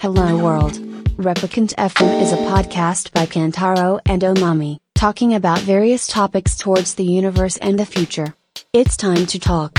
Hello World. Replicant FM is a podcast by Kantaro and Omami, talking about various topics towards the universe and the future. It's time to talk.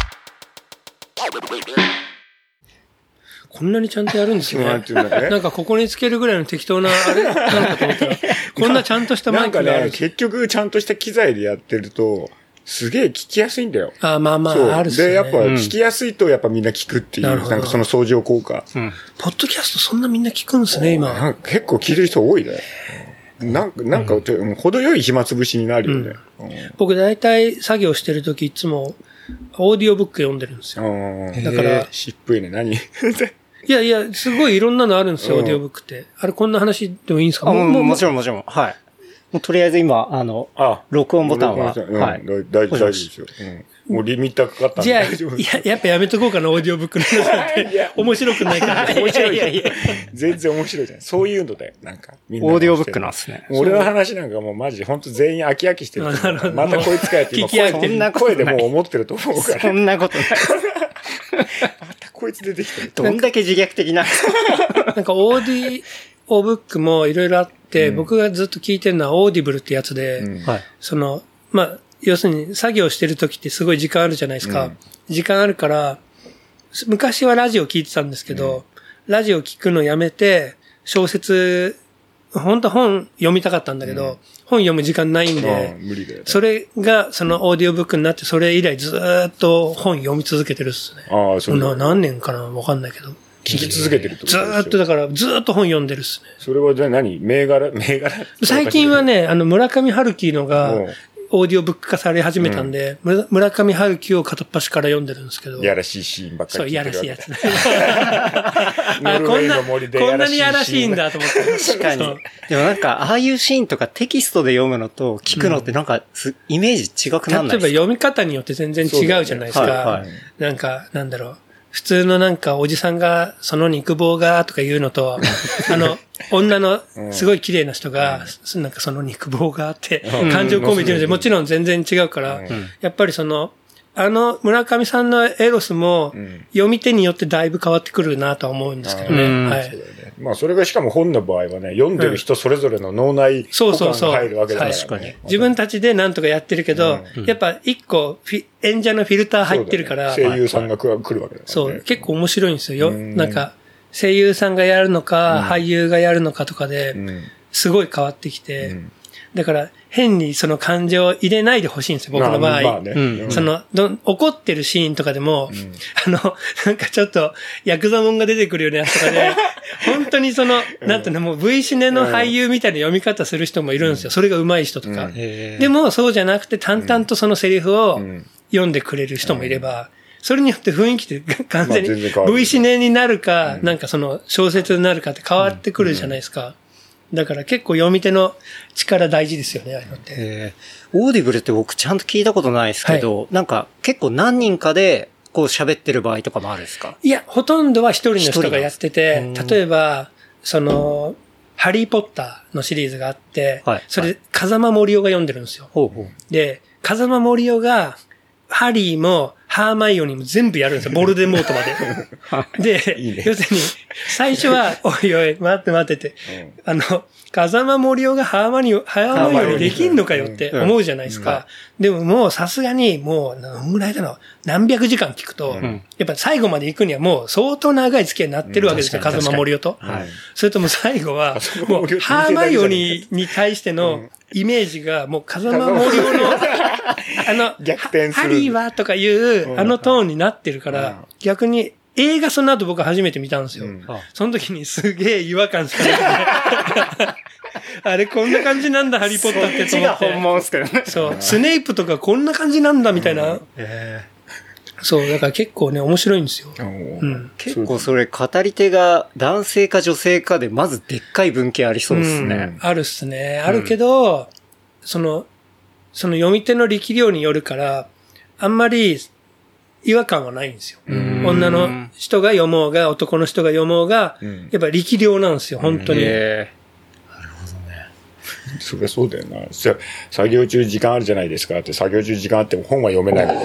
こんなにちゃんとやるんですね。なんかここにつけるぐらいの適当なあれなんかと思ったら、こんなちゃんとしたマイクがある。 なんかね、結局ちゃんとした機材でやってると、すげえ聞きやすいんだよ。 あ、まあまあ、あるっすね。 で、やっぱ聞きやすいとやっぱみんな聞くっていう、なんかその相乗効果。 ポッドキャストそんなみんな聞くんですね、今。 結構聞いてる人多いね。なんか、程よい暇つぶしになるよね。 僕大体作業してるときいつも、オーディオブック読んでるんですよ。だから、 しっぷいね、何いや、すごいいろんなのあるんですよ、オーディオブックって。あれ、こんな話でもいいんですか？ もちろん。はい。もうとりあえず今、録音ボタンは、はい。 大丈夫ですよ。もうリミッターかかったんで。 じゃあ、やっぱやめとこうかな、オーディオブックの話なんて。面白くないから。 面白い。全然面白いじゃん。そういうのだよ、なんか。 みんなオーディオブックなんですね。 俺の話なんかもうマジ、ほんと全員飽きしてる。またこいつかやって今、そんな声でもう思ってると思うから。 そんなことない。 またこいつ出てきてる。 どんだけ自虐的な。 なんかオーディオブックもいろいろあって、僕がずっと聞いてるのはオーディブルってやつで、まあ、要するに作業してる時ってすごい時間あるじゃないですか。時間あるから、昔はラジオ聞いてたんですけど、ラジオ聞くのやめて、小説、本当本読みたかったんだけど、本読む時間ないんで、 無理だよね、 それがそのオーディオブックになって、それ以来ずーっと本読み続けてるっすね。何年かなわかんないけど。 聞き続けてるってことですよ。 ずーっとだから、ずーっと本読んでるっすね。 それはじゃあ何銘柄最近はね、村上春樹のが、オーディオブック化され始めたんで、村上春樹を片っ端から読んでるんですけど。 やらしいシーンばっかり聞いてるわけ。 そう、やらしいやつ。こんなにやらしいんだと思って。 確かに。でもなんか、ああいうシーンとかテキストで読むのと聞くのってなんか、イメージ違くならないですか？ 例えば読み方によって全然違うじゃないですか。なんか、なんだろう。普通のなんかおじさんがその肉棒がとか言うのと、女のすごい綺麗な人が、なんかその肉棒がって感情込めてるので、もちろん全然違うから、やっぱり村上さんのエロスも読み手によってだいぶ変わってくるなとは思うんですけどね。はい。 まあそれがしかも本の場合はね、読んでる人それぞれの脳内補完が入るわけだから、ね。 確かに。自分たちでなんとかやってるけど、やっぱ一個演者のフィルター入ってるから。 声優さんが来るわけだから、ね。 そう、結構面白いんですよ。なんか、声優さんがやるのか、俳優がやるのかとかで、すごい変わってきて、だから、変にその感情を入れないでほしいんですよ、僕の場合。怒ってるシーンとかでも、なんかちょっと、ヤクザモンが出てくるようなやつとかで、本当になんていうの、もう V シネの俳優みたいな読み方する人もいるんですよ。それが上手い人とか。でも、そうじゃなくて、淡々とそのセリフを読んでくれる人もいれば、それによって雰囲気って完全に V シネになるか、なんかその小説になるかって変わってくるじゃないですか。だから結構読み手の力大事ですよね、ああいうのって。 オーディブルって僕ちゃんと聞いたことないですけど、なんか結構何人かでこう喋ってる場合とかもあるんですか？ いや、ほとんどは一人の人がやってて、例えば、ハリーポッターのシリーズがあって、それ、風間森夫が読んでるんですよ。で、風間森夫が、ハリーもハーマイオニーも全部やるんですよ。ボルデモートまで。で、要するに、最初は、おいおい、待ってって、風間森夫がハーマイオニーできんのかよって思うじゃないですか。でももうさすがに、もう、何ぐらいだろう、何百時間聞くと、やっぱ最後まで行くにはもう相当長い付き合いになってるわけですよ、風間森夫と。それとも最後は、もう、ハーマイオニーに対してのイメージが、もう風間森夫の、 逆転する。 ハリーはとかいうトーンになってるから、逆に映画その後僕初めて見たんですよ。その時にすげえ違和感しかなくて。あれこんな感じなんだハリーポッターってと思って。 そっちが本物っすけどね。 そう。スネイプとかこんな感じなんだみたいな。そう。だから結構ね、面白いんですよ。 結構それ語り手が男性か女性かでまずでっかい文献ありそうですね。 あるっすね。あるけど、その読み手の力量によるから、あんまり違和感はないんですよ。女の人が読もうが、男の人が読もうが、やっぱ力量なんですよ、本当に。なるほどね。そりゃそうだよな。作業中時間あるじゃないですかって、作業中時間あっても本は読めないので。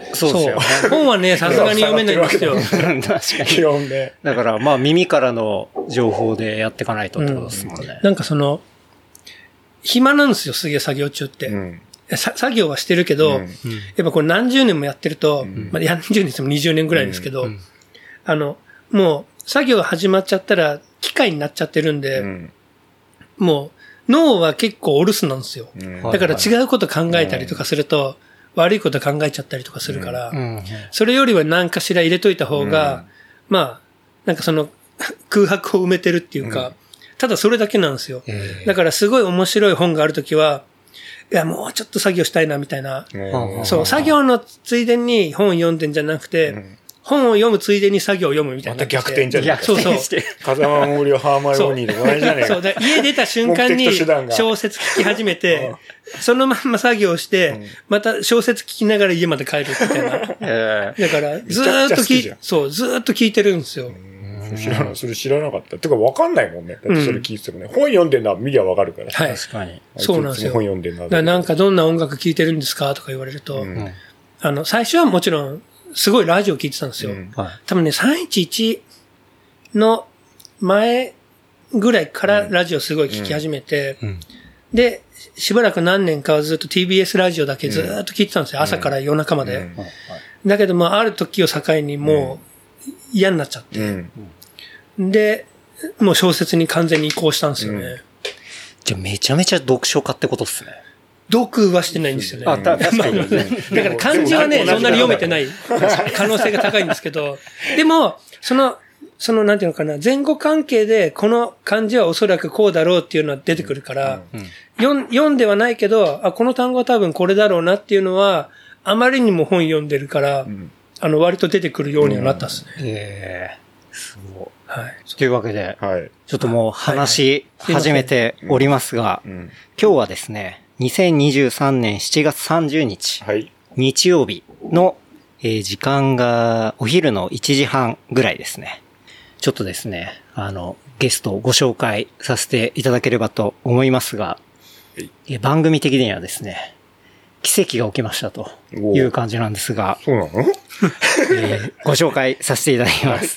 そうですよね。 本はね、さすがに読めないんですよ。 確かに。 基本ね。 だからまあ耳からの情報でやっていかないとってことですもんね。 なんか暇なんですよ、すげえ作業中って。作業はしてるけど、やっぱこれ何十年もやってると、まあ、何十年しても20年ぐらいですけど、もう作業始まっちゃったら機械になっちゃってるんで、もう脳は結構お留守なんですよ。だから違うこと考えたりとかすると、悪いこと考えちゃったりとかするから、それよりは何かしら入れといた方が、まあ、なんか空白を埋めてるっていうか、ただそれだけなんですよ。だからすごい面白い本があるときは、いや、もうちょっと作業したいな、みたいな。そう、作業のついでに本読んでんじゃなくて、本を読むついでに作業を読むみたいな。 また逆転じゃねえか。 そうそう。 風間森をハーマイオニーの同じじゃねえか。 そう、家出た瞬間に小説聞き始めて、そのまんま作業して、また小説聞きながら家まで帰るみたいな。だから、ずーっと聞いてるんですよ。 それ知らなかった。てか分かんないもんね。だってそれ聞いてもね。本読んでんのは見りゃ分かるから。 はい。 確かに。 そうなんですよ。 本読んでんのなんかどんな音楽聴いてるんですかとか言われると、最初はもちろん、すごいラジオ聴いてたんですよ。多分ね、311の前ぐらいからラジオすごい聴き始めて、で、しばらく何年かはずっと TBS ラジオだけずっと聴いてたんですよ。朝から夜中まで。だけども、ある時を境にもう嫌になっちゃって。で、もう小説に完全に移行したんですよね。 じゃあめちゃめちゃ読書家ってことっすね。 読はしてないんですよね。 確かに。 だから漢字はね、そんなに読めてない可能性が高いんですけど、でも、なんていうのかな、前後関係でこの漢字はおそらくこうだろうっていうのは出てくるから、読んではないけど、この単語は多分これだろうなっていうのは、あまりにも本読んでるから、割と出てくるようにはなったっすね。 すごい。 はい。 というわけで、ちょっともう話し始めておりますが、今日はですね、2023年7月30日、日曜日の、時間がお昼の1時半ぐらいですね。ちょっとですね、ゲストをご紹介させていただければと思いますが、番組的にはですね、奇跡が起きましたという感じなんですが、 そうなのご紹介させていただきます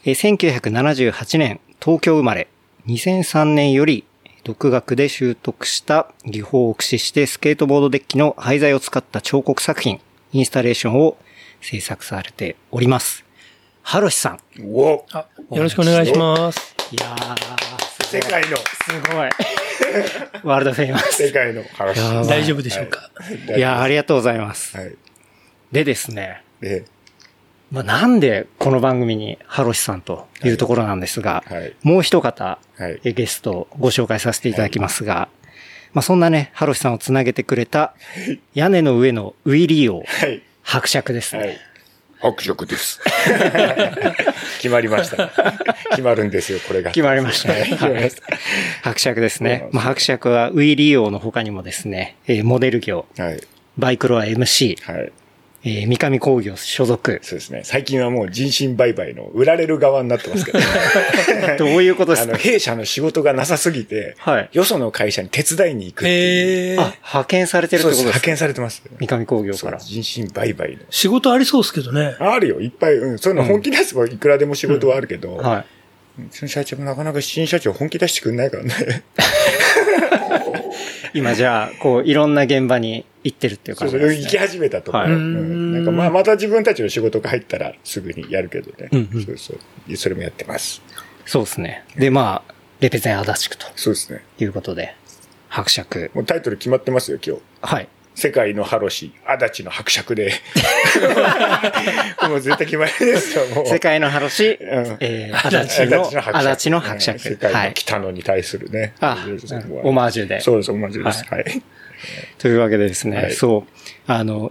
。1978年東京生まれ、2003年より独学で習得した技法を駆使してスケートボードデッキの廃材を使った彫刻作品、インスタレーションを制作されております。ハロシさん。 よろしくお願いします。 いやー、 世界の。 すごい。ワールドフェイマス。 世界のハロシ。 大丈夫でしょうか。 いやー、ありがとうございます。でですね。なんでこの番組にハロシさんというところなんですが、もう一方、ゲストをご紹介させていただきますが、そんなね、ハロシさんをつなげてくれた、屋根の上のウィリー王、伯爵ですね。 伯爵です。決まりました。決まるんですよ、これが。 決まりましたね。伯爵ですね。伯爵はウィリー王の他にもですね、モデル業、バイクロア MC、三上工業所属。 そうですね。最近はもう人身売買の売られる側になってますけど、ね、 どういうことですか？ 弊社の仕事がなさすぎて、よその会社に手伝いに行くっていう。 派遣されてるってことですか？ 派遣されてます。 三上工業から。 人身売買の。 仕事ありそうですけどね。 あるよ、いっぱい。そういうの本気出せばいくらでも仕事はあるけど、うちの社長もなかなか新社長本気出してくんないからね。 今じゃあ、いろんな現場に行ってるっていう感じですね。 行き始めたとか。なんかまた自分たちの仕事が入ったらすぐにやるけどね。それもやってます。 そうですね。で、レペゼン足立区と。 そうですね。 いうことで、伯爵。 もうタイトル決まってますよ、今日。 はい。 世界のハロシ、足立の伯爵で。もう絶対決まりですよ、もう。 世界のハロシ、足立の伯爵。 世界の北野に対するね。 オマージュで。 そうです、オマージュです。はい。 というわけでですね、そう。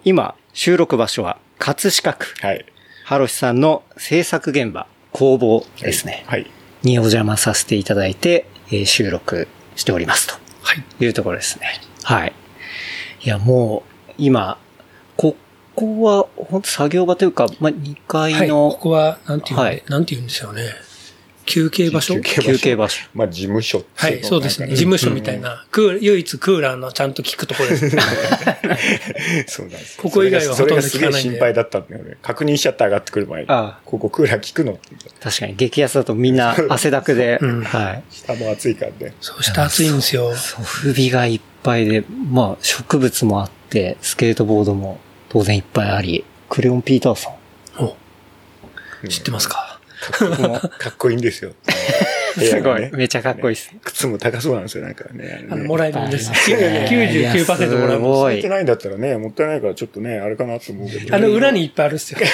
今、収録場所は葛飾区。はい。ハロシさんの制作現場、工房ですね。はい。にお邪魔させていただいて、収録しておりますと。はい。いうところですね。はい。いや、もう、今、ここは、本当作業場というか、2階の。 ここは、なんて言うんでしょうね。 休憩場所。 まあ、事務所。 はい、そうですね。事務所みたいな。唯一クーラーのちゃんと効くところです。 そうなんです。 ここ以外はほとんど効かないんで。 それがすげえ心配だったんだよね。確認しちゃって上がってくる前に。ここクーラー効くのって。 確かに、激安だとみんな汗だくで。はい。 下も暑いからね。 そう、下暑いんですよ。 不備がいっぱいで、まあ、植物もあって、スケートボードも当然いっぱいあり、クレヨンピーターさん。 知ってますか？ かっこいいんですよ。 すごい。めちゃかっこいいです。 靴も高そうなんですよ、なんかね。 もらえるんです。99% もらえます。 入ってないんだったらね、もったいないからちょっとね、あれかなと思うけど。 裏にいっぱいあるっすよ。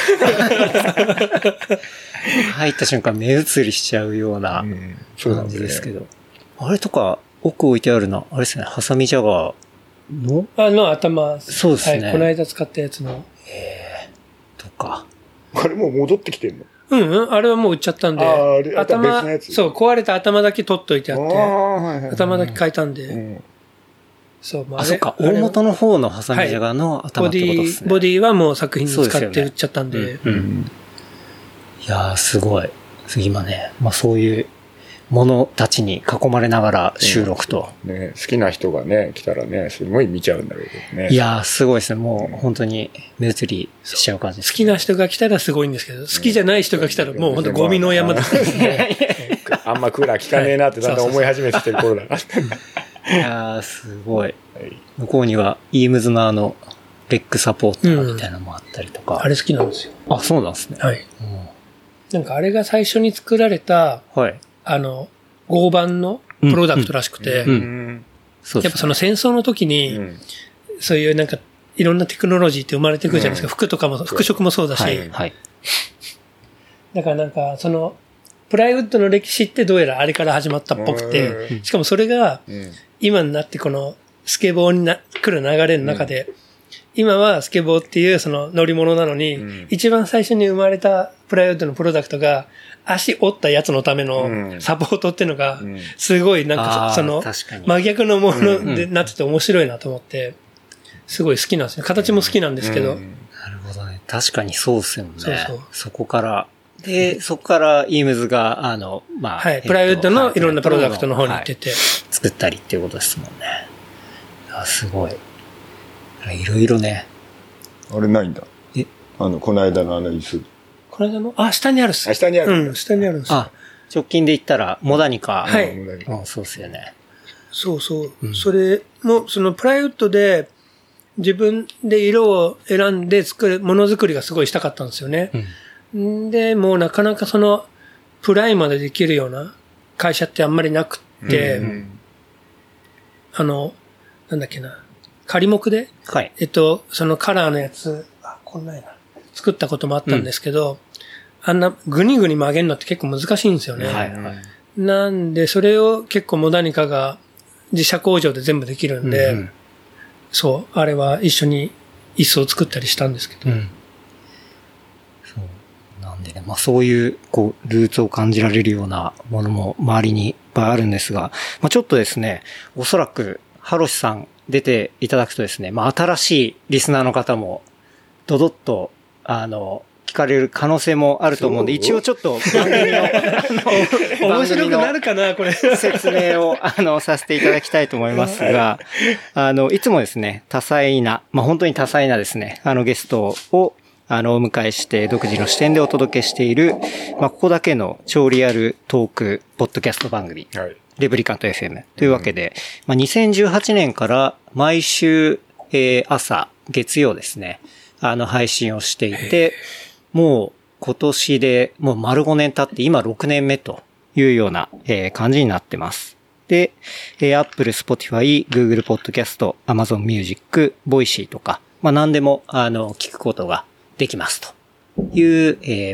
入った瞬間目移りしちゃうような感じですけど。あれとか、奥置いてあるの、あれですね、ハサミジャガーの頭。 そうですね。 この間使ったやつの。 とか。 あれもう戻ってきてんの？ あれはもう売っちゃったんで。頭、そう、壊れた頭だけ取っといてあって、頭だけ変えたんで。 そう、そっか、大元の方のハサミジャガの頭ってことですね。 ボディはもう作品に使って売っちゃったんで。 いやー、すごい。今ね、まあそういうものたちに囲まれながら収録と。 ね、好きな人がね、来たらね、すごい見ちゃうんだろうけどね。 いやー、すごいですね。もう本当に目移りしちゃう感じです、 好きな人が来たらすごいんですけど、好きじゃない人が来たらもう本当ゴミの山ですね。 あんまクーラー効かねえなってだんだん思い始めてきてる頃だから。 いやー、すごい。向こうには、イームズのレックサポーターみたいなのもあったりとか。 あれ好きなんですよ。 あ、そうなんですね。 はい。なんかあれが最初に作られた、合板のプロダクトらしくて、やっぱその戦争の時に、そういうなんかいろんなテクノロジーって生まれてくるじゃないですか。服とかも、服飾もそうだし。だからなんかその、プライウッドの歴史ってどうやらあれから始まったっぽくて、しかもそれが、今になってこのスケボーに来る流れの中で、今はスケボーっていうその乗り物なのに、一番最初に生まれたプライウッドのプロダクトが、足折ったやつのためのサポートっていうのが、すごいなんかその、真逆のものでなってて面白いなと思って、すごい好きなんですね。形も好きなんですけど。 なるほどね。確かにそうですよね。そこから、で、そこからイームズが、まあ、 プライウッドのいろんなプロダクトの方に行ってて。 作ったりっていうことですもんね。すごい。いろいろね。 あれないんだ。この間の椅子。 この間の下にあるっす。 下にある。 下にあるんです。 直近で言ったら、モダニカ。 はい。 そうっすよね。 そうそう。それも、そのプライウッドで、自分で色を選んでものづくりがすごいしたかったんですよね。で、もうなかなかその、プライまでできるような会社ってあんまりなくって、なんだっけな。仮木で、そのカラーのやつ、こんなんやな。作ったこともあったんですけど、あんなグニグニ曲げるのって結構難しいんですよね。なんで、それを結構モダニカが自社工場で全部できるんで、そう、あれは一緒に椅子を作ったりしたんですけど。 なんでね、まあそういう、ルーツを感じられるようなものも周りにいっぱいあるんですが、まあちょっとですね、おそらく、ハロシさん出ていただくとですね、まあ新しいリスナーの方も、ドドッと、聞かれる可能性もあると思うんで、一応ちょっと番組の、 面白くなるかな、これ。 説明を、させていただきたいと思いますが、いつもですね、多彩な、まあ本当に多彩なですね、ゲストを、お迎えして独自の視点でお届けしている、まあ、ここだけの超リアルトーク、ポッドキャスト番組、レブリカント FM というわけで、まあ、2018年から毎週、朝、月曜ですね、配信をしていて、もう今年でもう丸5年経って今6年目というような、感じになってます。で、Apple、Spotify、Google Podcast、Amazon Music、Voicy とか、まあ何でも、聞くことができますという、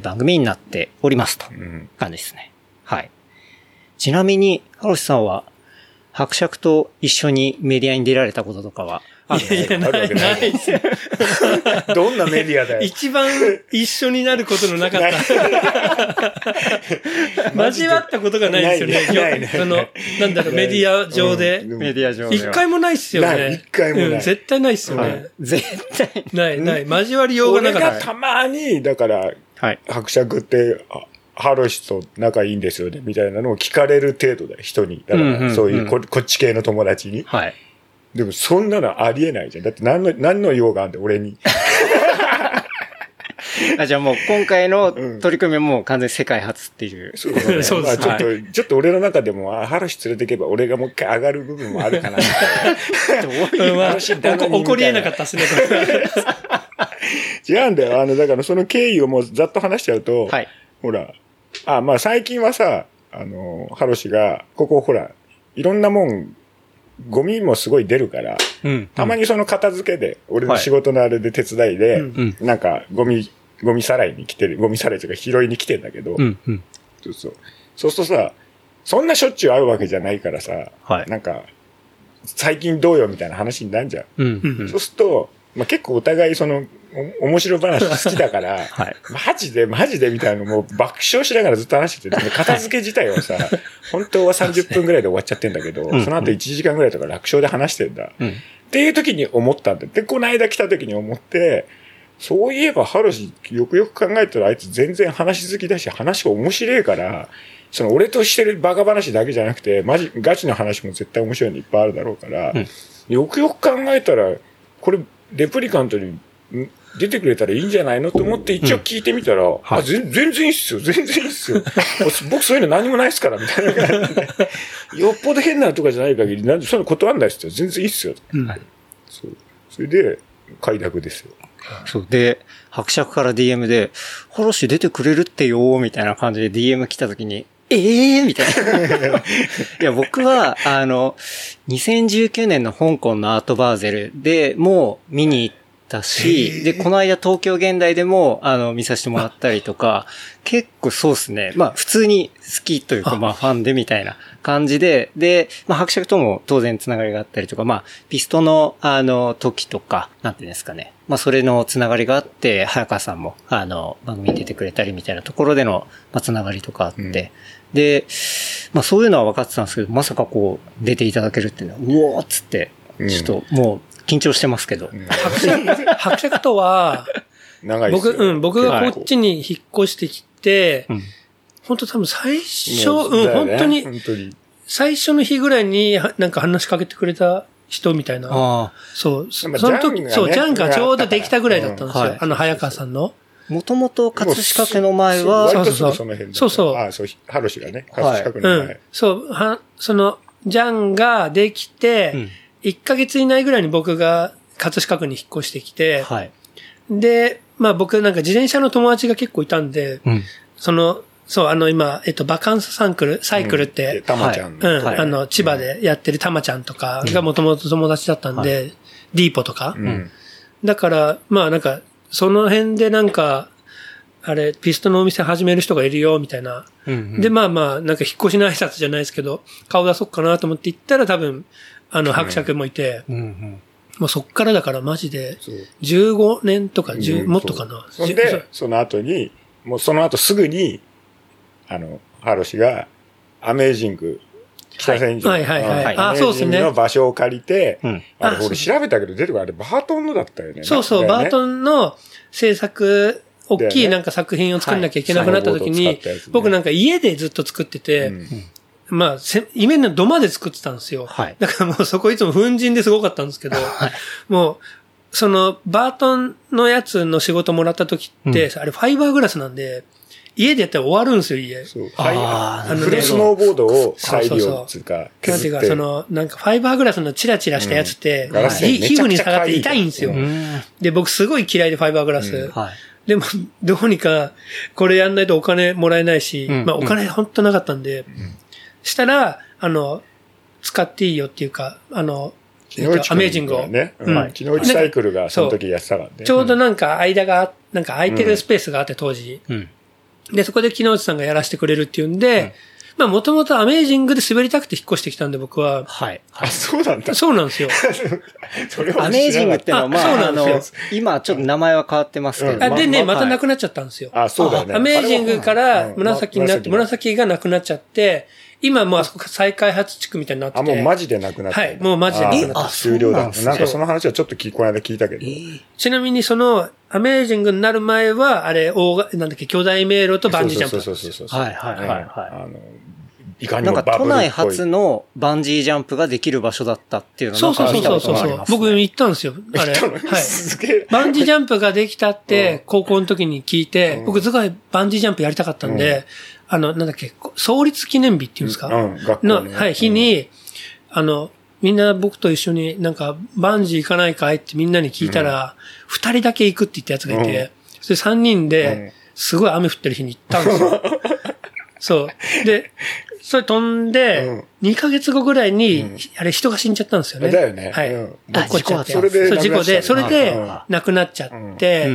番組になっておりますと感じですね。はい。ちなみに、ハロシさんは、伯爵と一緒にメディアに出られたこととかはないですよ。 どんなメディアだよ。 一番一緒になることのなかった。交わったことがないですよね。その、なんだろう、メディア上で。 メディア上で。 一回もないっすよね。 一回もない。 絶対ないっすよね。 絶対。 ない。交わりようがなかった。 俺がたまに、だから、伯爵って、 ハロシと仲いいんですよね、みたいなのを聞かれる程度だよ、人に。だから、そういうこっち系の友達に。 はい。 でも、そんなのありえないじゃん。だって何の用があんだよ、俺に。 じゃあもう今回の取り組みはもう完全に世界初っていう。 そうですね。そうですね。まあちょっと俺の中でも、ハロシ連れてけば俺がもう一回上がる部分もあるかな。 起こり得なかったっすね。 違うんだよ。だからその経緯をもうざっと話しちゃうと、はい。ほら、まあ最近はさ、ハロシが、ここほら、いろんなもん、ゴミもすごい出るから、たまにその片付けで、俺の仕事のあれで手伝いで、なんかゴミさらいに来てる、ゴミさらいというか拾いに来てんだけど、そうするとさ、そんなしょっちゅう会うわけじゃないからさ、なんか、最近どうよみたいな話になるじゃん。そうすると、まあ、結構お互い面白話好きだから、マジでみたいなのもう爆笑しながらずっと話してて、片付け自体はさ、本当は30分ぐらいで終わっちゃってんだけど、その後1時間ぐらいとか楽勝で話してんだ。っていう時に思ったんだ。で、この間来た時に思って、そういえばハロシよくよく考えたらあいつ全然話好きだし、話が面白いから、俺としてるバカ話だけじゃなくて、ガチの話も絶対面白いのいっぱいあるだろうから、よくよく考えたら、これ、レプリカントに出てくれたらいいんじゃないのと思って一応聞いてみたら、全然いいっすよ、全然いいっすよ。僕そういうの何もないっすから、みたいな感じで。よっぽど変なのとかじゃない限り、そういうの断んないっすよ、全然いいっすよ。そう。それで、快諾ですよ。 そう。で、伯爵から DM で、ハロシ出てくれるってよ、みたいな感じで DM 来た時に、みたいな。いや、僕は、2019年の香港のアートバーゼルでもう見に行ったし、で、この間東京現代でも、見させてもらったりとか、結構そうですね。まあ、普通に好きというか、まあ、ファンでみたいな感じで、で、まあ、伯爵とも当然つながりがあったりとか、まあ、ピストの、時とか、なんていうんですかね。まあ、それのつながりがあって、早川さんも、番組に出てくれたりみたいなところでの、まあ、つながりとかあって、で、まあ、そういうのは分かってたんですけど、まさかこう、出ていただけるっていうのは、うおーっつって、ちょっと、もう、緊張してますけど。 伯爵とは、僕がこっちに引っ越してきて、本当多分最初、本当に、最初の日ぐらいになんか話しかけてくれた人みたいな。そう。その時、そう、ジャンがちょうどできたぐらいだったんですよ。早川さんの。 もともと葛飾区の前は、 そう。 ハロシがね、葛飾区の前。 そう、ジャンができて、1ヶ月以内ぐらいに僕が葛飾区に引っ越してきて、で、まあ僕なんか自転車の友達が結構いたんで、今、バカンスサイクルって、 たまちゃん。 千葉でやってるたまちゃんとかがもともと友達だったんで、ディーポとか。だから、まあなんか、その辺でなんか、ピストのお店始める人がいるよ、みたいな。で、まあまあ、なんか引っ越しの挨拶じゃないですけど、顔出そっかなと思って行ったら多分、伯爵もいて、もうそっからだからマジで、15年とか、もっとかな。 そんで、その後すぐに、ハロシが、アメージング、北千住。アメージングの場所を借りて、俺調べたけど出てくるバートンのだったよね。 そう、バートンの制作、大きいなんか作品を作んなきゃいけなくなった時に、僕なんか家でずっと作ってて、まあ、家の土間で作ってたんですよ。だからもうそこいつも粉塵ですごかったんですけど、もう、バートンのやつの仕事もらった時って、あれファイバーグラスなんで、家でやったら終わるんですよ、家。 そう。フルスノーボードを再利用っていうか、 なんていうか、なんかファイバーグラスのチラチラしたやつって、皮膚に下がって痛いんですよ。で、僕すごい嫌いでファイバーグラス。でも、どうにか、これやんないとお金もらえないし、まあお金ほんとなかったんで、したら、使っていいよっていうか、アメージングを。 ね。木の内サイクルがその時やってたからね。 ちょうどなんかなんか空いてるスペースがあって当時。で、そこで木之内さんがやらせてくれるっていうんで、まあもともとアメージングで滑りたくて引っ越してきたんで僕は。 そうなんだ。 そうなんですよ。 アメージングってのはまあ、今ちょっと名前は変わってますけど。 でね、またなくなっちゃったんですよ。 そうだね。 アメージングから紫になって、紫がなくなっちゃって、 今もうあそこ再開発地区みたいになってて。 もうマジでなくなった。 はい、もうマジでなくなった。 終了だ。なんかその話はちょっとこの間聞いたけど。 ちなみにその、アメージングになる前は、あれ、なんだっけ、巨大迷路とバンジージャンプ。 そう。 はいはいはいはい。 いかにもなんか都内初のバンジージャンプができる場所だったっていうのをなんか見たことがありますね。 僕行ったんですよ。あれ。はい。バンジージャンプができたって、高校の時に聞いて、僕すごいバンジージャンプやりたかったんで、なんだっけ、創立記念日っていうんですかの、はい、日に、みんな僕と一緒になんか、バンジー行かないかいってみんなに聞いたら、2人だけ行くって言ったやつがいて、それ3人で、すごい雨降ってる日に行ったんですよ。そう。で、それ飛んで、2ヶ月後ぐらいに、あれ人が死んじゃったんですよね。 だよね。 はい。 事故それで、事故で、それで亡くなっちゃって、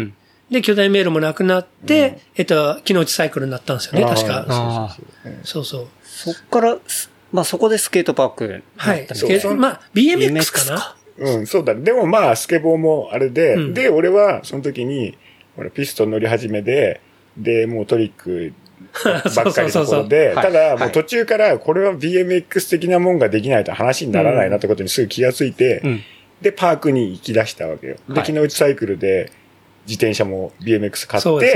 で、巨大迷路もなくなって、木の内サイクルになったんですよね、確か。そう。 そっから、まあそこでスケートパーク。 はい。まあ、BMX かな。 うん、そうだ。でもまあ、スケボーもあれで、で、俺はその時に、ピストン乗り始めで、もうトリック、ばっかりのところで、ただもう途中からこれは BMX 的なもんができないと話にならないなってことにすぐ気がついて、で、パークに行き出したわけよ。で、木の内サイクルで自転車も BMX 買って、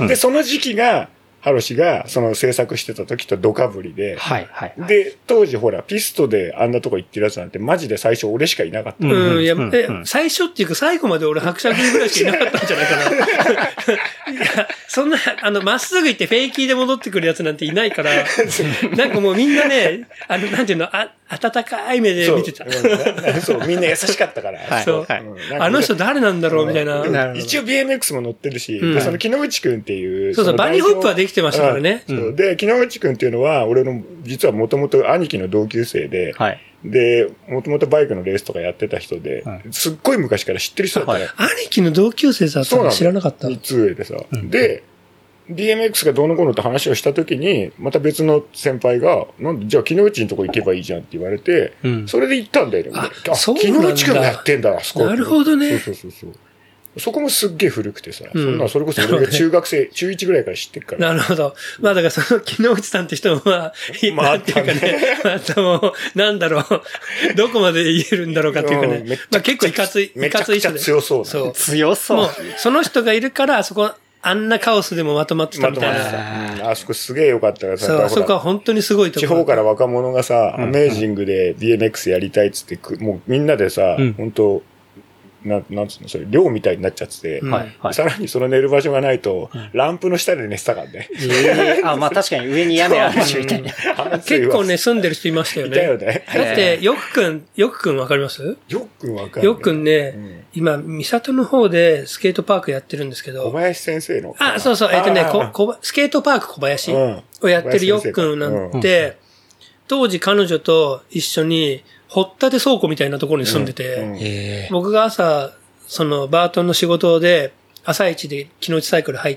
で、その時期が、ハロシがその制作してた時とドカぶりで、で、当時ほら、ピストであんなとこ行ってるやつなんてマジで最初俺しかいなかった。 いや、最初っていうか最後まで俺伯爵ぐらいしかいなかったんじゃないかな。いや、そんな、まっすぐ行ってフェイキーで戻ってくるやつなんていないから、なんかもうみんなね、なんていうの、温かい目で見てた。 そう、みんな優しかったから。 そう。あの人誰なんだろうみたいな。 一応 BMX も乗ってるし、その木之内くんっていう。 そう、バニーホップはできてましたからね。 で、木之内くんっていうのは、俺の、実はもともと兄貴の同級生で、で、もともとバイクのレースとかやってた人で、すっごい昔から知ってる人だったよ。 兄貴の同級生だったの知らなかった。 3つ上でさ。で、BMX がどうのこうのって話をしたときに、また別の先輩が、なんで、じゃあ木之内のとこ行けばいいじゃんって言われて、それで行ったんだよね。木之内くんがやってんだ、あそこ。 なるほどね。 そう。そこもすっげえ古くてさ、そんなそれこそ俺が中学生、中1ぐらいから知ってるから。 なるほど。まあだからその木之内さんって人は、まあっていうかね、またもう、なんだろう、どこまで言えるんだろうかっていうかね。まあ結構いかつい人で。 めちゃくちゃ強そう。 そう。 強そう。もう、 その人がいるから、あそこ、あんなカオスでもまとまってたみたいな。 あそこすげえ良かったからさ。 そう、あそこは本当にすごいところ。 地方から若者がさ、アメージングで BMX やりたいっつって、もうみんなでさ、本当なんつうの、それ、寮みたいになっちゃってて、さらにその寝る場所がないと、ランプの下で寝てたからね。 まあ確かに上に屋根あるし、みたいな。 結構ね、住んでる人いましたよね。 いたよね。 だって、よくくんわかります？ よくくんわかる。 よくくんね、今、三郷の方でスケートパークやってるんですけど。 小林先生の。 そう。スケートパーク小林をやってるよくくんなんて、当時彼女と一緒に、掘ったて倉庫みたいなところに住んでて、僕が朝、そのバートンの仕事で、朝一で木之内サイクル入って、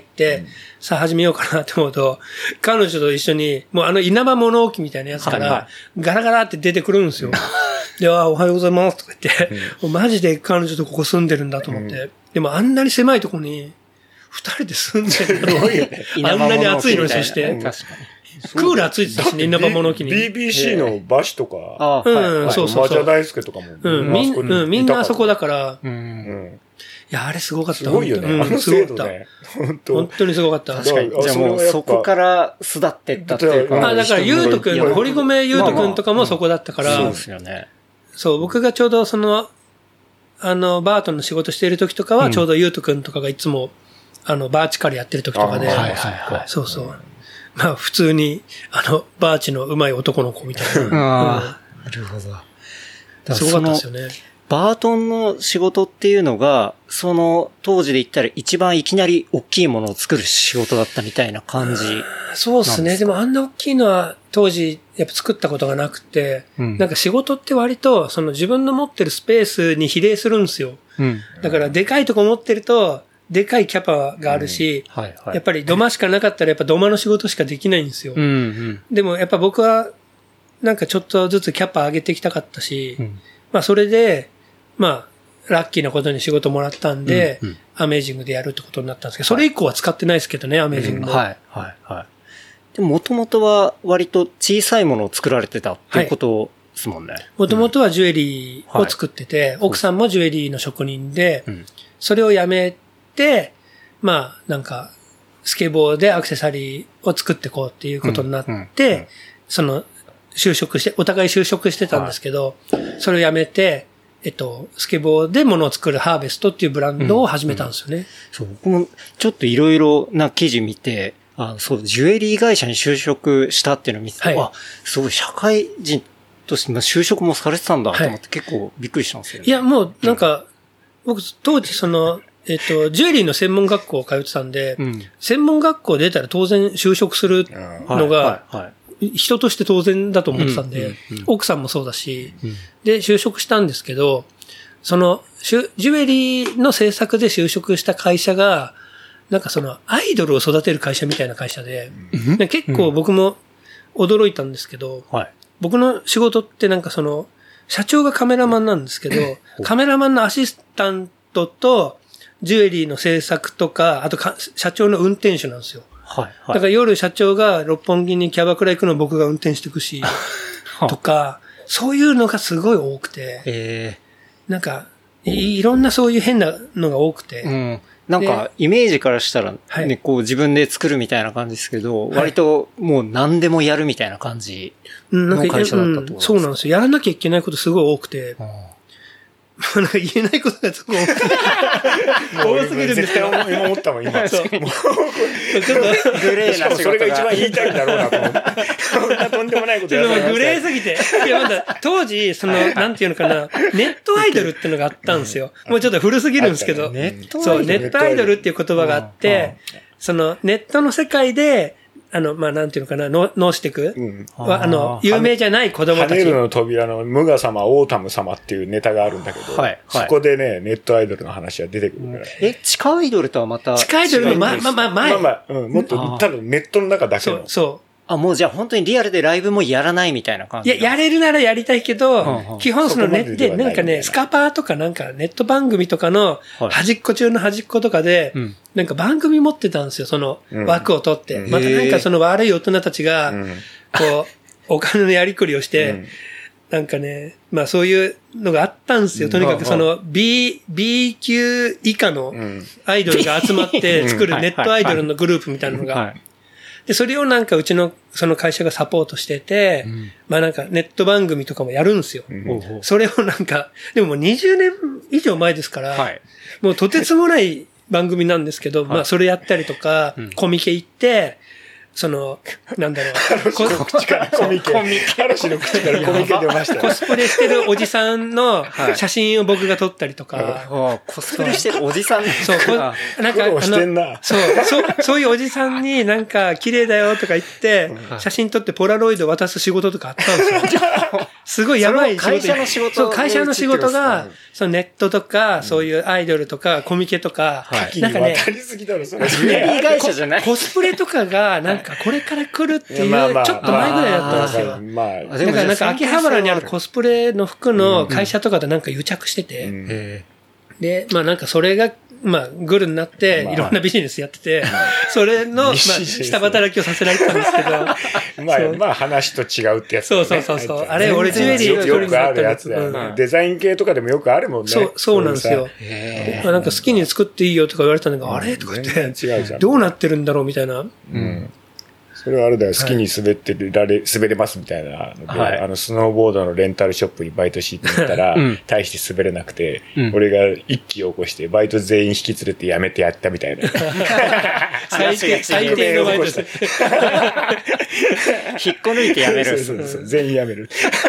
さあ始めようかなって思うと、彼女と一緒に、もう稲葉物置みたいなやつから、ガラガラって出てくるんですよ。で、おはようございますとか言って、もうマジで彼女とここ住んでるんだと思って。でもあんなに狭いところに、二人で住んでるの。あんなに暑いのにそして。確かに。クーラーついてたしね、稲葉物置に。 BBC のバシとか、 そう。 マチャ大輔とかも。 みんなあそこだから。いや、あれすごかった。 すごいよね。あの精度ね。 本当にすごかった。 確かに。じゃあもうそこから巣立ってったっていうか。 だから、ゆうとくん、堀米ゆうとくんとかもそこだったから。 そうですよね。 そう、僕がちょうどバートンの仕事している時とかは、ちょうどゆうとくんとかがいつも、バーチカルやってる時とかで。そう。まあ普通に、バーチの上手い男の子みたいな。 なるほど。 すごかったですよね。 バートンの仕事っていうのが、その当時で言ったら一番いきなり大きいものを作る仕事だったみたいな感じ。 そうですね。でもあんな大きいのは当時やっぱ作ったことがなくて、なんか仕事って割とその自分の持ってるスペースに比例するんですよ。だからでかいとこ持ってると、でかいキャパがあるし、やっぱり土間しかなかったらやっぱ土間の仕事しかできないんですよ。でもやっぱ僕はなんかちょっとずつキャパ上げていきたかったし、まあそれで、まあラッキーなことに仕事もらったんで、アメージングでやるってことになったんですけど、それ以降は使ってないですけどね、アメージングも。 でも元々は割と小さいものを作られてたっていうことですもんね。 もともとはジュエリーを作ってて、奥さんもジュエリーの職人で、それをやめて、まあ、なんか、スケボーでアクセサリーを作っていこうっていうことになって、その、お互い就職してたんですけど、それをやめて、スケボーで物を作るハーベストっていうブランドを始めたんですよね。 そう、僕もちょっといろいろな記事見て、そう、ジュエリー会社に就職したっていうのを見て、すごい社会人として就職もされてたんだと思って結構びっくりしたんですよね。 いや、もうなんか、僕当時ジュエリーの専門学校を通ってたんで、専門学校出たら当然就職するのが、人として当然だと思ってたんで、奥さんもそうだし、で、就職したんですけど、ジュエリーの制作で就職した会社が、なんかアイドルを育てる会社みたいな会社で、結構僕も驚いたんですけど、僕の仕事ってなんか社長がカメラマンなんですけど、カメラマンのアシスタントと、ジュエリーの制作とか、あと社長の運転手なんですよ。だから夜社長が六本木にキャバクラ行くのを僕が運転していくし、とか、そういうのがすごい多くて、なんか、いろんなそういう変なのが多くて、 なんか、イメージからしたら、ね、こう自分で作るみたいな感じですけど、割ともう何でもやるみたいな感じの会社だったと思います。 そうなんですよ。やらなきゃいけないことすごい多くて、なんか言えないことがすごい多すぎるんですけど。 今思ったもん、今。 ちょっとグレーな仕事が。 それが一番言いたいんだろうなと思って。そんなとんでもないことやってグレーすぎて。いや、まだ、当時、なんていうのかな、ネットアイドルってのがあったんですよ。もうちょっと古すぎるんですけど。そう、ネットアイドルっていう言葉があって、ネットの世界で、まあ、なんていうのかな、脳してく、有名じゃない子供たち。 ハネルの扉のムガ様、オータム様っていうネタがあるんだけど、そこでね、ネットアイドルの話が出てくるから。 地下アイドルとはまた。 地下アイドルの前。 もっと、多分ネットの中だけの。 そう。 もうじゃあ本当にリアルでライブもやらないみたいな感じ。 いや、やれるならやりたいけど、基本ネットで、なんかね、スカパーとかなんかネット番組とかの端っこ中の端っことかで、なんか番組持ってたんですよ、枠を取って。またなんか悪い大人たちが、こう、お金のやりくりをして、なんかね、まあそういうのがあったんですよ。とにかくB 級以下のアイドルが集まって作るネットアイドルのグループみたいなのが。で、それをなんかうちのその会社がサポートしてて、まあなんかネット番組とかもやるんですよ。それをなんか、でももう20年以上前ですから、もうとてつもない番組なんですけど、まあそれやったりとか、コミケ行って、なんだろう。 口からコミケ。嵐の口からコミケ出ましたよ。 コスプレしてるおじさんの写真を僕が撮ったりとか。 コスプレしてるおじさんそう、なんかそういうおじさんになんか綺麗だよとか言って、写真撮ってポラロイド渡す仕事とかあったんですよ。すごいやばい仕事。 会社の仕事。 そう、会社の仕事が、ネットとか、そういうアイドルとか、コミケとか、なんかね、 渡りすぎだろ、それ。 ジュエリー会社じゃない。 コスプレとかが、なんかこれから来るっていう、ちょっと前ぐらいだったんですよ。だからなんか秋葉原にあるコスプレの服の会社とかでなんか癒着してて、で、まあなんかそれが、まあグルになっていろんなビジネスやってて、それの、まあ下働きをさせられてたんですけど。 まあ話と違うってやつ。 そう。あれ、俺ジュエリーよくあるやつだよ。デザイン系とかでもよくあるもんね。 そうなんですよ。なんか好きに作っていいよとか言われたんだけど、あれとか言って、どうなってるんだろうみたいな。 それはあれだよ、好きに滑れますみたいなので、スノーボードのレンタルショップにバイトしに行ったら、大して滑れなくて、俺が一気を起こして、バイト全員引き連れて辞めてやったみたいな。 最低のバイトです。 引っこ抜いて辞める。 そう、全員辞める。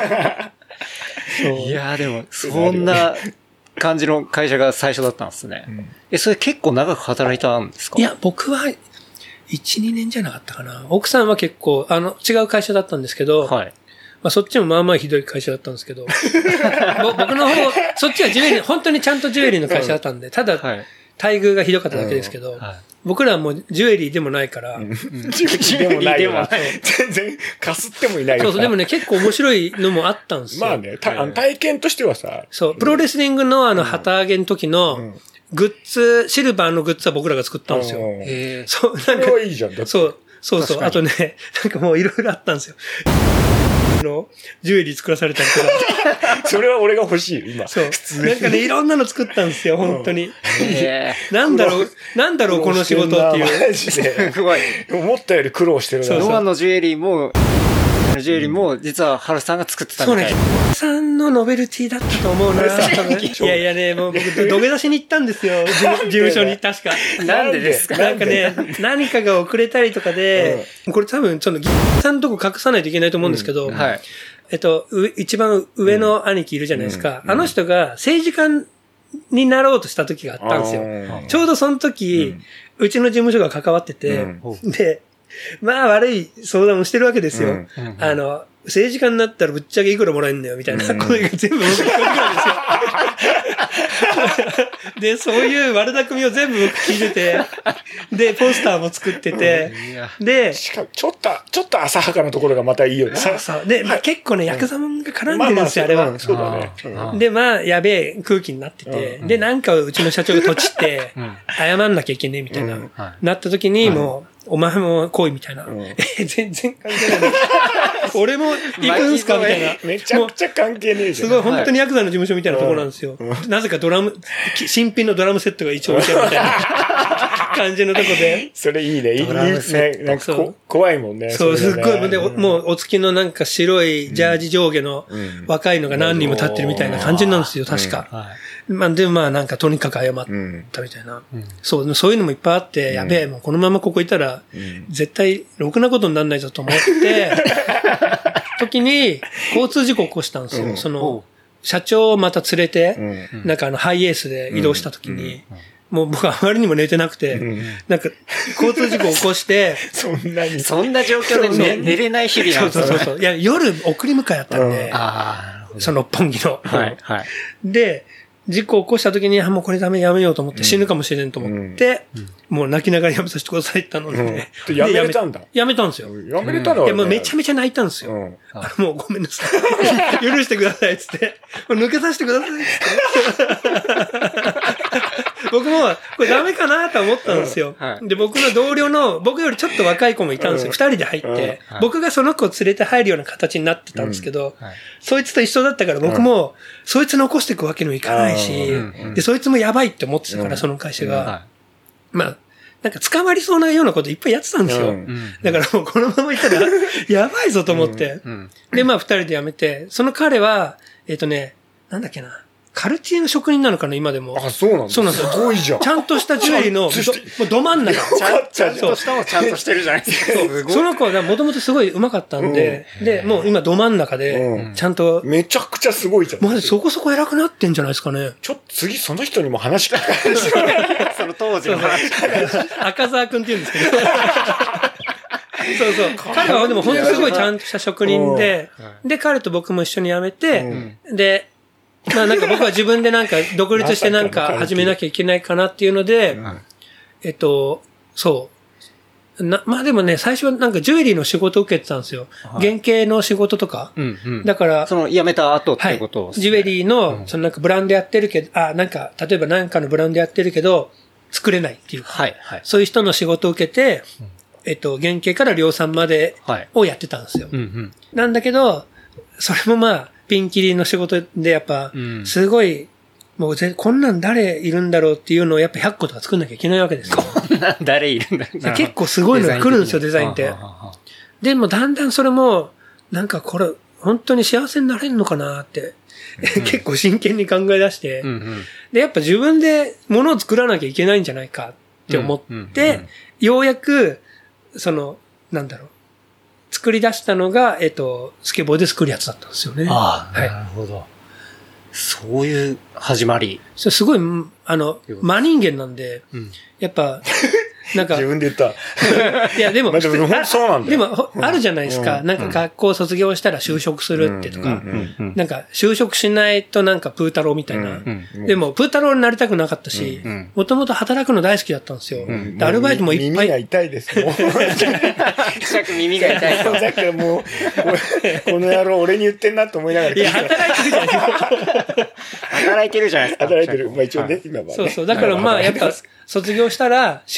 いやーでも、そんな感じの会社が最初だったんですね。それ結構長く働いたんですか？ いや、僕は、1、2年じゃなかったかな。奥さんは結構、違う会社だったんですけど、まあそっちもまあまあひどい会社だったんですけど、僕の方、そっちはジュエリー、本当にちゃんとジュエリーの会社だったんで、ただ、待遇がひどかっただけですけど、僕らはもうジュエリーでもないから、 ジュエリーでもないよな。全然かすってもいないよ。 そう、でもね、結構面白いのもあったんですよ。 まあね、体験としてはさ、 そう、プロレスリングの旗揚げの時の、グッズ、シルバーのグッズは僕らが作ったんですよ。 それはいいじゃん、だって。 そう。 そうそう。あとね、なんかもういろいろあったんですよ。ジュエリー作らされたりとか。 それは俺が欲しい、今。 そう。なんかね、いろんなの作ったんですよ、本当に。なんだろう、この仕事っていう。 マジで。すごい。思ったより苦労してるな。 ノアのジュエリーも、実はハルさんが作ってたみたいな。 そうね。さんのノベルティだったと思うな。いやいやね、もう僕、土下座しに行ったんですよ。事務所に、確か。 なんでですか？ なんかね、何かが遅れたりとかで、これ多分、ギさんのとこ隠さないといけないと思うんですけど、 はい。 一番上の兄貴いるじゃないですか。あの人が政治家になろうとした時があったんですよ。ちょうどその時、うちの事務所が関わってて、で、まあ悪い相談をしてるわけですよ。政治家になったらぶっちゃけいくらもらえるんだよ、みたいな声が全部僕聞こえてくるんですよ。で、そういう悪巧みを全部僕聞いてて、で、ポスターも作ってて、で、 しかもちょっと浅はかなところがまたいいよね。 そうそう。で、まあ結構ね、ヤクザもんが絡んでるんですよ、あれは。 そうだね。 で、まあ、やべえ空気になってて、で、なんかうちの社長がとちって、謝んなきゃいけねえ、みたいな、なった時に、もう、お前も来いみたいな。全然関係ない。俺も行くんすかみたいな。 めちゃくちゃ関係ねえじゃん。 すごい、本当にヤクザの事務所みたいなところなんですよ。なぜか新品のドラムセットが一応置いてあるみたいな感じのとこで。 それいいね。いいね。なんか怖いもんね。 そう、すっごい。で、もうお付きのなんか白いジャージ上下の若いのが何人も立ってるみたいな感じなんですよ、確か。まあ、でもまあなんかとにかく謝ったみたいな。そういうのもいっぱいあって、やべえ、もうこのままここいたら、絶対ろくなことにならないぞと思って、時に交通事故を起こしたんですよ。社長をまた連れて、なんかハイエースで移動した時に、もう僕はあまりにも寝てなくて、なんか交通事故を起こして、 そんな状況で寝れない日々なんですよ。 そう。いや、夜送り迎えやったんで、その六本木の。で、事故を起こした時に、もうこれダメやめようと思って、死ぬかもしれんと思って、もう泣きながらやめさせてくださいって頼んで。 やめれたんだ。 やめたんですよ。 やめれたの？ いや、もうめちゃめちゃ泣いたんですよ。もうごめんなさい。許してくださいっつって。抜けさせてくださいっつって。僕も、これダメかなと思ったんですよ。で、僕の同僚の、僕よりちょっと若い子もいたんですよ。二人で入って、僕がその子を連れて入るような形になってたんですけど、そいつと一緒だったから僕も、そいつ残していくわけにもいかないし、で、そいつもやばいって思ってたから、その会社が。まあ、なんか捕まりそうなようなこといっぱいやってたんですよ。だからもうこのままいったら、やばいぞと思って。で、まあ二人で辞めて、その彼は、なんだっけな。カルティエの職人なのかな、今でも。 あ、そうなんだ。 そうなんですよ。 すごいじゃん。 ちゃんとしたジュエリーの、もうど真ん中。 ちゃんとしたもちゃんとしてるじゃないですか。 その子はもともとすごい上手かったんで、で、もう今ど真ん中で、ちゃんと。 めちゃくちゃすごいじゃん。 まずそこそこ偉くなってんじゃないですかね。 ちょっと次その人にも話聞かないその当時の話。 赤澤くんって言うんですけど。そう。彼はでも本当すごいちゃんとした職人で、で、彼と僕も一緒に辞めて、で、まあなんか僕は自分でなんか独立してなんか始めなきゃいけないかなっていうので、そう。まあでもね、最初はなんかジュエリーの仕事を受けてたんですよ。原型の仕事とか。だから、 その辞めた後ってことジュエリーの、そのなんかブランドやってるけど、なんか、例えばなんかのブランドやってるけど、作れないっていうか、そういう人の仕事を受けて、原型から量産までをやってたんですよ。なんだけど、それもまあ、ピンキリの仕事でやっぱ、すごい、もうこんなん誰いるんだろうっていうのをやっぱ100個とか作んなきゃいけないわけですよ。 誰いるんだろう。 結構すごいのが来るんですよ、デザインって。でもだんだんそれも、なんかこれ、本当に幸せになれるのかなって、結構真剣に考え出して、で、やっぱ自分で物を作らなきゃいけないんじゃないかって思って、ようやく、なんだろう。作り出したのが、スケボーで作るやつだったんですよね。 なるほど。そういう始まり。 すごい、真人間なんで、やっぱ、なんか。 自分で言った。 いや、でも、 そうなんだよ。 でも、あるじゃないですか。なんか学校卒業したら就職するってとか。なんか、就職しないとなんかプータローみたいな。でも、プータローになりたくなかったし、もともと働くの大好きだったんですよ。アルバイトもいっぱい。 耳が痛いです。 耳が痛い。 だからもう、この野郎俺に言ってんなと思いながら。 いや、働いてるじゃないですか。 働いてるじゃないですか。 働いてる。まあ一応ね、今は。 そう。だからまあ、やっぱ、卒業したら、就職す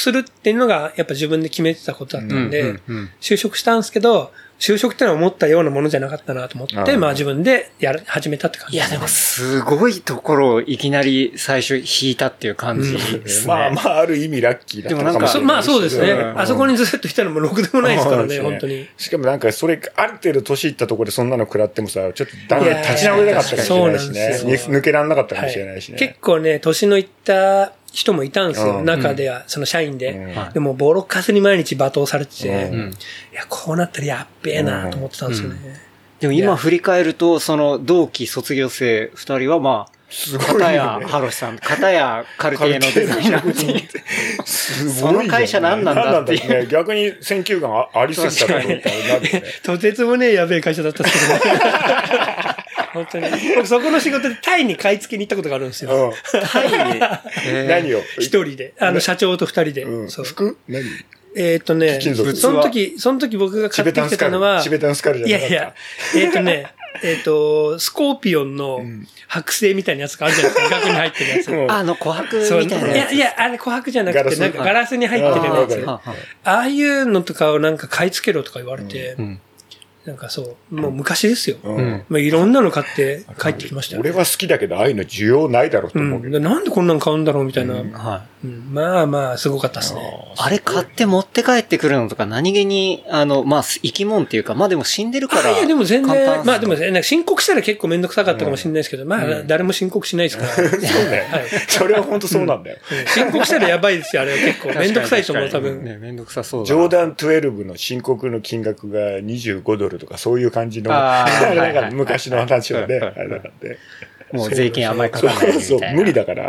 するっていうのがやっぱ自分で決めてたことだったんで、就職したんですけど、就職ってのは思ったようなものじゃなかったなと思って、まあ自分で始めたって感じですね。 いやでもすごいところをいきなり最初引いたっていう感じですね。 まあある意味ラッキーだったかもしれない。 まあそうですね。あそこにずっといたのもろくでもないですからね、本当に。 しかもなんかそれ、ある程度年いったところでそんなの食らってもさ、ちょっとダメ立ち直れなかったかもしれないしね。抜けらんなかったかもしれないしね。 結構ね、年のいった人もいたんですよ。中では、その社員で。でも、ボロカスに毎日罵倒されてて、いや、こうなったらやっべえなと思ってたんですよね。 でも今振り返ると、その同期卒業生2人はまあ、片やハロシさん、片やカルティエのデザイナーに。その会社何なんだっていう。 逆に選球眼ありすぎたと思ったらなるね。 とてつもねえやべえ会社だったんですけどね。本当に。僕そこの仕事でタイに買い付けに行ったことがあるんですよ。 タイに何を一人で。社長と二人で。 服何その時僕が買ってきてたのは、 チベタンスカルじゃなかった。 いや、スコーピオンの剥製みたいなやつがあるじゃないですか。額に入ってるやつ。 琥珀みたいなやつ。 いや、あれ琥珀じゃなくて、なんかガラスに入ってるやつ。ああいうのとかをなんか買い付けろとか言われて、なんかそう、もう昔ですよ。まあいろんなの買って帰ってきましたよ。 俺は好きだけど、ああいうの需要ないだろうと思うけど。 なんでこんなん買うんだろうみたいな。まあまあ、すごかったですね。 あれ買って持って帰ってくるのとか何気に、まあ、生き物っていうか、まあでも死んでるから。 いや、でも全然、まあでもね、申告したら結構めんどくさかったかもしれないですけど、まあ、誰も申告しないですから。そうね。それは本当そうなんだよ。 申告したらやばいですよ、あれは結構。めんどくさいと思う、多分。 めんどくさそうだ。 ジョーダン12の申告の金額が25ドルとか、そういう感じの、なんか昔の話はね、あれだからね。 もう税金あんまりかかんないみたいな。 そう、無理だから、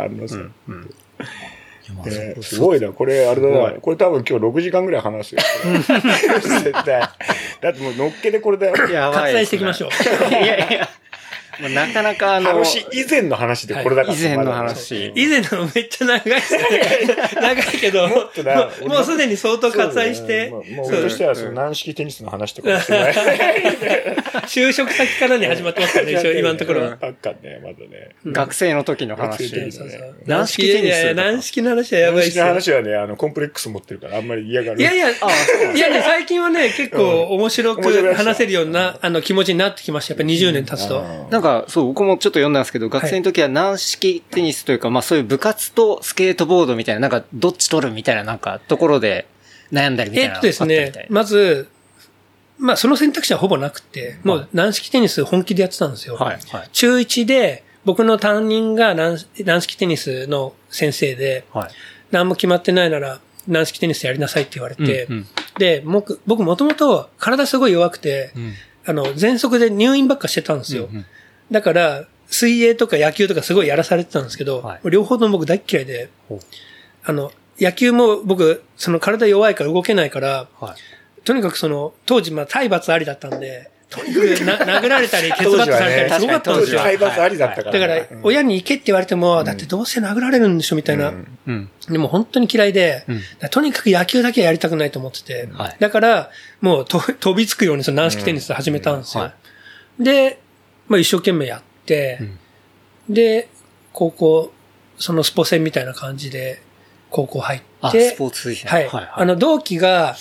すごいな、これ、あれだな。これ多分今日6時間ぐらい話すよ。絶対。だってもう乗っけでこれだよ。 割愛していきましょう。 いやいや。なかなか以前の話でこれだから。 以前の話。 以前のめっちゃ長いですね。長いけど、もうすでに相当割愛して。 もう俺としてはその軟式テニスの話とかもしてない。 就職先からに始まってますからね、今のところは。 あっかね、まだね。 学生の時の話。 軟式テニス。軟式の話はやばいですよ。 軟式の話はね、コンプレックス持ってるからあんまり嫌がる。 いやね、最近はね、結構面白く話せるような気持ちになってきました。やっぱ20年経つと。 なんか、そう、僕もちょっと読んだんですけど、学生の時は軟式テニスというか、まあそういう部活とスケートボードみたいな、なんかどっち取るみたいななんかところで悩んだりみたいな。 ですね、まず、まあその選択肢はほぼなくて、もう軟式テニス本気でやってたんですよ。中1で、僕の担任が軟式テニスの先生で、何も決まってないなら軟式テニスやりなさいって言われて、で、僕もともと体すごい弱くて、喘息で入院ばっかしてたんですよ。だから、水泳とか野球とかすごいやらされてたんですけど、両方とも僕大っ嫌いで、野球も僕、その体弱いから動けないから、とにかく当時体罰ありだったんで、とにかく殴られたり、ケツバットされたりすごかったんですよ。 体罰ありだったから。 だから、親に行けって言われても、だってどうせ殴られるんでしょみたいな。でも本当に嫌いで、とにかく野球だけはやりたくないと思ってて、だから、もう飛びつくように軟式テニス始めたんですよ。で、まあ一生懸命やって、で、高校、そのスポ専みたいな感じで、高校入って、 スポーツ推薦。はい。同期が、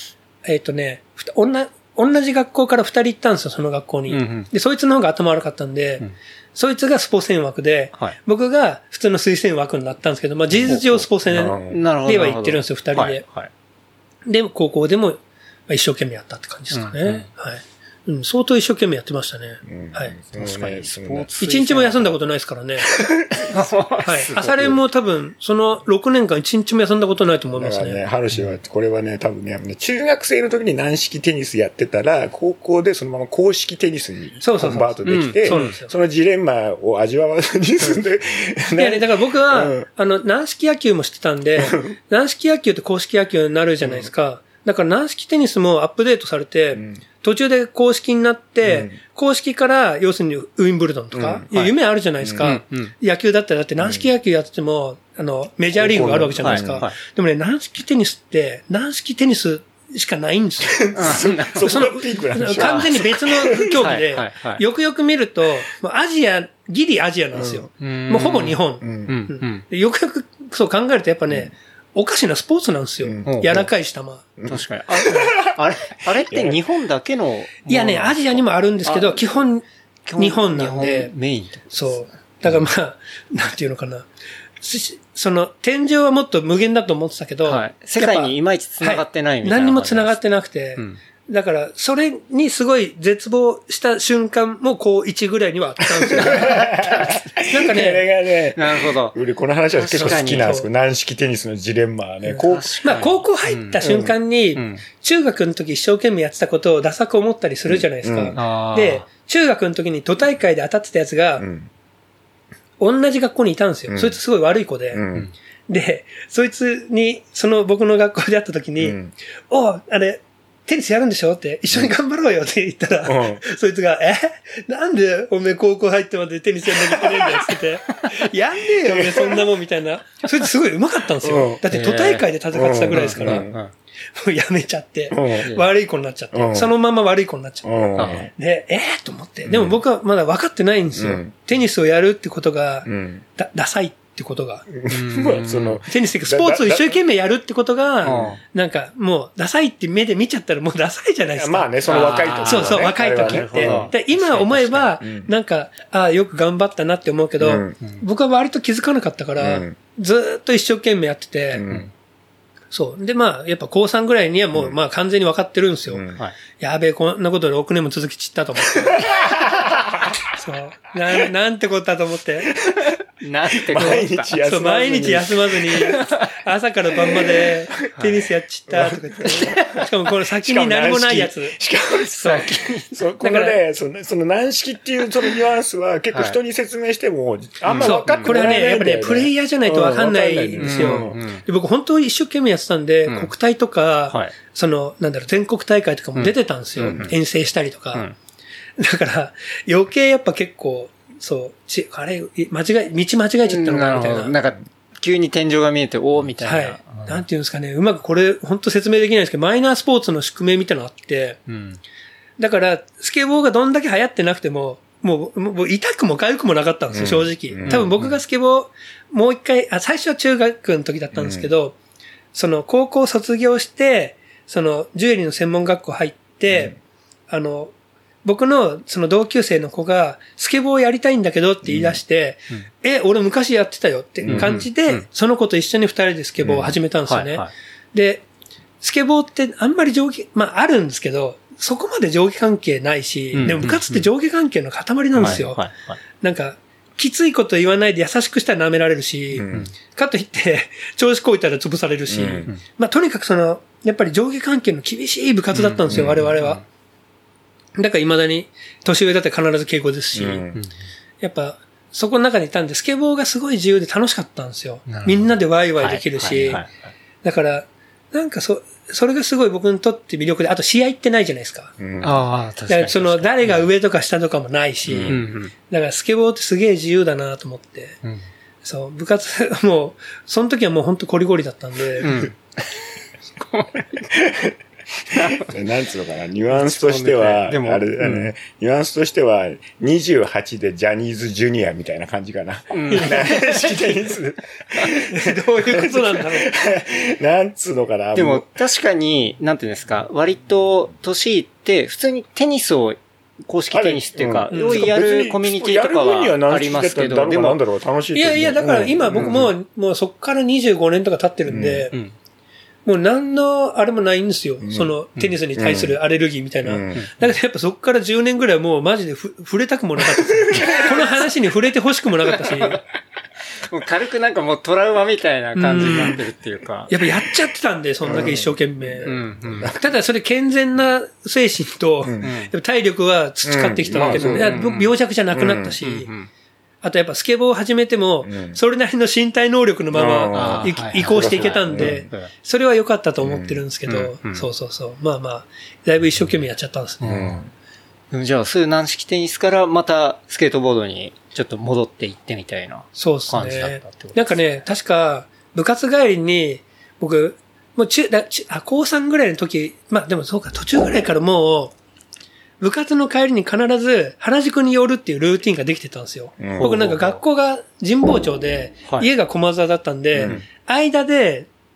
同じ学校から2人行ったんですよ、その学校に。で、そいつの方が頭悪かったんで、そいつがスポ専枠で、僕が普通の推薦枠になったんですけど、まあ事実上スポ専では行ってるんですよ、2人で。で、高校でも一生懸命やったって感じですかね。はい。相当一生懸命やってましたね。はい。 確かにスポーツ。 一日も休んだことないですからね。はい。朝練も多分、その6年間一日も休んだことないと思いますね。 ハルシは、これはね、多分ね、中学生の時に軟式テニスやってたら、高校でそのまま公式テニスにコンバートできて、そのジレンマを味わわずに済んで。 いやね、だから僕は、軟式野球もしてたんで、軟式野球って公式野球になるじゃないですか。だから軟式テニスもアップデートされて、途中で公式になって、公式から要するにウィンブルドンとか、夢あるじゃないですか。野球だったらだって軟式野球やってても、メジャーリーグがあるわけじゃないですか。でもね、軟式テニスって、軟式テニスしかないんですよ。完全に別の競技で、よくよく見ると、ギリアジアなんですよ。もうほぼ日本。よくよくそう考えるとやっぱね、 おかしなスポーツなんですよ。柔らかいし球。 確かに。あれって日本だけの？ いやね、アジアにもあるんですけど、基本、日本なんで。 メインってことですね。 そう。だからまあ、なんていうのかな。その、天井はもっと無限だと思ってたけど、 はい、世界にいまいち繋がってないみたいな、 何にも繋がってなくて、だから、それにすごい絶望した瞬間も高1ぐらいにはあったんですよ。なんかね、 なるほど。 俺この話は結構好きなんですけど、軟式テニスのジレンマはね、 まあ高校入った瞬間に、中学の時一生懸命やってたことをダサく思ったりするじゃないですか。で、中学の時に都大会で当たってたやつが、同じ学校にいたんですよ。そいつすごい悪い子で。で、そいつに、その僕の学校で会った時に、あれ、テニスやるんでしょって、一緒に頑張ろうよって言ったら、そいつが、なんでおめえ高校入ってまでテニスやんなきゃいけないんだよって言って、やんねえよおめえそんなもんみたいな。そいつすごい上手かったんですよ。だって都大会で戦ってたぐらいですから、もうやめちゃって、悪い子になっちゃって、そのまま悪い子になっちゃって。で、と思って。でも僕はまだ分かってないんですよ。テニスをやるってことが、ダサいってことが。テニスってスポーツを一生懸命やるってことが、なんかもうダサいって目で見ちゃったらもうダサいじゃないですか。 まあね、その若い時。 そうそう、若い時って。で今思えば、なんか、よく頑張ったなって思うけど、僕は割と気づかなかったから、ずーっと一生懸命やってて、そう。で、まあ、やっぱ高3ぐらいにはもう、まあ完全に分かってるんですよ。やべえ、こんなことで6年も続き散ったと思って。そう。なんてことだと思って。 なんてことだ。そう、毎日休まずに、朝から晩までテニスやっちったとか言って。しかもこの先に何もないやつ。 しかもそう。このね、その軟式っていうそのニュアンスは結構人に説明しても、あんま分かってない。 これはね、やっぱね、プレイヤーじゃないと分かんないんですよ。で僕本当一生懸命やってたんで、国体とか、その、全国大会とかも出てたんですよ。遠征したりとか。だから、余計やっぱ結構、そう、あれ、道間違えちゃったのかみたいな。 なんか、急に天井が見えて、みたいな。 はい。なんていうんですかね、うまくこれ、本当説明できないんですけど、マイナースポーツの宿命みたいなのがあって、だから、スケボーがどんだけ流行ってなくても、もう痛くも痒くもなかったんですよ、正直。多分僕がスケボー、もう一回、最初は中学の時だったんですけど、その、高校卒業して、その、ジュエリーの専門学校入って、僕のその同級生の子がスケボーやりたいんだけどって言い出して、俺昔やってたよって感じで、その子と一緒に二人でスケボーを始めたんですよね。で、スケボーってあんまりあるんですけど、そこまで上下関係ないし、でも部活って上下関係の塊なんですよ。なんか、きついこと言わないで優しくしたら舐められるし、かといって調子こいたら潰されるし、とにかくやっぱり上下関係の厳しい部活だったんですよ、我々は。だから未だに年上だって必ず敬語ですし、やっぱそこの中にいたんでスケボーがすごい自由で楽しかったんですよ。みんなでワイワイできるし、だからなんかそれがすごい僕にとって魅力で、あと試合ってないじゃないですか。 確かに。 だから誰が上とか下とかもないし、だからスケボーってすげえ自由だなと思って、そう、部活もう、その時はもう本当コリコリだったんで、 なんつうのかな、ニュアンスとしては、ニュアンスとしては、28でジャニーズジュニアみたいな感じかな。どういうことなんだろう。なんつうのかな。 でも確かに、なんていうんですか、割と年いって、普通にテニスを、公式テニスっていうか、やるコミュニティとかはありますけど、 でも、楽しい。 いや、だから今僕もうそっから25年とか経ってるんで、もう何のあれもないんですよ。そのテニスに対するアレルギーみたいな。だけどやっぱそこから10年ぐらいもうマジで触れたくもなかったです。この話に触れてほしくもなかったし。 もう軽くなんかもうトラウマみたいな感じになってるっていうか。 やっぱやっちゃってたんで、そんだけ一生懸命。ただそれ健全な精神と、体力は培ってきたわけで、病弱じゃなくなったし。あとやっぱスケボーを始めても、それなりの身体能力のまま移行していけたんで、それは良かったと思ってるんですけど、そう。まあ、だいぶ一生懸命やっちゃったんですね。 じゃあ、そういう軟式テニスからまたスケートボードにちょっと戻っていってみたいな感じだったってことですね。 なんかね、確か部活帰りに僕、もう高3ぐらいの時、でもそうか、途中ぐらいからもう、部活の帰りに必ず原宿に寄るっていうルーティンができてたんですよ。僕なんか学校が神保町で、家が駒沢だったんで、間で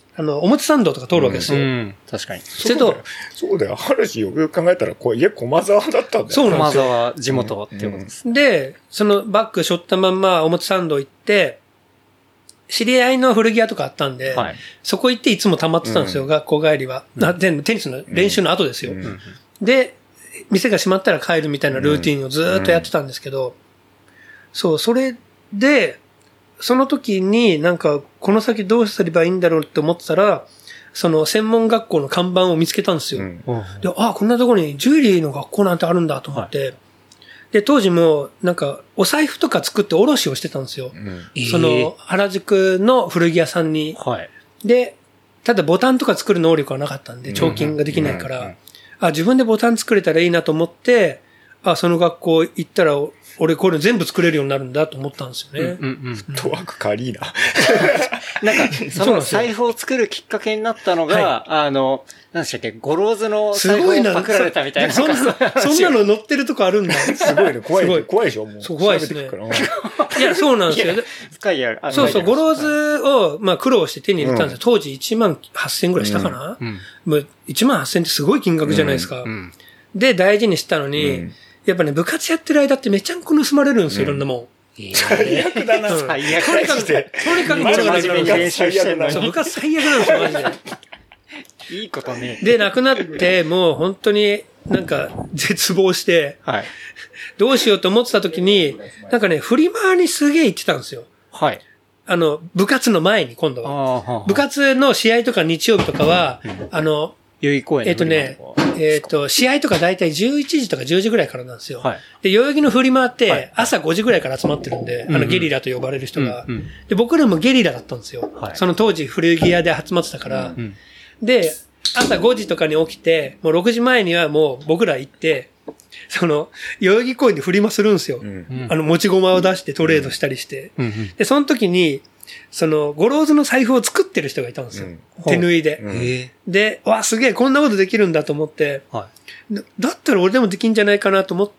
表参道とか通るわけですよ。 確かに。 そうだよ。話よく考えたら、家駒沢だったんだよ。 そうなんですよ。 駒沢地元っていうことです。 で、そのバッグ背負ったまんま表参道行って、知り合いの古着屋とかあったんで、そこ行っていつも溜まってたんですよ、学校帰りは。全部テニスの練習の後ですよ。で、店が閉まったら帰るみたいなルーティンをずーっとやってたんですけど、そう、それで、その時になんか、この先どうすればいいんだろうって思ってたら、その専門学校の看板を見つけたんですよ。で、こんなところにジュエリーの学校なんてあるんだと思って、で、当時もなんか、お財布とか作って卸をしてたんですよ。その、原宿の古着屋さんに。で、ただボタンとか作る能力はなかったんで、彫金ができないから、自分でボタン作れたらいいなと思って、その学校行ったら、俺これ全部作れるようになるんだと思ったんですよね。 フットワーク軽いな。 なんか、その財布を作るきっかけになったのが、何でしたっけ、ゴローズの財布をパクられたみたいな。 そんなの載ってるとこあるんだ。 すごいね。怖いでしょもう。 そう、怖いですね。いや、そうなんですよ。そうそう、ゴローズを、苦労して手に入れたんですよ。当時18,000ぐらいしたかな。もう18,000ってすごい金額じゃないですか。で、大事にしたのに、やっぱね、部活やってる間ってめちゃんこ盗まれるんですよ、いろんなもん。 最悪だな。 最悪とにかく真面目に練習してんのに。 そう、部活最悪なんですよ、マジで。いいことね。 で、亡くなって、もう本当になんか絶望して、どうしようと思ってた時に、なんかね、フリマにすげえ行ってたんですよ。部活の前に今度は。部活の試合とか日曜日とかは、 代々木公園試合とかだいたい11時とか10時ぐらいからなんですよ。で、代々木のフリマって朝5時ぐらいから集まってるんで、ゲリラと呼ばれる人が。で、僕らもゲリラだったんですよ。その当時古着屋で集まってたから。で、朝5時とかに起きて、もう6時前にはもう僕ら行って、代々木公園でフリマするんですよ。持ち駒を出してトレードしたりして。で、その時に、ゴローズの財布を作ってる人がいたんですよ。手縫いで。で、すげえ、こんなことできるんだと思って、だったら俺でもできんじゃないかなと思って、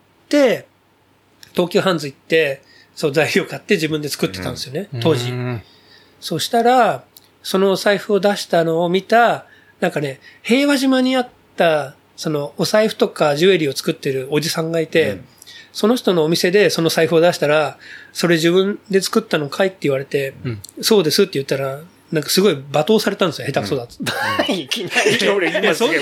東急ハンズ行って、材料買って自分で作ってたんですよね、当時。そしたら、その財布を出したのを見た、なんかね、平和島にあった、お財布とかジュエリーを作ってるおじさんがいて、その人のお店でその財布を出したら、それ自分で作ったのかいって言われて、そうですって言ったら、なんかすごい罵倒されたんですよ、下手くそだっつって。 いきなり。 今思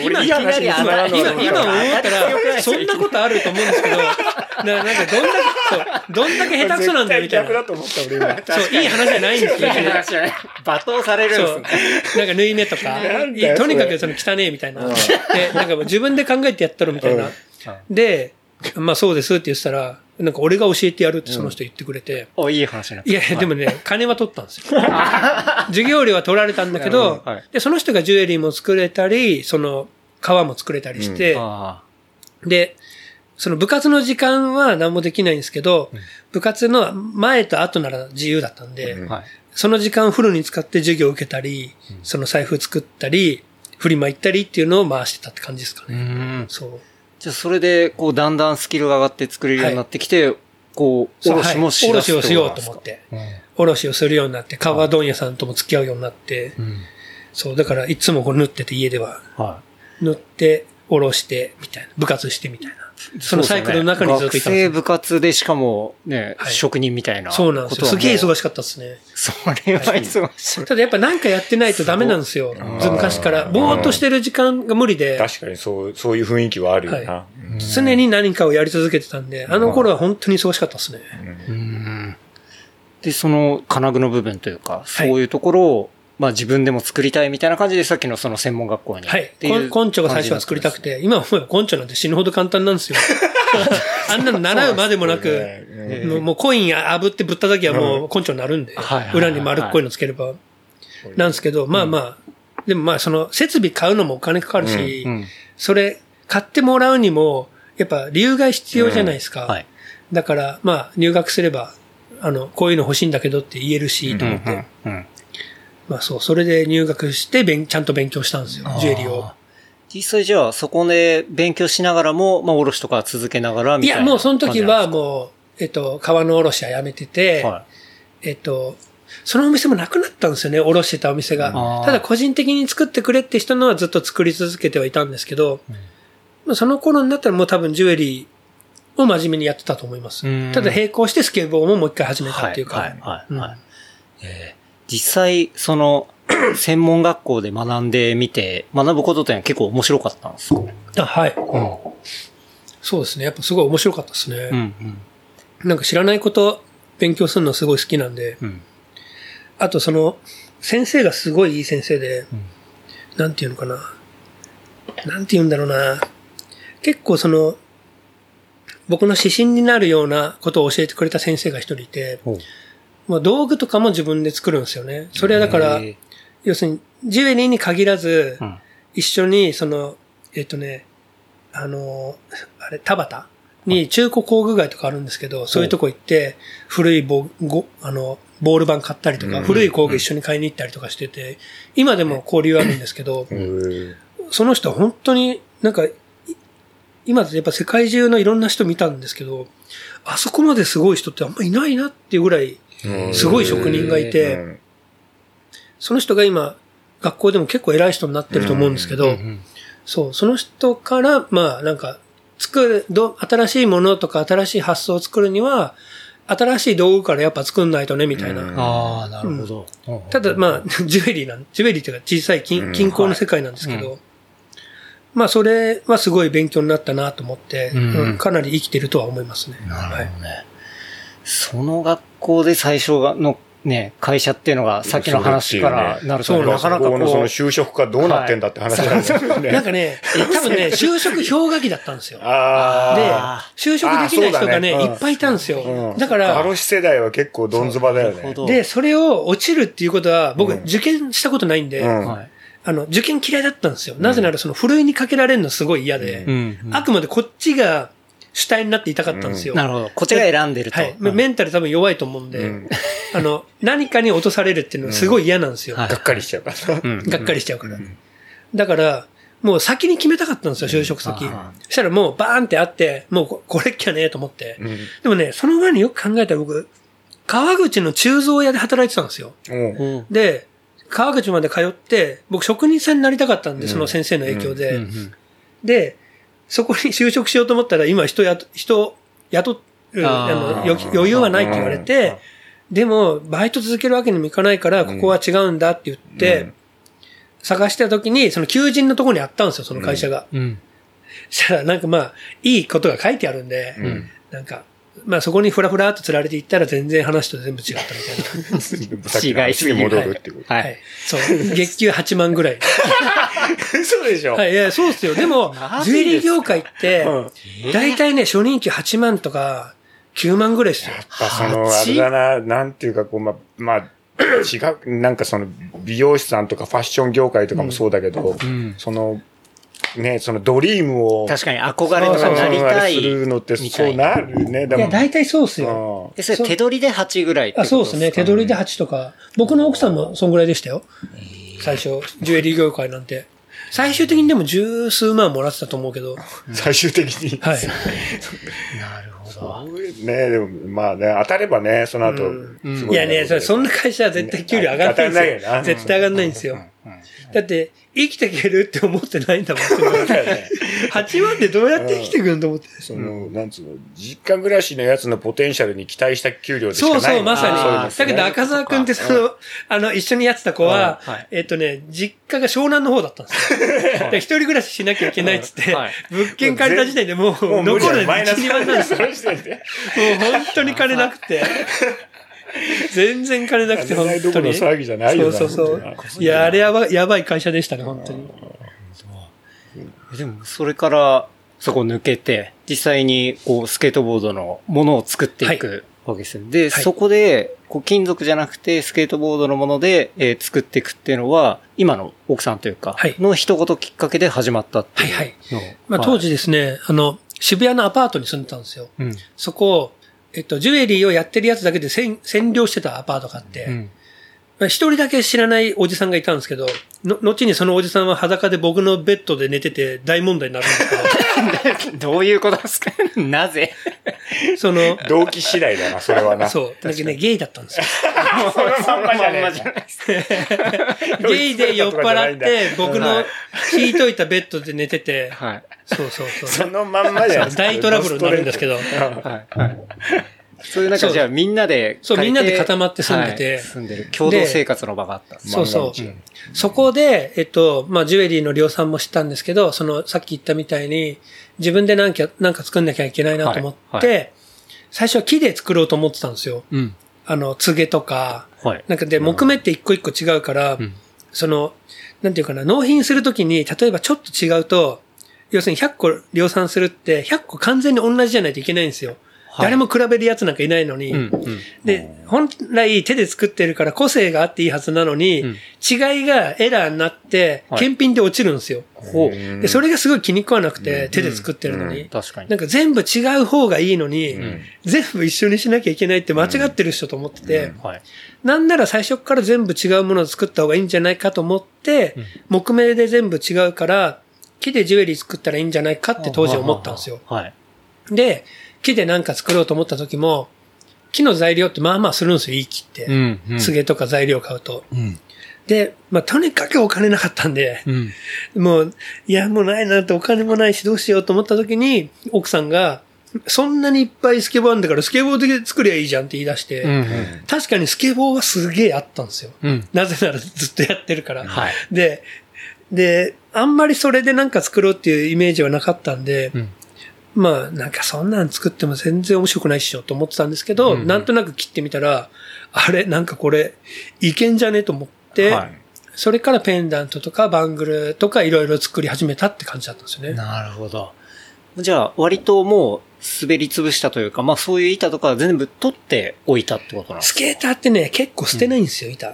ったら、そんなことあると思うんですけど、なんかどんだけ下手くそなんだよ、みたいな。そう、いい話じゃないんですよ。 罵倒されるんですね。 なんか縫い目とか、とにかく汚ねえみたいな。で、なんか自分で考えてやったろみたいな。で、そうですって言ってたら、なんか俺が教えてやるってその人言ってくれて。 いい話になった。 いや、でもね、金は取ったんですよ。授業料は取られたんだけど、で、その人がジュエリーも作れたり、革も作れたりして、で、部活の時間は何もできないんですけど、部活の前と後なら自由だったんで、その時間をフルに使って授業を受けたり、財布作ったり、フリマ行ったりっていうのを回してたって感じですかね。そう。 じゃあそれで、だんだんスキルが上がって作れるようになってきて、おろしもしだすと。 おろしをしようと思って。おろしをするようになって、革問屋さんとも付き合うようになって、そう、だからいつも縫ってて家では、縫って、おろして、みたいな。部活してみたいな。そのサイクルの中にずっといたんですよ。 学生部活でしかもね、職人みたいな。 そうなんですよ。すげえ忙しかったですね。 それは忙しい。 ただやっぱ何かやってないとダメなんですよ。昔から。ぼーっとしてる時間が無理で。 確かにそういう雰囲気はあるよな。 常に何かをやり続けてたんで、あの頃は本当に忙しかったですね。 で、金具の部分というか、そういうところを、自分でも作りたいみたいな感じでさっきの専門学校に。 はい。根性が最初は作りたくて、今思えば根性なんて死ぬほど簡単なんですよ。あんなの習うまでもなく、もうコイン炙ってぶった時はもう根性になるんで、裏に丸っこいのつければ。なんですけど、でも設備買うのもお金かかるし、それ買ってもらうにも、やっぱ理由が必要じゃないですか。だから、入学すれば、こういうの欲しいんだけどって言えるし、と思って。それで入学してちゃんと勉強したんですよ、ジュエリーを。 実際じゃあ、そこで勉強しながらも、おろしとか続けながらみたいな。 いや、もうその時はもう、革のおろしはやめてて、 そのお店もなくなったんですよね、おろしてたお店が。ただ個人的に作ってくれって人のはずっと作り続けてはいたんですけど、その頃になったらもう多分ジュエリーを真面目にやってたと思います。ただ並行してスケボーももう一回始めたっていうか。 実際、その、専門学校で学んでみて、学ぶことって結構面白かったんですか？ はい。そうですね。やっぱすごい面白かったですね。なんか知らないこと勉強するのすごい好きなんで、あとその、先生がすごいいい先生で、なんていうのかな。なんて言うんだろうな。結構その、僕の指針になるようなことを教えてくれた先生が一人いて、まあ、道具とかも自分で作るんですよね。それはだから、要するに、ジュエリーに限らず、一緒に、その、田端に中古工具街とかあるんですけど、そういうとこ行って、古いボール板買ったりとか、古い工具一緒に買いに行ったりとかしてて、今でも交流あるんですけど、その人は本当になんか、今やっぱ世界中のいろんな人見たんですけど、あそこまですごい人ってあんまいないなっていうぐらい、すごい職人がいて、その人が今、学校でも結構偉い人になってると思うんですけど、そう、その人から、まあなんか、新しいものとか新しい発想を作るには、新しい道具からやっぱ作んないとね、みたいな。 ああ、なるほど。 ただまあ、ジュエリーっていうか小さい金鉱の世界なんですけど、まあそれはすごい勉強になったなと思って、かなり生きてるとは思いますね。 なるほどね。その学校で最初のね、会社っていうのがさっきの話からなると、なかなかこう。 その就職がどうなってんだって話なんですよね。 なんかね、多分ね、就職氷河期だったんですよ。で、就職できない人がね、いっぱいいたんですよ。だから、 ハロシ世代は結構どんずばだよね。 で、それを落ちるっていうことは、僕受験したことないんで、受験嫌いだったんですよ。なぜならそのふるいにかけられるのすごい嫌で、あくまでこっちが主体になっていたかったんですよ。 なるほど。こっちが選んでると。 はい。メンタル多分弱いと思うんで、何かに落とされるっていうのはすごい嫌なんですよ。 がっかりしちゃうから。 がっかりしちゃうから。だから、もう先に決めたかったんですよ、就職先。そしたらもうバーンってあって、もうこれっきゃねえと思って。でもね、その前によく考えたら僕、川口の鋳造屋で働いてたんですよ。で、川口まで通って、僕職人さんになりたかったんで、その先生の影響で。で、そこに就職しようと思ったら、今人雇る、余裕はないって言われて、でも、バイト続けるわけにもいかないから、ここは違うんだって言って、探した時に、その求人のところにあったんですよ、その会社が。そしたら、なんかまあ、いいことが書いてあるんで、なんか、まあそこにふらふらっと釣られていったら全然話と全部違ったみたいな。 違いすぎ戻るってこと。 はい。そう。月給8万ぐらい。 そうでしょ。 はい。いや、そうっすよ。でも、ジュエリー業界って、だいたいね、初任給8万とか9万ぐらいですよ。 やっぱその、あれだな、なんていうかこう、まあ、違う、なんかその、美容師さんとかファッション業界とかもそうだけど、その、ね、そのドリームを。 確かに憧れとかなりたい。 するのってそうなるね。 いや、大体そうっすよ。 それ手取りで8ぐらいってことですか？ そうですね。手取りで8とか。僕の奥さんもそんぐらいでしたよ。最初、ジュエリー業界なんて。最終的にでも十数万もらってたと思うけど。 最終的に。 はい。 なるほど。 ね、でも、まあね、当たればね、その後。 いやね、そんな会社は絶対給料上がんないんですよ。絶対上がんないんですよ。だって、生きていけるって思ってないんだもん。8万でどうやって生きていくんと思って。 その、なんつうの、実家暮らしのやつのポテンシャルに期待した給料でしかない。 そうそう、まさに。だけど赤澤くんって一緒にやってた子は、実家が湘南の方だったんですよ。一人暮らししなきゃいけないっつって、物件借りた時点でもう残る1、2万なんですよ。もう本当に金なくて。全然金なくて、本当に。 どこの騒ぎじゃないよ。 そう。いや、あれやばい会社でしたね、本当に。 でも、それから、そこ抜けて、実際に、こう、スケートボードのものを作っていくわけですよ。で、そこで、こう、金属じゃなくて、スケートボードのもので、作っていくっていうのは、今の奥さんというか、の一言きっかけで始まったっていうの。 はい。まあ、当時ですね、渋谷のアパートに住んでたんですよ。そこ、ジュエリーをやってるやつだけで占領してたアパートがあって、一人だけ知らないおじさんがいたんですけど、後にそのおじさんは裸で僕のベッドで寝てて大問題になるんですけど。 どういうことですか？なぜ？ 動機次第だな、それはな。 そう。だけどね、ゲイだったんですよ。 そのまんまじゃないゲイで酔っ払って、僕の引いといたベッドで寝てて、はい。そうそうそう。 そのまんまじゃない。 大トラブルになるんですけど。はい。はい。 そういうじゃあみんなでそう、みんなで固まって住んでて。 住んでる。共同生活の場があった。 そうそう。そこで、ジュエリーの量産も知ったんですけど、さっき言ったみたいに、自分でなんか作んなきゃいけないなと思って、最初は木で作ろうと思ってたんですよ。うん。つげとか、なんかで、木目って一個一個違うから、なんていうかな、納品するときに、例えばちょっと違うと、要するに100個量産するって、100個完全に同じじゃないといけないんですよ。誰も比べるやつなんかいないのに。で、本来手で作ってるから個性があっていいはずなのに、違いがエラーになって、検品で落ちるんですよ。で、それがすごい気に食わなくて、手で作ってるのに。 確かに。 なんか全部違う方がいいのに、全部一緒にしなきゃいけないって間違ってる人と思ってて、なんなら最初から全部違うものを作った方がいいんじゃないかと思って、木目で全部違うから、木でジュエリー作ったらいいんじゃないかって当時思ったんですよ。で、木でなんか作ろうと思った時も、木の材料ってまあまあするんですよ、いい木って。つげとか材料買うと。で、とにかくお金なかったんで、もうもうないなってお金もないしどうしようと思った時に、奥さんが、そんなにいっぱいスケボーあんだからスケボーで作りゃいいじゃんって言い出して、確かにスケボーはすげえあったんですよ。なぜならずっとやってるから。で、あんまりそれでなんか作ろうっていうイメージはなかったんで、なんかそんなん作っても全然面白くないっしょと思ってたんですけど、なんとなく切ってみたら、あれなんかこれいけんじゃねと思って、それからペンダントとかバングルとかいろいろ作り始めたって感じだったんですよね。 なるほど。じゃあ割ともう滑り潰したというか、そういう板とか全部取っておいたってことなんですか？ スケーターってね、結構捨てないんですよ、板。はい。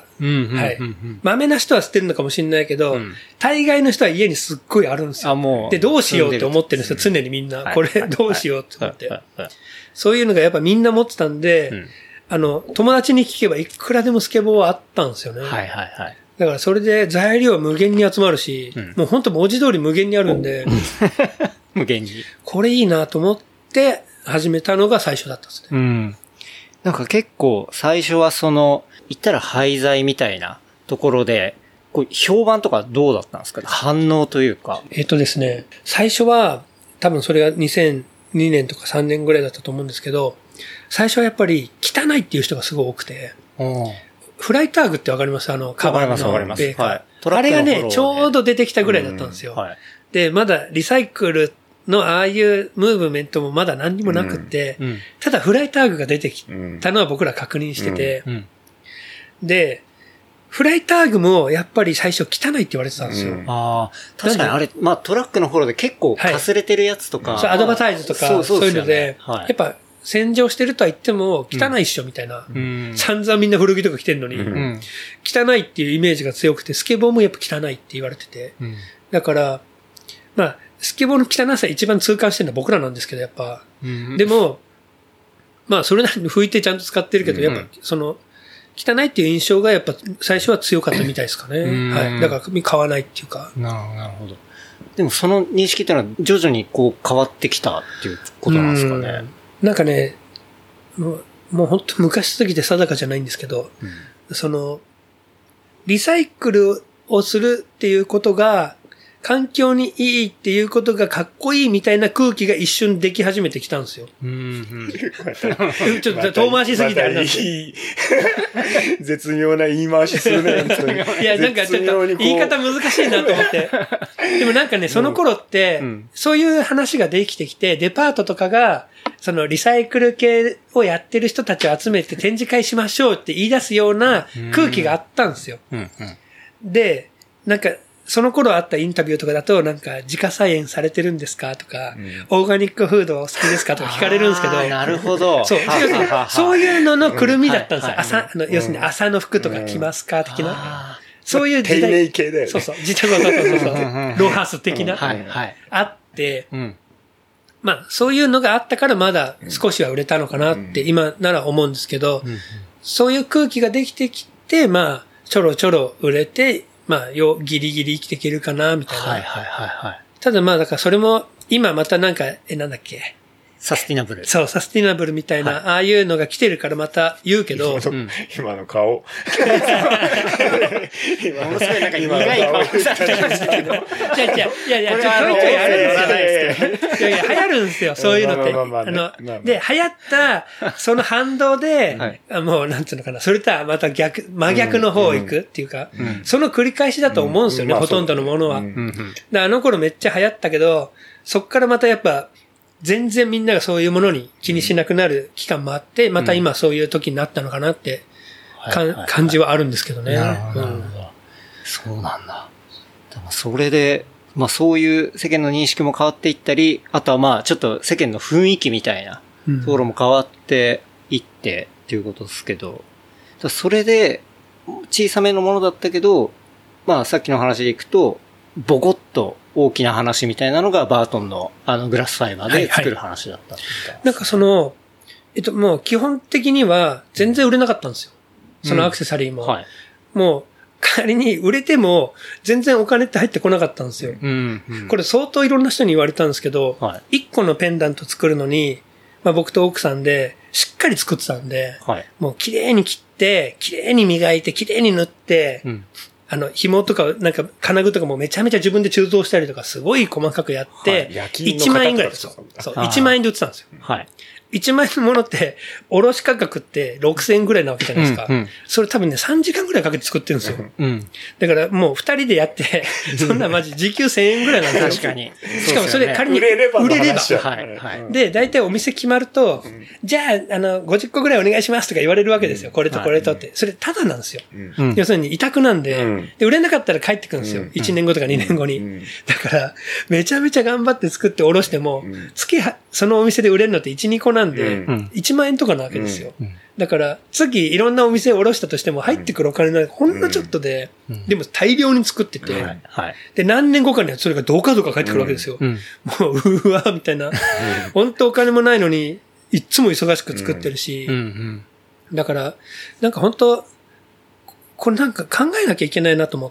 豆な人は捨てるのかもしれないけど、大概の人は家にすっごいあるんですよ。で、どうしようって思ってるんですよ、常にみんな。これどうしようって思って。そういうのがやっぱみんな持ってたんで、友達に聞けばいくらでもスケボーはあったんですよね。だからそれで材料は無限に集まるし、もう本当文字通り無限にあるんで、 無限に。 これいいなと思って始めたのが最初だったんですね。なんか結構最初は言ったら廃材みたいなところで、評判とかどうだったんですか？反応というか。 ですね、最初は多分それが2002年とか3年ぐらいだったと思うんですけど、最初はやっぱり汚いっていう人がすごい多くて、フライターグってわかります？カバンのベーカー。あれがね、ちょうど出てきたぐらいだったんですよ。で、まだリサイクルのああいうムーブメントもまだ何にもなくって、ただフライターグが出てきたのは僕ら確認してて、で、フライターグもやっぱり最初汚いって言われてたんですよ。 確かにあれ、トラックの頃で結構かすれてるやつとか。 アドバタイズとか、そういうので、やっぱ洗浄してるとは言っても汚いっしょみたいな。散々みんな古着とか着てんのに、汚いっていうイメージが強くて、スケボーもやっぱ汚いって言われてて。だから、スケボーの汚さ一番痛感してるのは僕らなんですけど、やっぱ。でも、それなりに拭いてちゃんと使ってるけど、やっぱ汚いっていう印象がやっぱ最初は強かったみたいですかね。はい。だから買わないっていうか。 なるほど。でもその認識ってのは徐々に変わってきたっていうことなんですかね。 なんかね、もう本当昔すぎて定かじゃないんですけど、リサイクルをするっていうことが、環境にいいっていうことがかっこいいみたいな空気が一瞬でき始めてきたんですよ。ちょっと遠回しすぎてあれなんですよ。 絶妙な言い回しするね。 いや、なんかちょっと言い方難しいなと思って。でもなんかね、その頃って、そういう話ができてきて、デパートとかが、リサイクル系をやってる人たちを集めて展示会しましょうって言い出すような空気があったんですよ。で、なんか、その頃あったインタビューとかだと、なんか、自家菜園されてるんですかとか、オーガニックフードお好きですかとか聞かれるんですけど。 なるほど。 そう。そういうののくるみだったんですよ。要するに朝の服とか着ますか的な。そういう時代。 丁寧系だよね。 そう。自宅のそう。ローハース的な。あって、そういうのがあったからまだ少しは売れたのかなって今なら思うんですけど、そういう空気ができてきて、ちょろちょろ売れて、ギリギリ生きていけるかな、みたいな。ただだからそれも、今またなんか、なんだっけ、 サスティナブル。 そう、サスティナブルみたいな、ああいうのが来てるからまた言うけど。 今の顔。 ものすごいなんか苦い顔されてるんですけど。 いや、ちょいちょいあるんですよ。いや、流行るんですよ、そういうのって。で、流行った、その反動で、もう、なんつうのかな、それとはまた真逆の方行くっていうか、その繰り返しだと思うんですよね、ほとんどのものは。で、あの頃めっちゃ流行ったけど、そっからまたやっぱ、全然みんながそういうものに気にしなくなる期間もあって、また今そういう時になったのかなって、感じはあるんですけどね。 なるほど。そうなんだ。でもそれで、まあそういう世間の認識も変わっていったり、あとはまあちょっと世間の雰囲気みたいなところも変わっていってっていうことですけど、それで小さめのものだったけど、まあさっきの話でいくと、ボコッと大きな話みたいなのがバートンのグラスファイバーで作る話だったみたいな。 なんかもう基本的には全然売れなかったんですよ。そのアクセサリーも。もう仮に売れても全然お金って入ってこなかったんですよ。これ相当いろんな人に言われたんですけど、1個のペンダント作るのに、まあ僕と奥さんでしっかり作ってたんで、もう綺麗に切って、綺麗に磨いて、綺麗に塗って、紐とか、なんか、金具とかもめちゃめちゃ自分で鋳造したりとか、すごい細かくやって、1万円ぐらいですよ。そう、1万円で売ってたんですよ。1万円のものって、卸価格って6000円ぐらいなわけじゃないですか。それ多分ね、3時間ぐらいかけて作ってるんですよ。だからもう2人でやって、そんなマジ時給1000円ぐらいなんですよ。 確かに。 しかもそれ仮に売れれば。で、大体お店決まると、じゃあ、50個ぐらいお願いしますとか言われるわけですよ。これとこれとって。それタダなんですよ。要するに委託なんで、で、売れなかったら帰ってくるんですよ。1年後とか2年後に。だから、めちゃめちゃ頑張って作っておろしても、そのお店で売れるのって1、2個なんで、1万円とかなわけですよ。だから、次いろんなお店をおろしたとしても入ってくるお金なんかほんのちょっとで、でも大量に作ってて、で、何年後かにはそれがどうかどうか返ってくるわけですよ。もう、うわみたいな。本当お金もないのに、いつも忙しく作ってるし、だから、なんか本当これなんか考えなきゃいけないなと思って、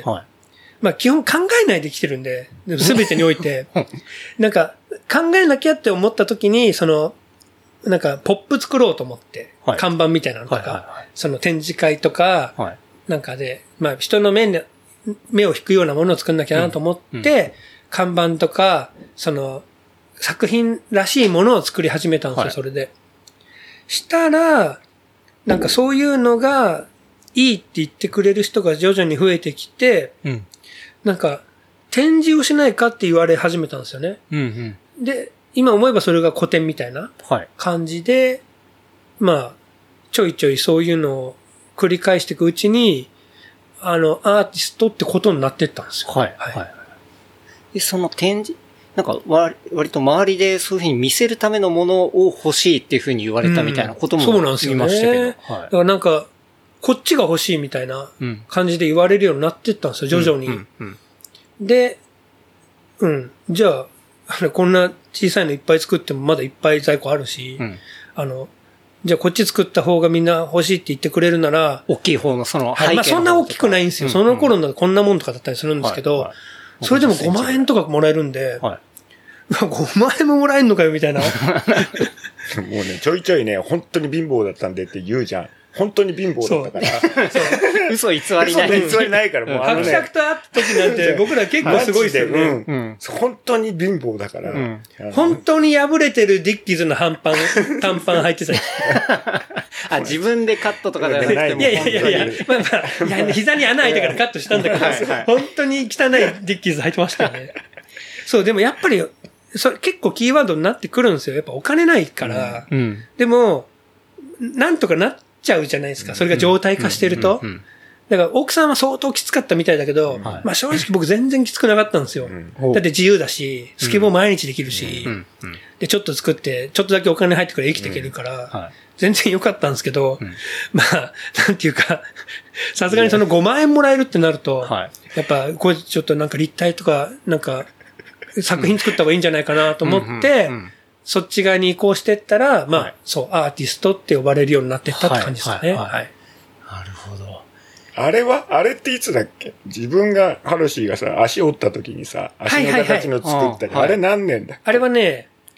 まあ基本考えないで来てるんで、すべてにおいて、なんか考えなきゃって思った時に、なんかポップ作ろうと思って、看板みたいなのとか、その展示会とか、なんかで、まあ人の目を引くようなものを作んなきゃなと思って、看板とか、作品らしいものを作り始めたんですよ、それで。したら、なんかそういうのがいいって言ってくれる人が徐々に増えてきて、なんか展示をしないかって言われ始めたんですよね。で、今思えばそれが古典みたいな感じで、まあ、ちょいちょいそういうのを繰り返していくうちに、アーティストってことになっていったんですよ。 で、その展示、なんか割と周りでそういうふうに見せるためのものを欲しいっていうふうに言われたみたいなことも言いましたけど。 そうなんですよね。だからなんか、こっちが欲しいみたいな感じで言われるようになっていったんですよ、徐々に。で、じゃあ、こんな小さいのいっぱい作ってもまだいっぱい在庫あるし、じゃあこっち作った方がみんな欲しいって言ってくれるなら、 大きい方のその背景の方とか、 まあそんな大きくないんですよ。その頃のこんなもんとかだったりするんですけど、それでも5万円とかもらえるんで、5万円ももらえんのかよみたいな。もうね、ちょいちょいね、本当に貧乏だったんでって言うじゃん。本当に貧乏だったから。 嘘偽りない。 嘘偽りないから、もう伯爵と会った時なんて僕ら結構すごいですよね。本当に貧乏だから。 本当に破れてるディッキーズの短パン履いてた。 自分でカットとかじゃなくても。 いや、まあ、膝に穴開いてからカットしたんだけど、本当に汚いディッキーズ履いてましたよね。そう、でもやっぱり、それ結構キーワードになってくるんですよ。やっぱお金ないから。でも、なんとかなっちゃうじゃないですか。それが状態化してると。だから奥さんは相当きつかったみたいだけど、まあ正直僕全然きつくなかったんですよ。だって自由だし、スケボー毎日できるし、で、ちょっと作って、ちょっとだけお金入ってくれ生きていけるから、全然良かったんですけど、まあ、なんていうか、さすがにその5万円もらえるってなると、やっぱこれちょっとなんか立体とか、なんか作品作った方がいいんじゃないかなと思って、そっち側に移行してったら、まあ、そう、アーティストって呼ばれるようになってったって感じですかね。 なるほど。 あれっていつだっけ？自分が、ハロシーがさ、足折った時にさ、足の形の作ったり、あれ何年だっけ？ あれはね、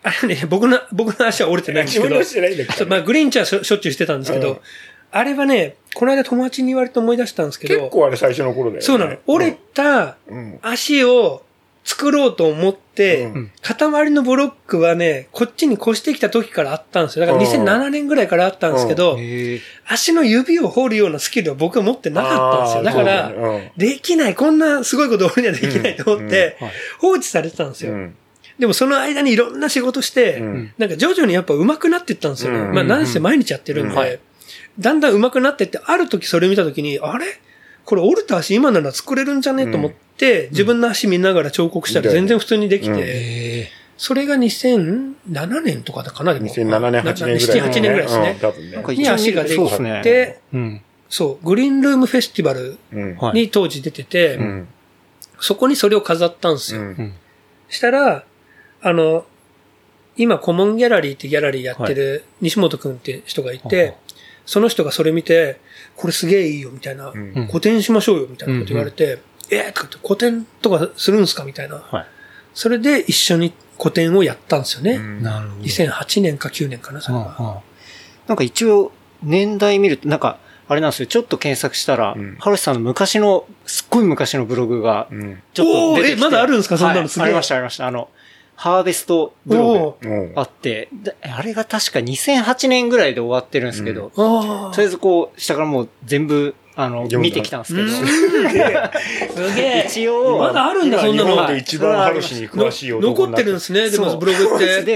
あれね、僕の足は折れてないんですけど。 自分の足じゃないんだけど。 まあ、グリーンチはしょっちゅうしてたんですけど、あれはね、この間友達に言われて思い出したんですけど。 結構あれ最初の頃だよね。 そうなの。折れた足を作ろうと思って、塊のブロックはね、こっちに越してきた時からあったんですよ。だから2007年ぐらいからあったんですけど、足の指を掘るようなスキルは僕は持ってなかったんですよ。だから、できない、こんなすごいこと俺にはできないと思って、放置されてたんですよ。でもその間にいろんな仕事して、なんか徐々にやっぱ上手くなっていったんですよね。まあ何せ毎日やってるんで、だんだん上手くなっていって、ある時それ見た時に、あれこれ折れた足今なら作れるんじゃねと思って、自分の足見ながら彫刻したら全然普通にできて、それが2007年とかだかな、でも。 2007年、8年ぐらい。 7、8年ぐらいですね。に足ができて、そう、グリーンルームフェスティバルに当時出てて、そこにそれを飾ったんですよ。したら、今、コモンギャラリーってギャラリーやってる西本くんって人がいて、その人がそれ見て、これすげえいいよ、みたいな。個展しましょうよ、みたいなこと言われて、とかって個展とかするんすかみたいな。それで一緒に個展をやったんですよね。なるほど。2008年か9年かな、それは。 なんか一応、年代見ると、なんか、あれなんですよ、ちょっと検索したら、ハルシさんの昔の、すっごい昔のブログが、ちょっと出てきて。 まだあるんですか、そんなのすげえ。 ありました、ありました。ハーベストブログあって、あれが確か2008年ぐらいで終わってるんですけど、とりあえずこう、下からもう全部、見てきたんですけど。すげえ。 一応。 まだあるんだ、そんなの。 日本で一番ハルシに詳しい男残ってるんですね、でもブログって。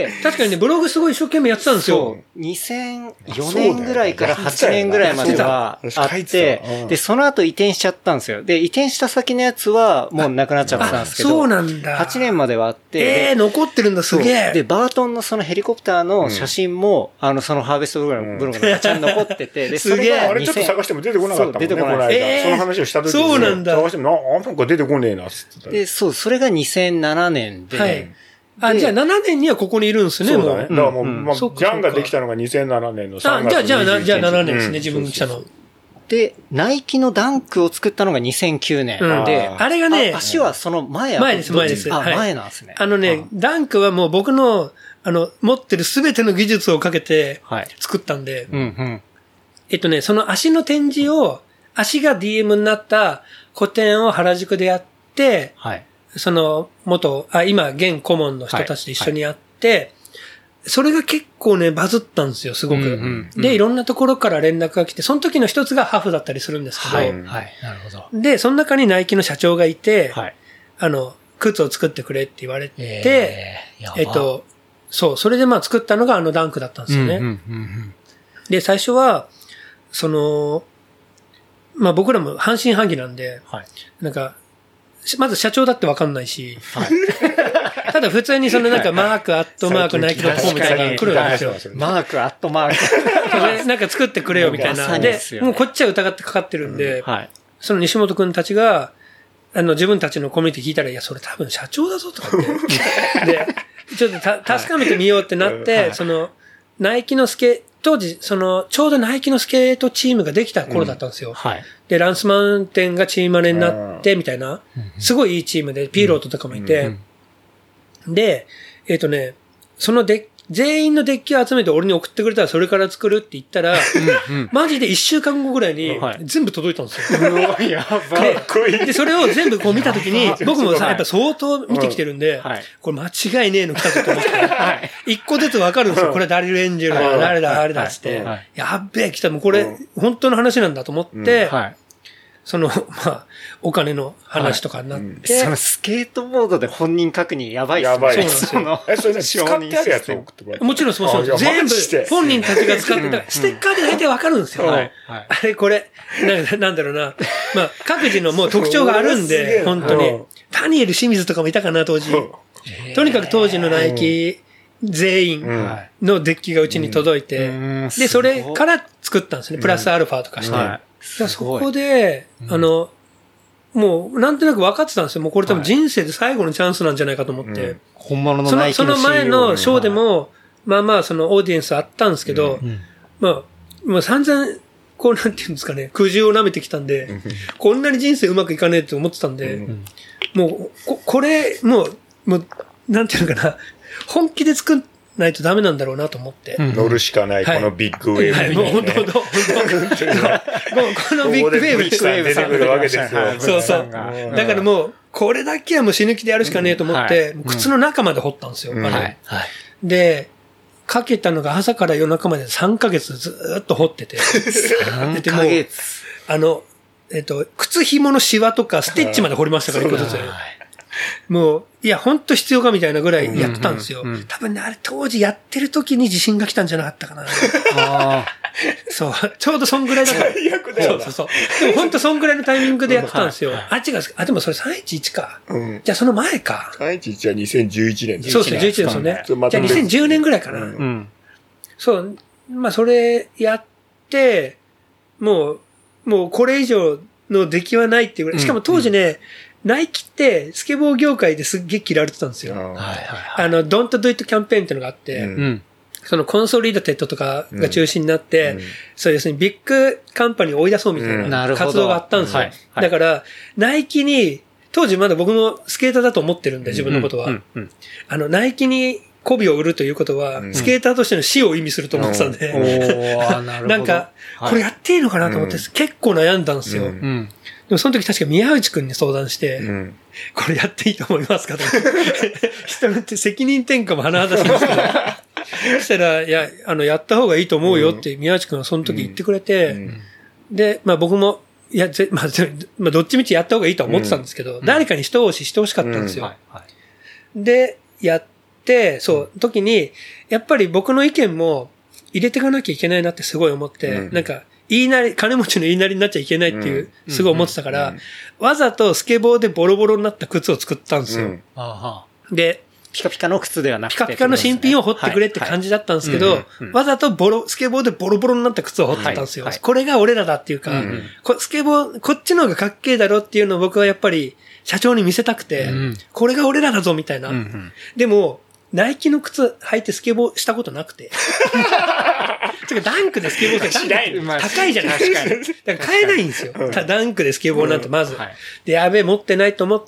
確かにね、ブログすごい一生懸命やってたんですよ。 2004年ぐらいから8年ぐらいまではあって、で、その後移転しちゃったんですよ。で、移転した先のやつはもうなくなっちゃったんですけど。 そうなんだ。 8年まではあって。 残ってるんだ、すげえ。 で、バートンのそのヘリコプターの写真も、そのハーベストブログのちゃんと残ってて、で、 それがあれちょっと探しても出てこなかったもんね。この間。その話をした時に。 そうなんだ。 探してもなんか出てこねえな、つってた。 で、そう、それが2007年で。はい。 じゃあ7年にはここにいるんですね、 もう。だからもう、ジャンができたのが2007年の3月。 じゃあ7年ですね、自分が来たの。 で、ナイキのダンクを作ったのが2009年で、 あれがね、 足はその前です。 前なんですね。 ダンクはもう僕の、持ってるすべての技術をかけて作ったんで、その足の展示を、足が DM になった個展を原宿でやって、その今、現顧問の人たちと一緒にやって、それが結構ね、バズったんですよ、すごく。で、いろんなところから連絡が来て、その時の一つがハフだったりするんですけど、 なるほど。 で、その中にナイキの社長がいて、靴を作ってくれって言われて、そう、それで作ったのがダンクだったんですよね。で、最初は、僕らも半信半疑なんで、なんか、まず社長だってわかんないし、ただ普通にマーク、アットマーク、ナイキドットコムみたいなのが来るわけですよ。 マーク、アットマーク。 なんか作ってくれよみたいな。で、もうこっちは疑ってかかってるんで、その西本くんたちが、自分たちのコミュニティ聞いたら、いや、それ多分社長だぞとか言って。で、ちょっと確かめてみようってなって、ナイキの当時、ちょうどナイキのスケートチームができた頃だったんですよ。で、ランスマウンテンがチームマネになって、みたいな、すごいいいチームで、ピーロートとかもいて、で、全員のデッキを集めて俺に送ってくれたらそれから作るって言ったら、マジで1週間後ぐらいに全部届いたんですよ。 やばい。 で、それを全部見たときに、僕もやっぱ相当見てきてるんで、これ間違いねえの来たぞと思って、一個ずつわかるんですよ。これダリル・エンジェルだ、誰だ、あれだっつって、やっべえ来た、もうこれ本当の話なんだと思って、お金の話とかになって。 そのスケートボードで本人確認やばいっすね。 やばい。 そうなんですよ。それ使ってあるやつを送ってもらって。 もちろんそう。全部、本人たちが使ってた。ステッカーで大体わかるんですよ。あれ、これ、なんだろうな。各自のもう特徴があるんで、本当に。ダニエル・清水とかもいたかな、当時。とにかく当時のナイキ全員のデッキがうちに届いて、で、それから作ったんですね。プラスアルファとかして。そこで、もう、なんとなく分かってたんですよ。もうこれ多分人生で最後のチャンスなんじゃないかと思って。 本物のナイキのその前のショーでも、オーディエンスあったんですけど、もう散々、なんていうんですかね、苦渋を舐めてきたんで、こんなに人生うまくいかねえって思ってたんで、もう、これ、もう、なんていうのかな、本気で作っないとダメなんだろうなと思って。 乗るしかない、このビッグウェーブ、 はい、もう本当このビッグウェーブ出てくるわけですよ。 そうそう。だからもう、これだけはもう死ぬ気でやるしかねえと思って、靴の中まで掘ったんですよ。で、かけたのが朝から夜中まで3ヶ月ずーっと掘ってて。 3ヶ月。 靴紐のシワとかステッチまで掘りましたから、一個ずつ。もう、いや、ほんと必要かみたいなぐらいやってたんですよ。多分ね、あれ当時やってる時に地震が来たんじゃなかったかな。そう。ちょうどそんぐらいだから。 最悪だよ。 そう。でもほんとそんぐらいのタイミングでやってたんですよ。でもそれ311か。じゃあその前か。 311は2011年そうですね、11ですよね。じゃあ2010年ぐらいかな。そう。まあそれやって、もうこれ以上の出来はないっていうぐらい。しかも当時ね、ナイキってスケボー業界ですっげえ嫌われてたんですよ。Don't Do It キャンペーンっていうのがあって、そのコンソリーダテッドとかが中心になって、そう要するにビッグカンパニーを追い出そうみたいな活動があったんですよ。だから、ナイキに、当時まだ僕もスケーターだと思ってるんで、自分のことは。ナイキに媚びを売るということは、スケーターとしての死を意味すると思ってたんで、なんか、これやっていいのかなと思って、結構悩んだんですよ。でもその時確か宮内くんに相談して、これやっていいと思いますかと。人にって責任転嫁も甚だしいんですけど。そしたら、いや、やった方がいいと思うよって宮内くんはその時言ってくれて、で、まあ僕も、いや、まあどっちみちやった方がいいとは思ってたんですけど、誰かに一押ししてほしかったんですよ。で、やって、時に、やっぱり僕の意見も入れていかなきゃいけないなってすごい思って、なんか、金持ちの言いなりになっちゃいけないっていう、すごい思ってたから、わざとスケボーでボロボロになった靴を作ったんですよ。で、 ピカピカの靴ではなくて。 ピカピカの新品を掘ってくれって感じだったんですけど、わざとスケボーでボロボロになった靴を掘ってたんですよ。これが俺らだっていうか、スケボー、こっちの方がかっけえだろっていうのを僕はやっぱり社長に見せたくて、これが俺らだぞみたいな。でも、ナイキの靴履いてスケボーしたことなくて。ダンクでスケボーって高いじゃないですか。だから買えないんですよ。ダンクでスケボーなんてまず。で、やべえ、持ってないと思って、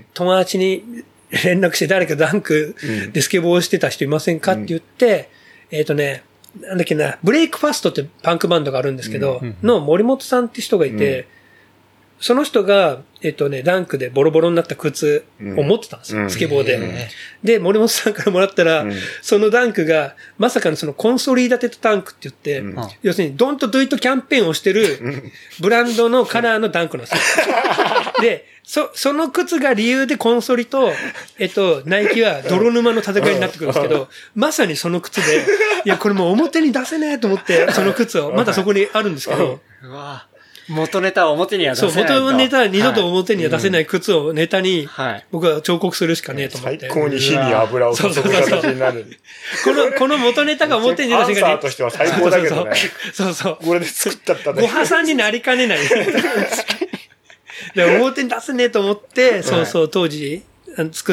友達に連絡して誰かダンクでスケボーしてた人いませんかって言って、なんだっけな、ブレイクファストってパンクバンドがあるんですけど、の森本さんって人がいて、その人が、ダンクでボロボロになった靴を持ってたんですよ。スケボーで。で、森本さんからもらったら、そのダンクが、まさかのそのコンソリーダテッドダンクって言って、要するに、Don't Do It キャンペーンをしてる、ブランドのカラーのダンクなんですよ。で、その靴が理由でコンソリと、ナイキは泥沼の戦いになってくるんですけど、まさにその靴で、いや、これもう表に出せないと思って、その靴を、まだそこにあるんですけど、 元ネタは表には出せない。 そう、元ネタは二度と表には出せない靴をネタに、僕は彫刻するしかねえと思って。 最高に火に油を注ぐ形になる。 この元ネタが表に出せない。 アンサーとしては最高だけどね。 そう。 これで作っちゃったね。 ご破産になりかねない。で、表に出せねえと思って、当時作って、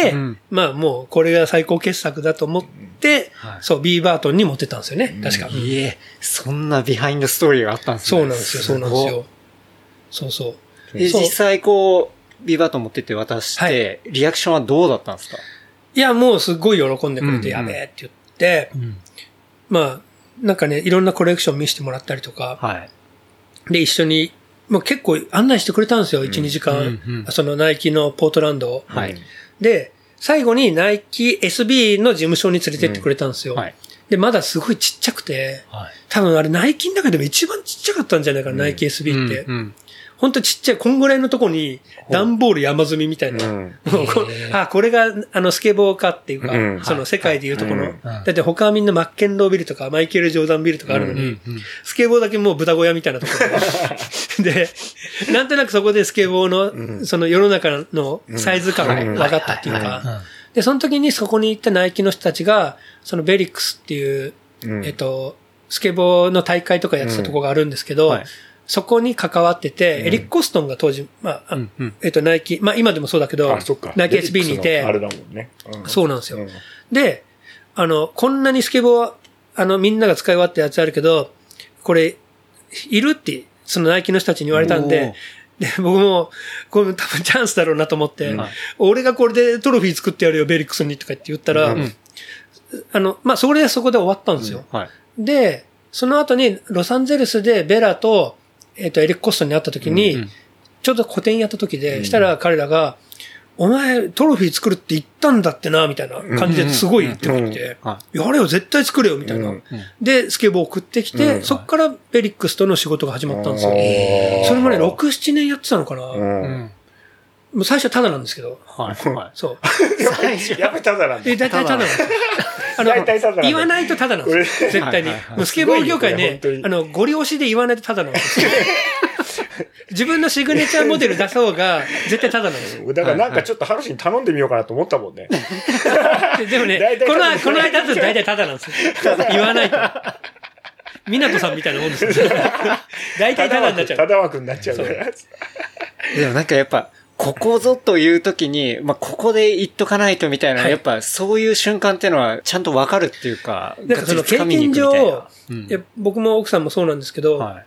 まあもうこれが最高傑作だと思って、ビーバートンに持ってたんですよね。確か。 そんなビハインドストーリーがあったんですね。 そうなんですよ。そう。 実際ビーバートン持ってって渡して、リアクションはどうだったんですか？ いや、もうすごい喜んでくれて、やべえって言って、まあ、なんかね、いろんなコレクション見せてもらったりとか、で、一緒に、もう結構案内してくれたんですよ、1、2時間。そのナイキのポートランドを。で、最後にナイキ SB の事務所に連れてってくれたんですよ。で、まだすごいちっちゃくて、多分あれナイキの中でも一番ちっちゃかったんじゃないかな、ナイキ SB って。ほんとちっちゃい、こんぐらいのとこに、段ボール山積みみたいな。これが、スケボーかっていうか、その世界でいうとこの、だって他はみんなマッケンロービルとか、マイケル・ジョーダンビルとかあるのに、スケボーだけもう豚小屋みたいなところで、なんとなくそこでスケボーの、その世の中のサイズ感が分かったっていうか、で、その時にそこに行ったナイキの人たちが、そのベリックスっていう、スケボーの大会とかやってたとこがあるんですけど、そこに関わってて、エリック・コストンが当時、まあ、ナイキ、まあ今でもそうだけど、ナイキ SB にいて、 あれだもんね。 そうなんですよ。で、こんなにスケボー、みんなが使い終わったやつあるけど、これ、いるって、そのナイキの人たちに言われたんで、で、僕も、これ多分チャンスだろうなと思って、俺がこれでトロフィー作ってやるよ、ベリックスにとかって言ったら、 まあ、そこで終わったんですよ。はい。で、その後にロサンゼルスでベラと、エリック・コストンに会った時に、ちょうど個展やった時で、したら彼らが、お前、トロフィー作るって言ったんだってな、みたいな感じですごい言ってくれて、やれよ、絶対作れよ、みたいな。で、スケボーを送ってきて、そっからベリックスとの仕事が始まったんですよ。それもね、6、7年やってたのかな。もう最初はタダなんですけど。はい。そう。 最初。やっぱりタダなんだ。 大体タダなんですよ。言わないとタダなんですよ。絶対に。もうスケボー業界ね、ゴリ押しで言わないとタダなんですよ。自分のシグネチャーモデル出そうが、絶対タダなんですよ。 だからなんかちょっとハルシに頼んでみようかなと思ったもんね。 でもね、この間だと大体タダなんですよ。言わないと。港さんみたいなもんですよ。大体タダになっちゃう。 タダ枠になっちゃうから。 でもなんかやっぱ、ここぞという時に、まあ、ここで言っとかないとみたいな、はい、やっぱそういう瞬間っていうのはちゃんとわかるっていうか、 なんかその経験上、僕も奥さんもそうなんですけど、はい、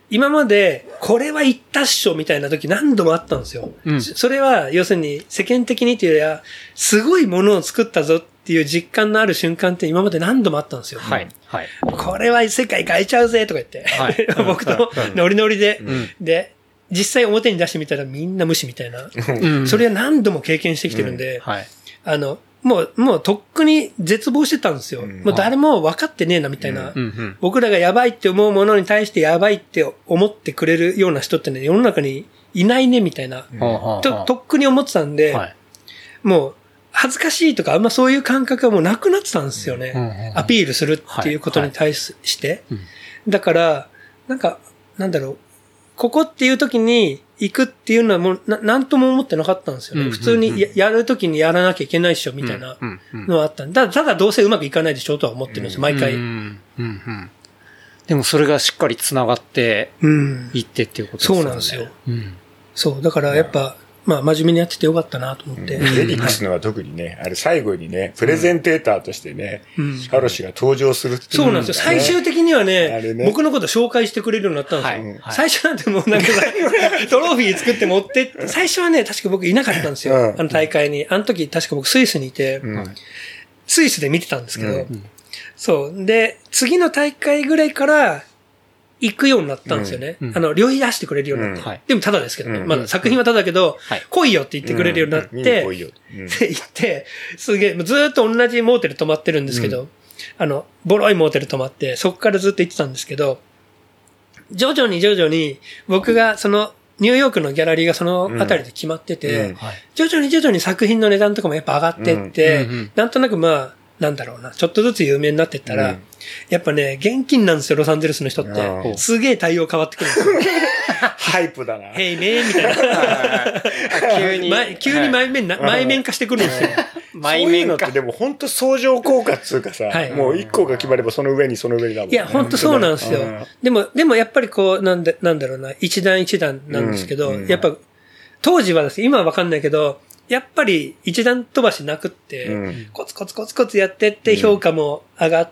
今までこれは言ったっしょみたいな時何度もあったんですよ。それは要するに世間的にというよりは、すごいものを作ったぞっていう実感のある瞬間って今まで何度もあったんですよ。はい。はい。これは世界変えちゃうぜとか言って、はい、僕とノリノリで、で、実際表に出してみたらみんな無視みたいな。それは何度も経験してきてるんで、はい、もうとっくに絶望してたんですよ。もう誰も分かってねえなみたいな。僕らがやばいって思うものに対してやばいって思ってくれるような人ってね、世の中にいないねみたいな。とっくに思ってたんで、はい、もう恥ずかしいとかあんまそういう感覚がもうなくなってたんですよね。アピールするっていうことに対して。だから、なんだろう。ここっていう時に行くっていうのはもうなんとも思ってなかったんですよね。普通にやる時にやらなきゃいけないっしょみたいなのはあったんで。ただどうせうまくいかないでしょとは思ってるんですよ、毎回。 でもそれがしっかり繋がっていってっていうことですね。 そうなんですよ。そう。だからやっぱ、まあ真面目にやっててよかったなと思って。 エリックスのは特にね、あれ最後にね、プレゼンテーターとしてね、ハロシが登場するっていう、 そうなんですよ。最終的にはね、僕のこと紹介してくれるようになったんですよ。最初なんてもうなんかトロフィー作って持って、最初はね、確か僕いなかったんですよ。あの大会に。あの時確か僕スイスにいて、スイスで見てたんですけど、そう。で、次の大会ぐらいから、行くようになったんですよね。旅費出してくれるようになって。でもただですけどね。まだ作品はただだけど、来いよって言ってくれるようになって、で、行って、すげえ、ずーっと同じモーテル泊まってるんですけど、ボロいモーテル泊まって、そこからずっと行ってたんですけど、徐々に、僕がその、ニューヨークのギャラリーがそのあたりで決まってて、徐々に作品の値段とかもやっぱ上がってって、なんとなくまあ、なんだろうな、ちょっとずつ有名になってったら、やっぱね、現金なんですよ、ロサンゼルスの人って。すげえ対応変わってくるんですよ。 ハイプだな。 ヘイメンみたいな。急に前面化してくるんですよ。 前面化ってでも本当相乗効果っつうかさ、もう一個が決まればその上にだもんね。 いや、本当そうなんですよ。でもやっぱりこう、なんだろうな、一段一段なんですけど、やっぱ、当時はですね、今はわかんないけど、やっぱり一段飛ばしなくって、コツコツやってって評価も上がって、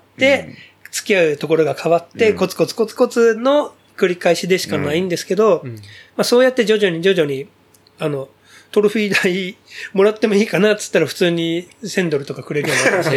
付き合うところが変わって、コツコツの繰り返しでしかないんですけど、まあそうやって徐々に、トロフィー代もらってもいいかなっつったら普通に$1000とかくれるようになって、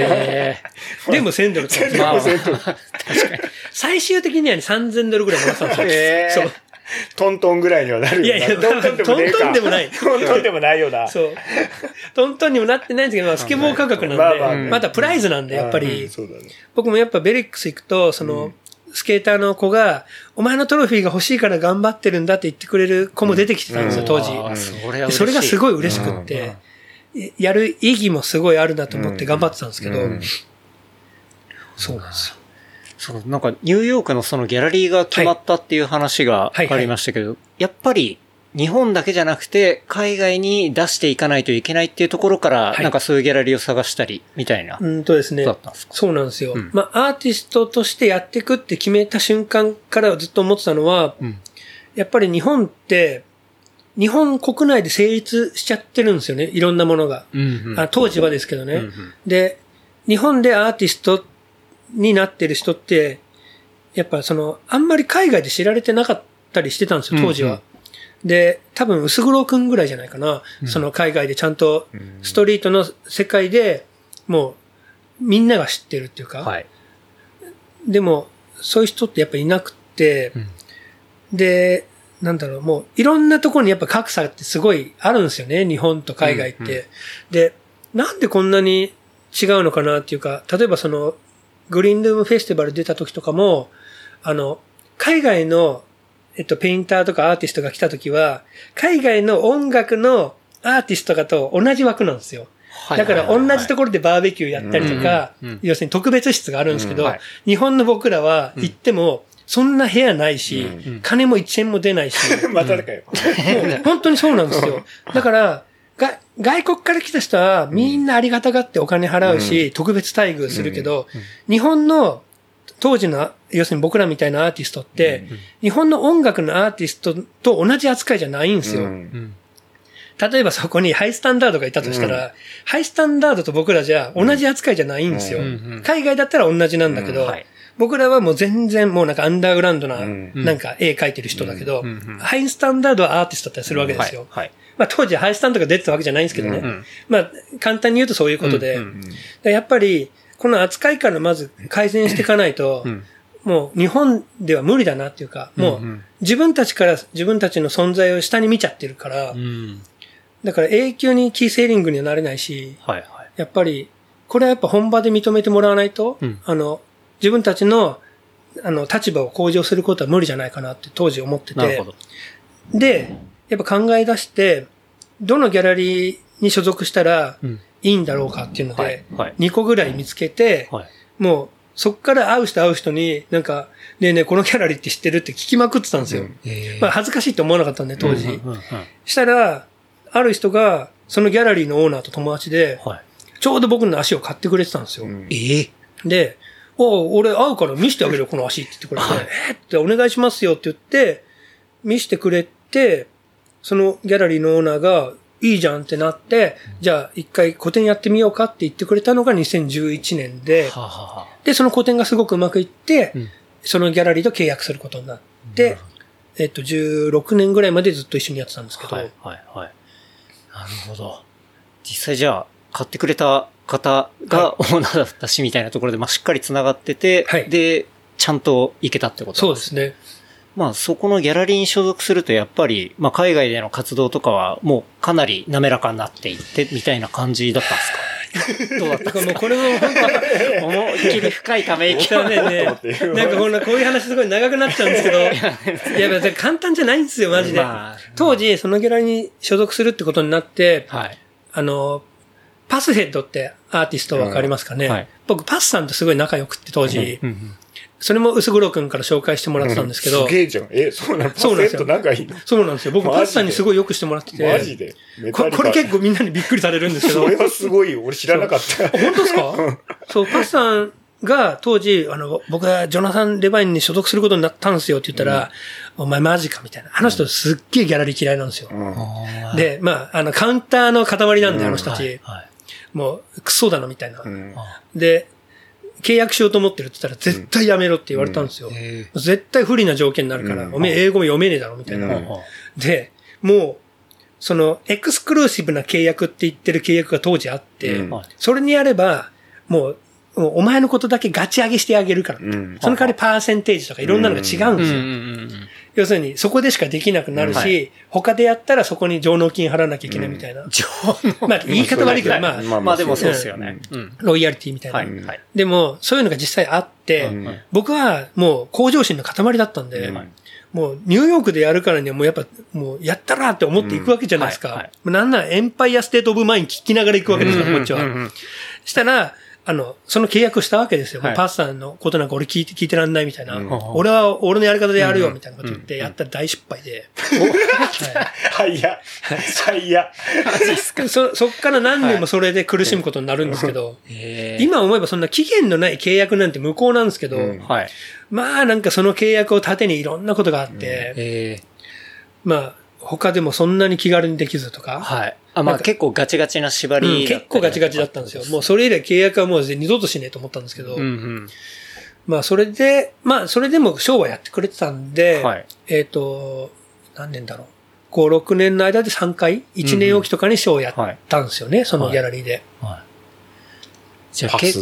でも$1000とか。まあ、確かに。最終的にはね$3000ぐらいもらったんですよ。そう。 トントンぐらいにはなるよな。 いや、トントンでもない。 トントンでもないよな。 そう。トントンにもなってないんですけど、スケボー価格なんで、またプライズなんで、やっぱり。僕もやっぱベリックス行くと、その、スケーターの子が、お前のトロフィーが欲しいから頑張ってるんだって言ってくれる子も出てきてたんですよ、当時。それがすごい嬉しくって、やる意義もすごいあるなと思って頑張ってたんですけど、そうなんですよ。 そう、なんかニューヨークのそのギャラリーが決まったっていう話がありましたけど、やっぱり日本だけじゃなくて海外に出していかないといけないっていうところから、なんかそういうギャラリーを探したりみたいな。 ですね。そうなんですよ。まあアーティストとしてやっていくって決めた瞬間からずっと思ってたのは、やっぱり日本って日本国内で成立しちゃってるんですよね。いろんなものが。当時はですけどね。で、日本でアーティストになってる人って、やっぱあんまり海外で知られてなかったりしてたんですよ、当時は。で、多分、薄黒くんぐらいじゃないかな。その海外でちゃんと、ストリートの世界でもう、 みんなが知ってるっていうか、はい、でも、そういう人ってやっぱいなくて、で、なんだろう、もういろんなところにやっぱ格差ってすごいあるんですよね、日本と海外って。で、なんでこんなに違うのかなっていうか、例えばその、グリーンルームフェスティバル出た時とかも、海外の、ペインターとかアーティストが来た時は、海外の音楽のアーティストとかと同じ枠なんですよ。だから同じところでバーベキューやったりとか、要するに特別室があるんですけど、日本の僕らは行っても、そんな部屋ないし、金も1円も出ないし。 まただかよ。 本当にそうなんですよ。だから、外国から来た人はみんなありがたがってお金払うし、特別待遇するけど、日本の当時の、要するに僕らみたいなアーティストって、日本の音楽のアーティストと同じ扱いじゃないんですよ。例えばそこにハイスタンダードがいたとしたら、ハイスタンダードと僕らじゃ同じ扱いじゃないんですよ。海外だったら同じなんだけど、僕らはもう全然もうなんかアンダーグラウンドな、なんか絵描いてる人だけど、ハイスタンダードはアーティストだったりするわけですよ。まあ当時ハイスタンドが出てたわけじゃないんですけどね。まあ簡単に言うとそういうことで、やっぱりこの扱いからまず改善していかないと、もう日本では無理だなっていうか、もう自分たちから自分たちの存在を下に見ちゃってるから、だから永久にキーセーリングにはなれないし、やっぱりこれはやっぱ本場で認めてもらわないと、自分たちの、立場を向上することは無理じゃないかなって当時思ってて。で、やっぱ考え出して、どのギャラリーに所属したらいいんだろうかっていうので、2個ぐらい見つけて、もう、そっから会う人に、なんか、ねえねえ、このギャラリーって知ってるって聞きまくってたんですよ。まあ恥ずかしいって思わなかったんで、当時。したら、ある人が、そのギャラリーのオーナーと友達で、ちょうど僕の足を買ってくれてたんですよ。で、俺会うから見せてあげるよ、この足って言ってくれて、ってお願いしますよって言って、見せてくれて、そのギャラリーのオーナーが、いいじゃんってなって、じゃあ一回個展やってみようかって言ってくれたのが2011年で、で、その個展がすごくうまくいって、そのギャラリーと契約することになって、16年ぐらいまでずっと一緒にやってたんですけど。なるほど。実際じゃあ、買ってくれた方がオーナーだったしみたいなところで、まあ、しっかり繋がってて、で、ちゃんと行けたってことですね。そうですね。 まあ、そこのギャラリーに所属すると、やっぱり、まあ、海外での活動とかは、もうかなり滑らかになっていって、みたいな感じだったんですか？どうだったんですか？もうこれも本当思いっきり深いため息だね。 なんかこういう話すごい長くなっちゃうんですけど、いや、別に簡単じゃないんですよ、マジで。当時、そのギャラリーに所属するってことになって、パスヘッドってアーティストわかりますかね？僕、パスさんとすごい仲良くって当時、それも薄黒くんから紹介してもらってたんですけど。 すげえじゃん。そうなの？パスヘッド仲いいの？ そうなんですよ。僕、パスさんにすごいよくしてもらってて。 マジで？ これ結構みんなにびっくりされるんですけど。 それはすごいよ。俺知らなかった。 本当ですか？そう、パスさんが当時、僕はジョナサン・レバインに所属することになったんですよって言ったら、お前マジかみたいな。あの人すっげえギャラリー嫌いなんですよ。で、まあ、カウンターの塊なんで、あの人たち。もう、クソだなみたいな。で、契約しようと思ってるって言ったら絶対やめろって言われたんですよ。絶対不利な条件になるから、おめえ英語も読めねえだろみたいな。で、もう、その、エクスクルーシブな契約って言ってる契約が当時あって、それにやれば、もうお前のことだけガチ上げしてあげるから。その代わりパーセンテージとかいろんなのが違うんですよ。要するに、そこでしかできなくなるし、他でやったらそこに上納金払わなきゃいけないみたいな。まあ、言い方悪いけど、 まあでもそうですよね。 ロイヤリティみたいな。でも、そういうのが実際あって、僕はもう向上心の塊だったんで、もうニューヨークでやるからにはもうやっぱ、もうやったらって思っていくわけじゃないですか。なんならエンパイアステートオブマイン聞きながら行くわけですよ、こっちは。したら、その契約したわけですよ。パスさんのことなんか俺聞いてらんないみたいな。俺は俺のやり方でやるよみたいなこと言って、やったら大失敗で。 最悪。 そっから何年もそれで苦しむことになるんですけど、今思えばそんな期限のない契約なんて無効なんですけど、まあなんかその契約を盾にいろんなことがあって、まあ他でもそんなに気軽にできずとか。 まあ結構ガチガチな縛り、 結構ガチガチだったんですよ。もうそれ以来契約はもう二度としねえと思ったんですけど。まあそれでもショーはやってくれてたんで、何年だろう。5、6年の間で3回、1年おきとかにショーをやったんですよね、そのギャラリーで。 じゃあパス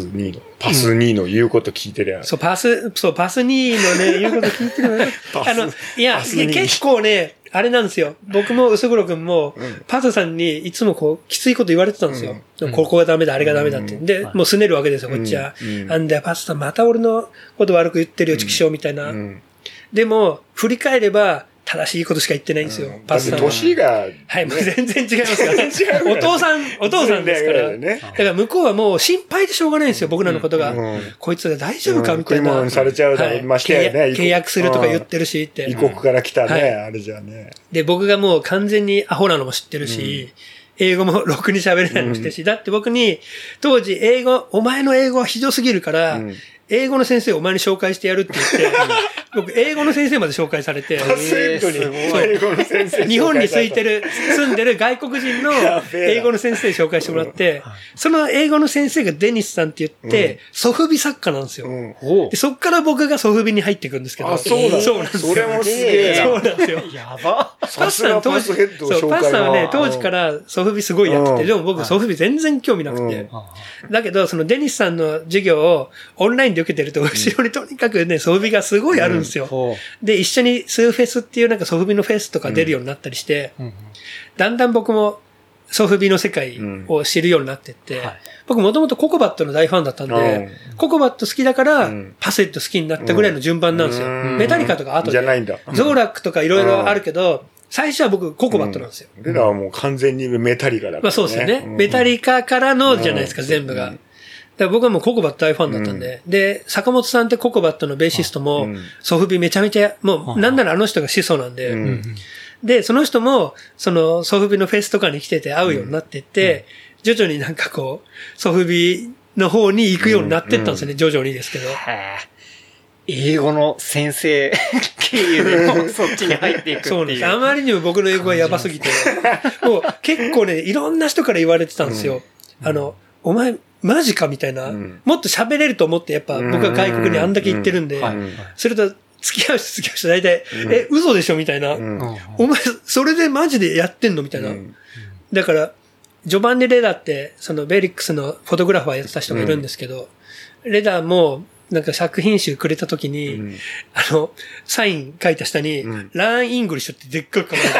2の言うこと聞いてるやん。 そう、パス2のね、言うこと聞いてるいや、結構ね、あれなんですよ。僕も薄黒くんも、パスさんにいつもこう、きついこと言われてたんですよ。ここがダメだ、あれがダメだって。で、もう拗ねるわけですよ、こっちは。なんだよ、パスさんまた俺のこと悪く言ってるよ、チキショーみたいな。でも、振り返れば、正しいことしか言ってないんですよ、パスさんは。 年が。 はい、もう全然違いますから。お父さんですから。だから向こうはもう心配でしょうがないんですよ、僕らのことが。こいつが大丈夫かみたいな。 食い物されちゃうだろ、ましてやね。 契約するとか言ってるしって。 異国から来たね、あれじゃね。 で、僕がもう完全にアホなのも知ってるし、英語もろくに喋れないのも知ってるし、だって僕に、当時お前の英語はひどすぎるから、英語の先生をお前に紹介してやるって言って、僕、英語の先生まで紹介されて、 英語の先生日本に住んでる外国人の英語の先生紹介してもらって、その英語の先生がデニスさんって言って、ソフビ作家なんですよ。でそっから僕がソフビに入っていくんですけど。 あ、そうなんですよ。それもすげえ。 そうなんですよ。 やば。 パスさん当時、 パスさんはね、当時からソフビすごいやってて、でも僕ソフビ全然興味なくて。だけど、そのデニスさんの授業をオンラインで受けてると、後ろにとにかくね、ソフビがすごいあるんですよ。で、一緒にスーフェスっていうなんかソフビのフェスとか出るようになったりして、だんだん僕もソフビの世界を知るようになってって、僕もともとココバットの大ファンだったんで、ココバット好きだから、パセット好きになったぐらいの順番なんですよ。メタリカとか後で。 じゃないんだ。 ゾーラックとかいろいろあるけど、最初は僕ココバットなんですよ。 俺らはもう完全にメタリカだからね。 まあそうですよね。メタリカからのじゃないですか、全部が。だから僕はもうココバット大ファンだったんで、で、坂本さんってココバットのベーシストも、ソフビめちゃめちゃ、もうなんならあの人が始祖なんで、で、その人も、そのソフビのフェスとかに来てて会うようになってって、徐々になんかこう、ソフビの方に行くようになってったんですよね、徐々にですけど。 英語の先生経由でもそっちに入っていくっていう。 そうです。あまりにも僕の英語がやばすぎて、もう結構ね、いろんな人から言われてたんですよ。お前、マジかみたいな、もっと喋れると思ってやっぱ僕が外国にあんだけ行ってるんで、それと付き合う人大体、嘘でしょみたいな、お前、それでマジでやってんのみたいな。だから、ジョバンニ・レダーって、そのベリックスのフォトグラファーやってた人がいるんですけど、レダーも、なんか作品集くれた時に、サイン書いた下に、ラーン・イングリッシュってでっかく書いて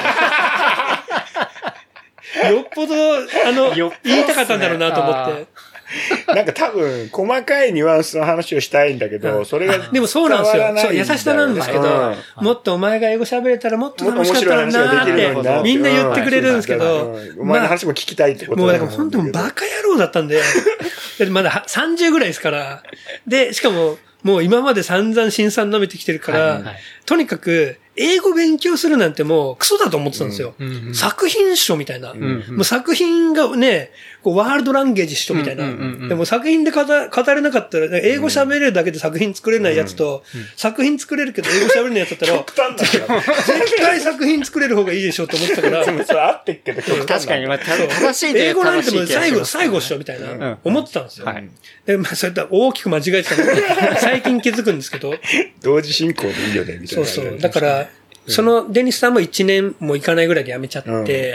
ある。よっぽど、言いたかったんだろうなと思って。 なんか多分、細かいニュアンスの話をしたいんだけど、それが。 でもそうなんですよ。そう、優しさなんですけど、もっとお前が英語喋れたらもっと楽しかったらなーって、みんな言ってくれるんですけど、 お前の話も聞きたいってこともうだから本当にバカ野郎だったんで、まだ30ぐらいですから、で、しかも、もう今まで散々辛酸舐めてきてるから、とにかく、英語勉強するなんてもうクソだと思ってたんですよ。作品書みたいな。もう作品がね、こうワールドランゲージ書みたいな。でも作品で語れなかったら、英語喋れるだけで作品作れないやつと、作品作れるけど英語喋れないやつだったら、絶対作品作れる方がいいでしょって思ってたから。 それ合ってっけど、 確かに、正しいで英語なんてもう最後っしょみたいな、思ってたんですよ。で、まあそういった大きく間違えてたので、最近気づくんですけど。 同時進行でいいよね、みたいな。 そうそう。だから、そのデニスさんも1年も行かないぐらいで辞めちゃって、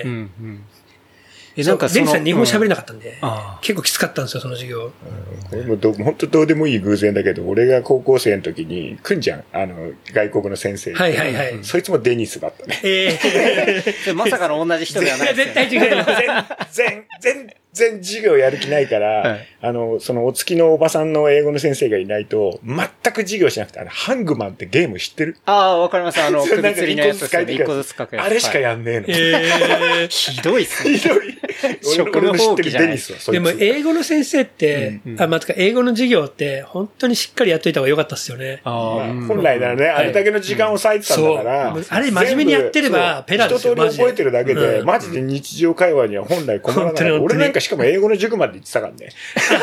なんかデニスさん日本喋れなかったんで、結構きつかったんですよ、その授業。 これも本当どうでもいい偶然だけど、俺が高校生の時に来んじゃん、外国の先生。 はいはいはい。 そいつもデニスだったね。 まさかの同じ人ではない。 絶対違う。 全然授業やる気ないから、そのお付きのおばさんの英語の先生がいないと、全く授業しなくて、ハングマンってゲーム知ってる？ わかります。首吊りのやつですね。1個ずつ書くやつ。 あれしかやんねえの。ひどいっすね。 ひどい。 職の放棄じゃないですか。でも英語の先生って、英語の授業って本当にしっかりやっといた方が良かったっすよね。 本来ならね、あれだけの時間を割いてたんだから、 あれ真面目にやってればペラですよ。 一通り覚えてるだけで、マジで日常会話には本来困らない。俺なんかしかも英語の塾まで行ってたからね。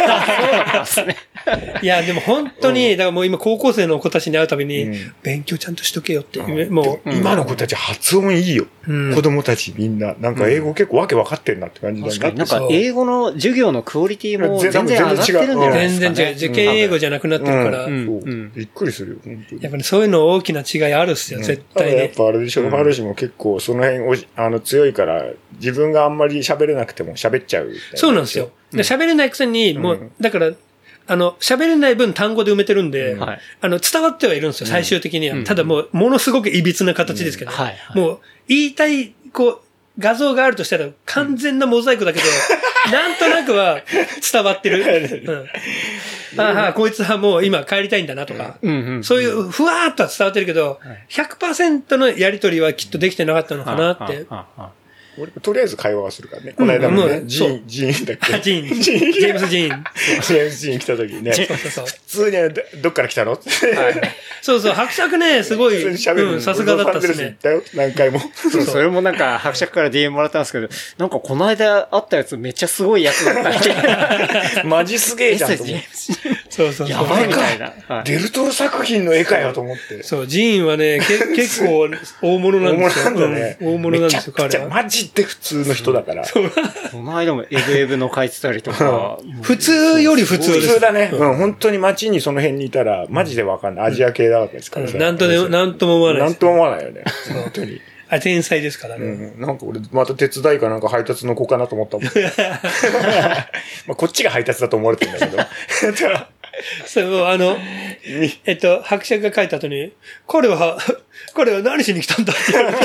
いや、でも本当に、だからもう今高校生の子たちに会うたびに、勉強ちゃんとしとけよって。もう今の子たち発音いいよ。子供たちみんな。なんか英語結構わけわかってるなって感じだね。 なんか英語の授業のクオリティも全然上がってるんじゃないですかね。 全然違う。受験英語じゃなくなってるから。 びっくりするよ、本当に。 やっぱりそういうの大きな違いあるっすよ、絶対に。 やっぱあれでしょ、ハルシも結構その辺強いから、自分があんまり喋れなくても喋っちゃう。 そうなんですよ。喋れないくせに、もう、だから、 喋れない分単語で埋めてるんで、はい、伝わってはいるんですよ、最終的には。ただもう、ものすごく歪な形ですけど、はいはい、もう、言いたい、画像があるとしたら、完全なモザイクだけど、なんとなくは伝わってる。こいつはもう今帰りたいんだなとか、そういうふわーっとは伝わってるけど、100% のやりとりはきっとできてなかったのかなって。 俺とりあえず会話はするからね。この間もね、ジーンだっけ？ ジームズ・ジーン。 ジェームズ・ジーン来た時にね。普通にどっから来たのって。 そうそう、伯爵ね、すごい、さすがだったですね。 何回も。 それもなんか、伯爵から DM もらったんですけど、なんかこの間会ったやつめっちゃすごいやつだったみたいな。 マジすげえじゃんと思って。 そう。 やばいか。デルトロ作品の絵かよと思って。 そう、ジーンはね、結構大物なんですよ。 大物なんだね。 大物なんですよ、彼は。 マジって普通の人だから。 この間もエブエブの書いてたりとか。 普通より普通です。 普通だね。本当に街にその辺にいたら、マジでわかんない。アジア系だわけですからさ。 なんとも思わない。 なんとも思わないよね。本当に。 天才ですからね。 なんか俺、また手伝いかなんか配達の子かなと思ったもん。まあこっちが配達だと思われてるんだけど。 そう、伯爵が書いた後に、彼は何しに来たんだって言われ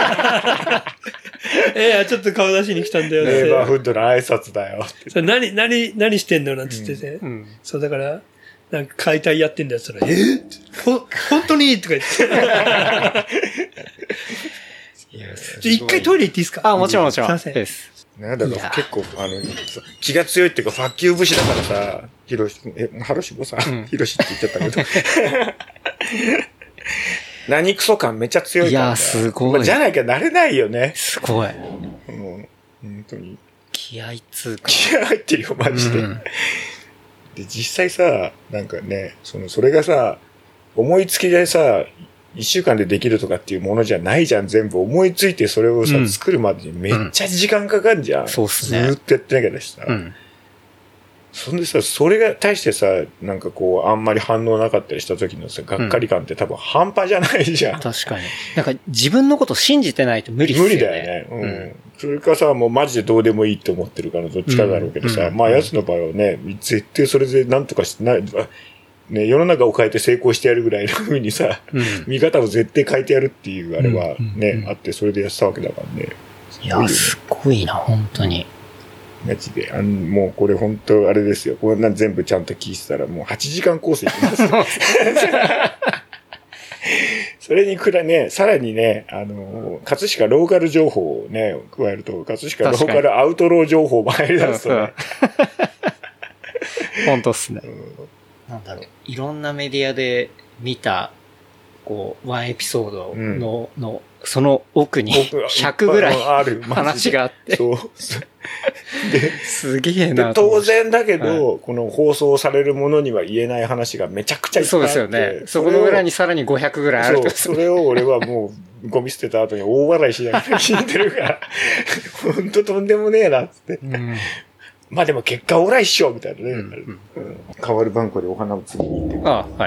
て。ちょっと顔出しに来たんだよって。 ネイバーフッドの挨拶だよって。 何してんのなんつってて。そう、だから、なんか解体やってんだよって言ったら、本当にとか言って。一回トイレ行っていいですか？ もちろん。すいません。 なんだろう、結構、気が強いっていうか、ファッキュー武士だからさ、ハロシボさん、ヒロシって言っちゃったけど。何クソ感めっちゃ強いから。 いや、すごい。 じゃなきゃなれないよね。 すごい。 本当に。 気合つうか。 気合入ってるよ、マジで。で、実際さ、なんかね、それがさ、思いつきでさ、一週間でできるとかっていうものじゃないじゃん、全部。思いついてそれをさ、作るまでにめっちゃ時間かかんじゃん。 そうっすね。 ずーっとやってなきゃだしさ。そんでさ、それが対してさ、なんかあんまり反応なかったりした時のさ、がっかり感って多分半端じゃないじゃん。 確かに。なんか自分のこと信じてないと無理っすよね。 無理だよね。それかさ、もうマジでどうでもいいって思ってるからどっちかだろうけどさ、まあ奴の場合はね、絶対それでなんとかしてない、ね、世の中を変えて成功してやるぐらいの風にさ、見方を絶対変えてやるっていうあれはね、あってそれでやってたわけだからね。 いや、すごいな、本当に。 マジで。もうこれ本当あれですよ。こんな全部ちゃんと聞いてたらもう8時間コース行きますよ。それにさらにね、葛飾ローカル情報をね、加えると、葛飾ローカルアウトロー情報も入り出すとね。 本当っすね。なんだろう。いろんなメディアで見た、ワンエピソードの、その奥に100ぐらい話があって。そう。すげえな。 当然だけど、この放送されるものには言えない話がめちゃくちゃいっぱいあって。 そうですよね。そこの裏にさらに500ぐらいあると。 それを俺はもうゴミ捨てた後に大笑いしながら聞いてるから、ほんととんでもねえな、つって。まあでも結果オーライっしょみたいなね。変わるバンコでお花を次に行って。 はい。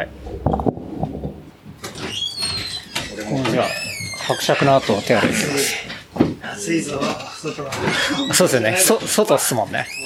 じゃあ、伯爵の後手洗いてます。 暑いぞ、外は。 そうですよね。外っすもんね。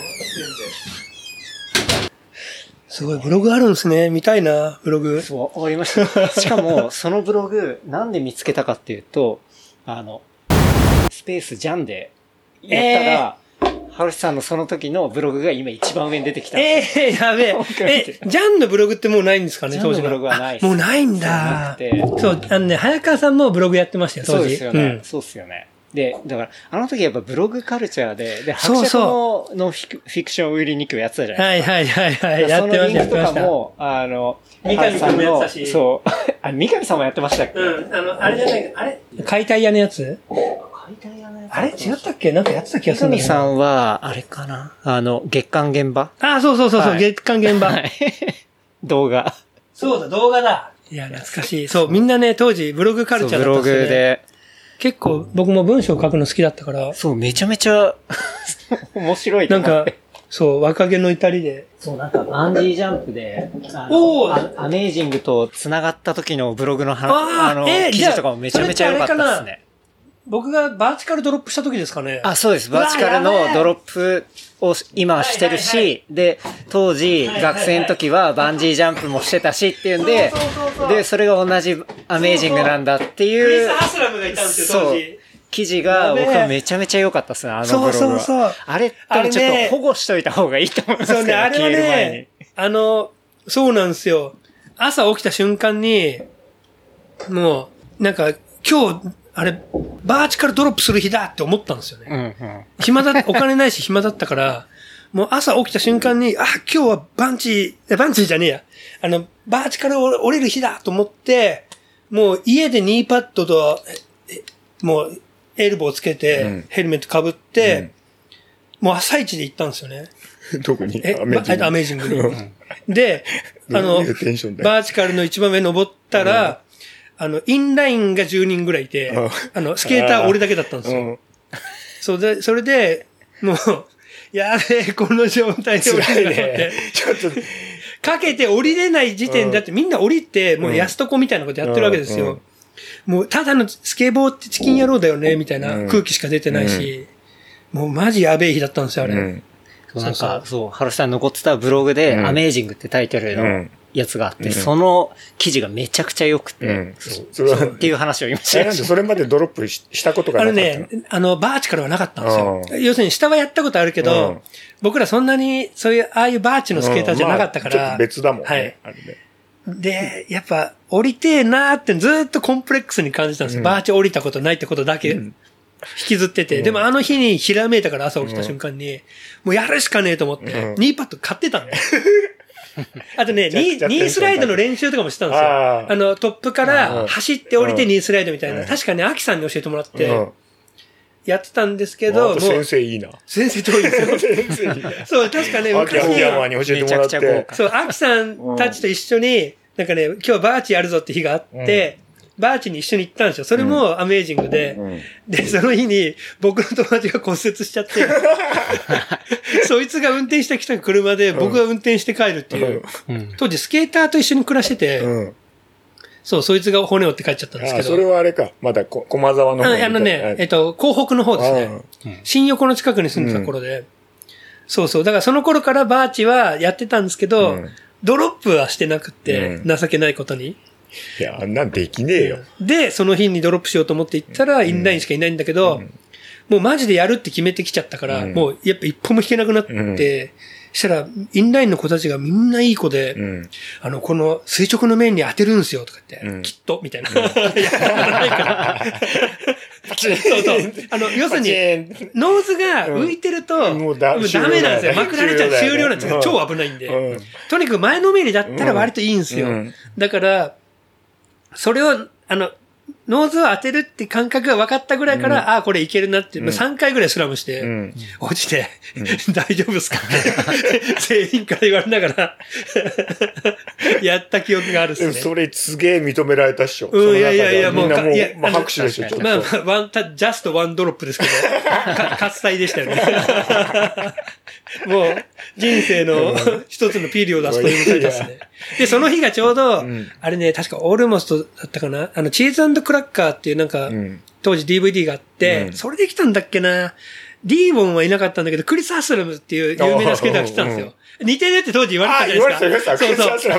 すごい、ブログあるんですね。見たいな、ブログ。 そう、わかりました。しかも、そのブログ、なんで見つけたかっていうと、スペースジャンでやったら、ハルシさんのその時のブログが今一番上に出てきた。 やべえ。ジャンのブログってもうないんですかね、当時の。 ジャンのブログはない。 もうないんだ。そう、早川さんもブログやってましたよ、当時。 そうですよね。そうですよね。で、だから、あの時やっぱブログカルチャーで、伯爵のフィクション売りに行くやつだじゃないですか。 はい。やってました。そのリンクとかも、三上さんもやってたし。そう。三上さんもやってましたっけ？ あれじゃない、あれ解体屋のやつ？あれ違ったっけなんかやってた気がするんだよ。 三上さんは、あれかな月刊現場？ そう、月刊現場。 動画。 そうだ、動画だ。いや、懐かしい。そう、みんなね、当時ブログカルチャーだったんですよね。 ブログで。 結構僕も文章を書くの好きだったから。 そう、めちゃめちゃ面白いと思って。 なんか、そう、若気の至りで。 そう、なんか、バンジージャンプで、アメージングと繋がった時のブログの記事とかもめちゃめちゃ良かったですね。 僕がバーチカルドロップした時ですかね。 あ、そうです。バーチカルのドロップを今してるし、で、当時、学生の時はバンジージャンプもしてたしっていうんで、で、それが同じアメージングなんだっていう。 クリス・ハスラムがいたんですよ、当時。 記事が僕はめちゃめちゃ良かったですね、あのブログは。そう。あれ、多分ちょっと保護しといた方がいいと思いますけど、ね、あれはね、 そうなんですよ。朝起きた瞬間に、もう、なんか、今日、あれ、バーチカルドロップする日だって思ったんですよね。お金ないし暇だったから、もう朝起きた瞬間に、今日はバンチーじゃねえや。バーチカル降りる日だと思って、もう家でニーパッドと、もうエルボーつけて、ヘルメット被って、もう朝一で行ったんですよね。 どこにアメージングに。で、バーチカルの一番上登ったら、インラインが10人ぐらいいて、スケーター俺だけだったんですよ。そうで、それで、もう、やべえ、この状態で降りるなって。ちょっと、かけて降りれない時点だってみんな降りて、もう安床みたいなことやってるわけですよ。もう、ただのスケボーってチキン野郎だよね、みたいな空気しか出てないし、もうマジやべえ日だったんですよ、あれ。 なんか、そう、ハルさん残ってたブログで、アメージングってタイトルのやつがあって、その記事がめちゃくちゃ良くて、そうっていう話を今しました。 それまでドロップしたことがなかったの？バーチカルはなかったんですよ。要するに下はやったことあるけど、僕らそんなに、そういう、ああいうバーチのスケーターじゃなかったから。 ちょっと別だもんね。はい。 で、やっぱ、降りてえなーってずーっとコンプレックスに感じたんですよ。バーチ降りたことないってことだけ。引きずってて。でもあの日にひらめいたから朝起きた瞬間に、もうやるしかねえと思って、ニーパッド買ってたんだよ。あとね、ニースライドの練習とかもしてたんですよ。トップから走って降りてニースライドみたいな。確かね、アキさんに教えてもらって、やってたんですけど、もう。 先生いいな。 先生遠いですよ。先生いいな。そう、確かね、 昔秋山に教えてもらって。 そう、アキさんたちと一緒に、なんかね、今日はバーチやるぞって日があって、バーチに一緒に行ったんですよ。それもアメージングで。で、その日に僕の友達が骨折しちゃって、そいつが運転してきた車で僕が運転して帰るっていう。当時スケーターと一緒に暮らしてて、そう、そいつが骨折って帰っちゃったんですけど。 それはあれか。まだ駒沢の方港北の方ですね。新横の近くに住んでた頃で。そうそう。だからその頃からバーチはやってたんですけど、ドロップはしてなくて、情けないことに。 いや、あんなんできねえよ。 で、その日にドロップしようと思って行ったら、インラインしかいないんだけど、もうマジでやるって決めてきちゃったから、もうやっぱ一歩も引けなくなって、したら、インラインの子たちがみんないい子で、この垂直の面に当てるんすよとか言って、きっと、みたいな。やったことないから。そうそう。要するに、ノーズが浮いてると、もうダメなんですよ。まくられちゃう終了なんですよ。超危ないんで。とにかく前のめりだったら割といいんですよ。だから、それを、ノーズを当てるって感覚が分かったぐらいから、これいけるなって、3回ぐらいスラムして、落ちて、大丈夫ですかって全員から言われながら、やった記憶があるっすね。 それすげえ認められたっしょ。 いや、もう、 拍手でしょ、ちょっと。 まあ、ジャストワンドロップですけど、喝采でしたよね。もう、人生の一つのピリオドだというみたいですね。で、その日がちょうど、あれね、確かオールモストだったかな。チーズ&クラッカーっていうなんか、当時 DVD があって、それで来たんだっけな。リーボンはいなかったんだけど、クリス・ハスラムっていう有名なスケーターが来たんですよ。似てるって当時言われたじゃないですか。 そう。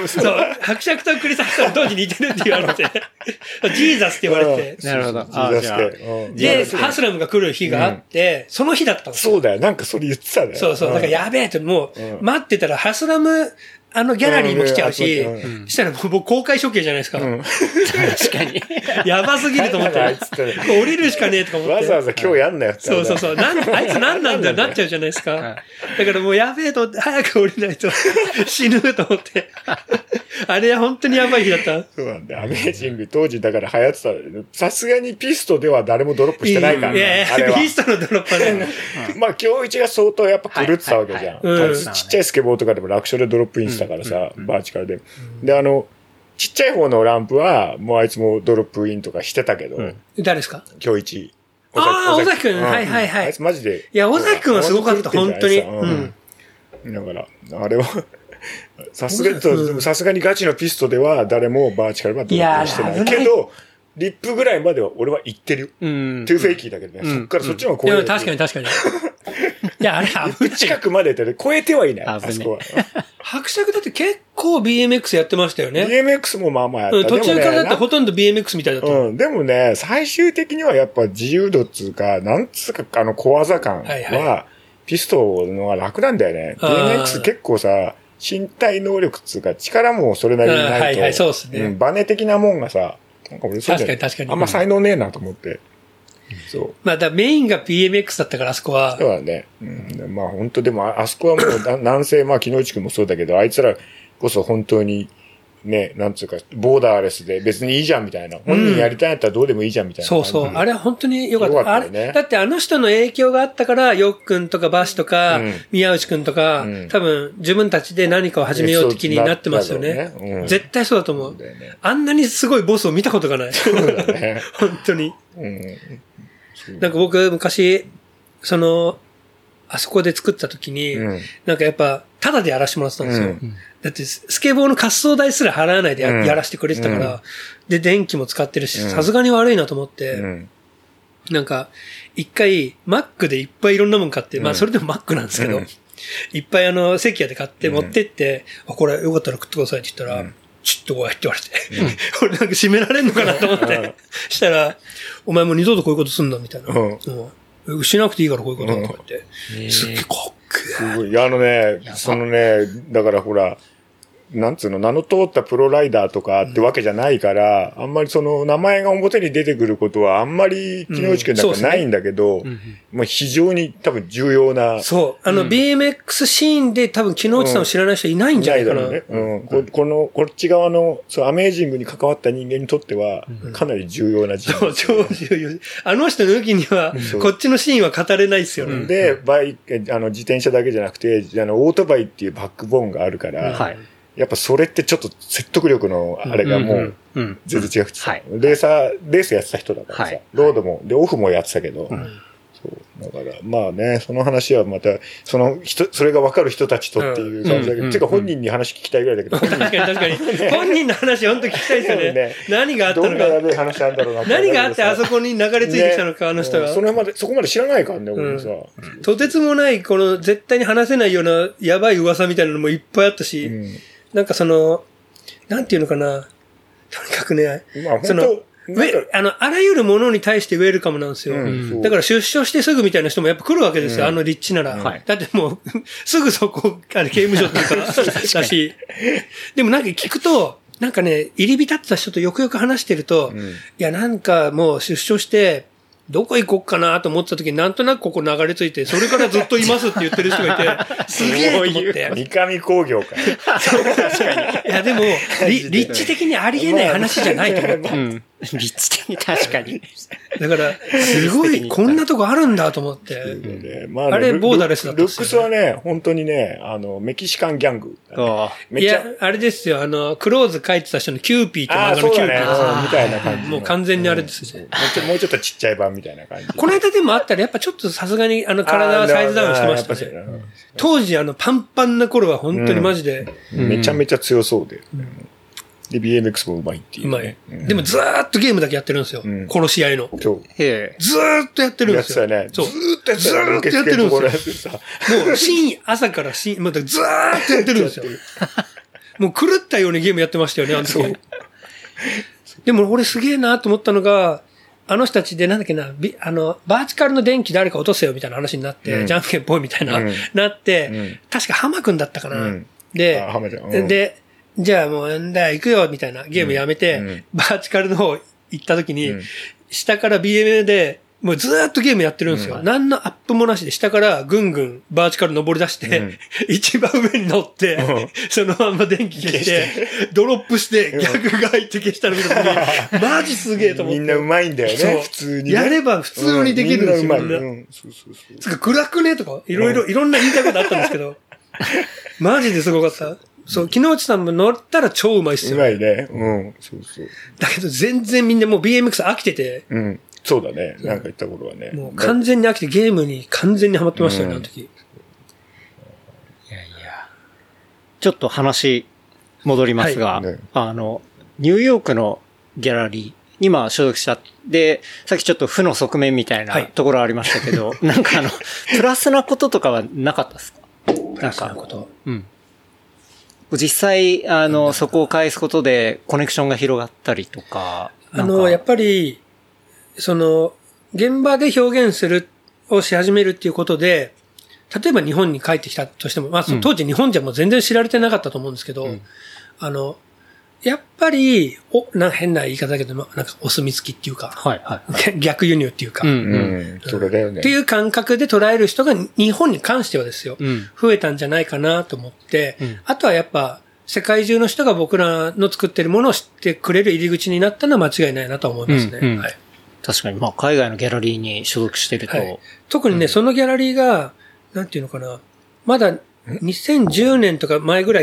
そう。伯爵とクリス・ハスラム当時似てるって言われて。ジーザスって言われて。 なるほど。 で、ハスラムが来る日があって、その日だったんですよ。 そうだよ。なんかそれ言ってたね。 そう。だからやべえって、もう、待ってたらハスラム、ギャラリーも来ちゃうし、したらもう僕公開処刑じゃないですか。 確かに。 やばすぎると思って。降りるしかねえとか思って。 わざわざ今日やんなよって。 そう。あいつ何なんだよなっちゃうじゃないですか。だからもうやべえと、早く降りないと死ぬと思って。あれは本当にやばい日だった。 そうなんだよ。アメージング当時だから流行ってたんださすがにピストでは誰もドロップしてないからね。 いや、ピストのドロップはね。 まあ、今日一が相当やっぱ狂ってたわけじゃん。ちっちゃいスケボーとかでも楽勝でドロップインしたからさ、バーチカルで。で、ちっちゃい方のランプは、もうあいつもドロップインとかしてたけど。 誰ですか？ 今日一。 尾崎くん。はい。 あいつマジで。 いや、尾崎くんはすごかった、本当に。 だから、あれは、さすがにガチのピストでは誰もバーチカルはドロップしてないけど、 リップぐらいまでは俺は行ってるよ。トゥーフェイキーだけどね。そっからそっちの方が怖い。 いや、確かに確かに。いや、あれ危ない。 近くまでって超えてはいない。あそこは。 伯爵だって結構 BMX やってましたよね。 BMX もまあまあやった。 途中からだってほとんど BMX みたいだった。 でもね、最終的にはやっぱ自由度っつうか、なんつうか小技感は、ピストのが楽なんだよね。BMX 結構さ、身体能力っつうか、力もそれなりにないと。 そうですね。 バネ的なもんがさ、なんか俺そう確かに。 あんま才能ねえなと思って。そう。 まあ、だメインが BMX だったから、あそこは。 そうだね。まあ本当でも、あそこはもう南西、まあ木之内くんもそうだけど、あいつらこそ本当に、ね、なんつうか、ボーダーレスで別にいいじゃんみたいな。本人やりたいんやったらどうでもいいじゃんみたいな。 そうそう。あれは本当に良かった。あれ、だってあの人の影響があったから、ヨッくんとかバシとか、宮内くんとか、多分自分たちで何かを始めようって気になってますよね。絶対そうだと思う。あんなにすごいボスを見たことがない。そうだね。本当に。なんか僕、昔、あそこで作った時に、なんかやっぱ、タダでやらせてもらってたんですよ。だって、スケボーの滑走代すら払わないでやらせてくれてたから、で、電気も使ってるし、さすがに悪いなと思って、なんか、一回、マックでいっぱいいろんなもん買って、まあ、それでもマックなんですけど、いっぱい関谷で買って持ってって、これよかったら食ってくださいって言ったら、ちょっとこうやって言われて、俺なんか閉められんのかなと思って、したら、お前もう二度とこういうことすんな、みたいな。しなくていいからこういうこととか言って。すっげえかっけえ。 すごい。だからほら、なんつうの、名の通ったプロライダーとかってわけじゃないから、あんまりその名前が表に出てくることはあんまり木之内くんなんかないんだけど、まあ非常に多分重要な。 そう。BMX シーンで多分木之内さんを知らない人いないんじゃないかな。 ないだろうね。こっち側の、アメージングに関わった人間にとっては、かなり重要な人物。 そう、超重要。あの人抜きには、こっちのシーンは語れないですよね。 で、自転車だけじゃなくて、オートバイっていうバックボーンがあるから、やっぱそれってちょっと説得力のあれがもう全然違くてさ、レースやってた人だからさ、ロードも、で、オフもやってたけど、そう。だから、まあね、その話はまた、それが分かる人たちとっていう感じだけど、てか本人に話聞きたいぐらいだけど。 確かに。本人の話本当聞きたいですよね。何があったのか。 どんなやべえ話あんだろうな。 何があってあそこに流れ着いてきたのか、あの人が。 そこまで知らないからね、俺もさ。 とてつもない、絶対に話せないようなやばい噂みたいなのもいっぱいあったし、なんかなんていうのかな。とにかくね、あらゆるものに対してウェルカムなんですよ。だから出所してすぐみたいな人もやっぱ来るわけですよ、立地なら。だってもう、すぐそこ、刑務所っていうか、だし。でもなんか聞くと、なんかね、入り浸ってた人とよくよく話してると、いやなんかもう出所して、どこ行こっかなと思ってた時になんとなくここ流れ着いて、それからずっといますって言ってる人がいて、すげえと思って。 三上工業か。 そう、確かに。いやでも、立地的にありえない話じゃないと思って。 立地的に確かに。 だから、すごい、こんなとこあるんだと思って。あれ、ボーダーレスだったルックスはね、本当にね、メキシカンギャング。 いや、あれですよ、クローズ書いてた人のキューピーって漫画のキューピー。 みたいな感じ。 もう完全にあれですね。 もうちょっとちっちゃい版みたいな感じ。 この間でもあったら、やっぱちょっとさすがに体はサイズダウンしてましたね。当時パンパンな頃は本当にマジで。 めちゃめちゃ強そうで。で、BMX もうまいっていう。 うまい。でもずーっとゲームだけやってるんですよ。この試合の。ずーっとやってるんですよ。 やってたよね。 そう。ずーっとやってるんですよ。もう朝からずーっとやってるんですよ。もう狂ったようにゲームやってましたよね、あの時。でも俺すげえなと思ったのが、あの人たちでなんだっけな、バーチカルの電気誰か落とせよみたいな話になって、じゃんけんぽいみたいな、なって、確か浜くんだったかな。で、じゃあもう、行くよ、みたいなゲームやめて、バーチカルの方行った時に、下から BMA で、もうずーっとゲームやってるんですよ。何のアップもなしで、下からぐんぐんバーチカル登り出して、一番上に乗って、そのまんま電気消して、ドロップして、逆が入って消したの見た時に、マジすげえと思って。 みんな上手いんだよね、普通に。 やれば普通にできるんですよ、みんな。つか暗くねとか、いろんな言いたいことあったんですけど、マジですごかった。そう、木之内さんも乗ったら超うまいっすよ。 うまいね。そうそう。 だけど全然みんなもう BMX 飽きてて。 そうだね。なんか言った頃はね。 もう完全に飽きてゲームに完全にハマってましたよね、あの時。いやいや。ちょっと話戻りますが、ニューヨークのギャラリ今所属した。で、さっきちょっと負の側面みたいなところありましたけど、なんかプラスなこととかはなかったですか？ プラスなこと。 うん。実際、そこを返すことでコネクションが広がったりとか。 やっぱり、現場で表現する、をし始めるっていうことで、例えば日本に帰ってきたとしても、まあ、当時日本じゃもう全然知られてなかったと思うんですけど、やっぱり、変な言い方だけど、なんかお墨付きっていうか、 はいはい、 逆輸入っていうか、 それだよね。 っていう感覚で捉える人が日本に関してはですよ、増えたんじゃないかなと思って、あとはやっぱ、世界中の人が僕らの作ってるものを知ってくれる入り口になったのは間違いないなと思いますね。はい、 確かに、まあ、海外のギャラリーに所属してると。はい、 特にね、そのギャラリーが、なんていうのかな、まだ、2010年とか前ぐらいって、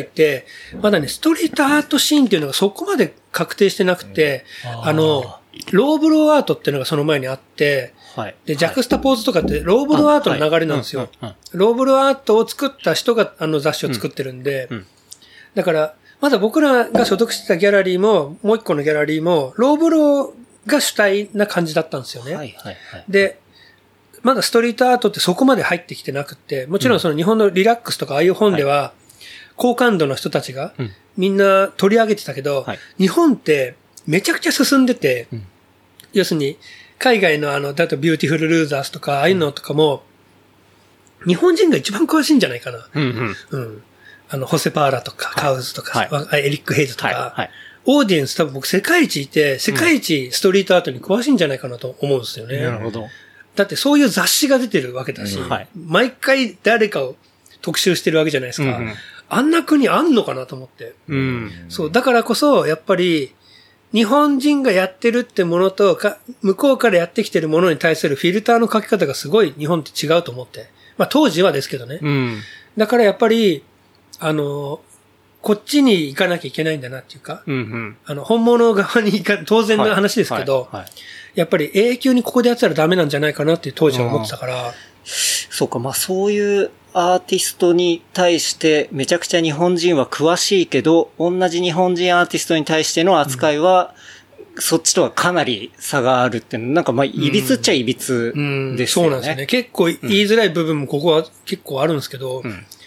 まだね、ストリートアートシーンっていうのがそこまで確定してなくて、ローブローアートっていうのがその前にあって、 はい、 で、ジャクスタポーズとかってローブローアートの流れなんですよ。ローブローアートを作った人が雑誌を作ってるんで、だから、まだ僕らが所属してたギャラリーも、もう一個のギャラリーも、ローブローが主体な感じだったんですよね。 はいはいはい、 で、まだストリートアートってそこまで入ってきてなくて、もちろんその日本のリラックスとかああいう本では、好感度の人たちがみんな取り上げてたけど、日本ってめちゃくちゃ進んでて、要するに海外のだとビューティフルルーザーズとかああいうのとかも、日本人が一番詳しいんじゃないかな。ホセパーラとかカウズとか、エリック・ヘイズとか、オーディエンス多分僕世界一いて、世界一ストリートアートに詳しいんじゃないかなと思うんですよね。 なるほど。 だってそういう雑誌が出てるわけだし、毎回誰かを特集してるわけじゃないですか。あんな国あんのかなと思って。そう、だからこそ、やっぱり、日本人がやってるってものと向こうからやってきてるものに対するフィルターの書き方がすごい日本って違うと思って。まあ当時はですけどね。だからやっぱり、こっちに行かなきゃいけないんだなっていうか、本物側に当然の話ですけど、やっぱり永久にここでやってたらダメなんじゃないかなっていう当時は思ってたから。 そうか、まあそういうアーティストに対してめちゃくちゃ日本人は詳しいけど、同じ日本人アーティストに対しての扱いは、そっちとはかなり差があるっていうの、なんかまあ、いびつっちゃいびつですよね。 そうなんですよね。結構言いづらい部分もここは結構あるんですけど、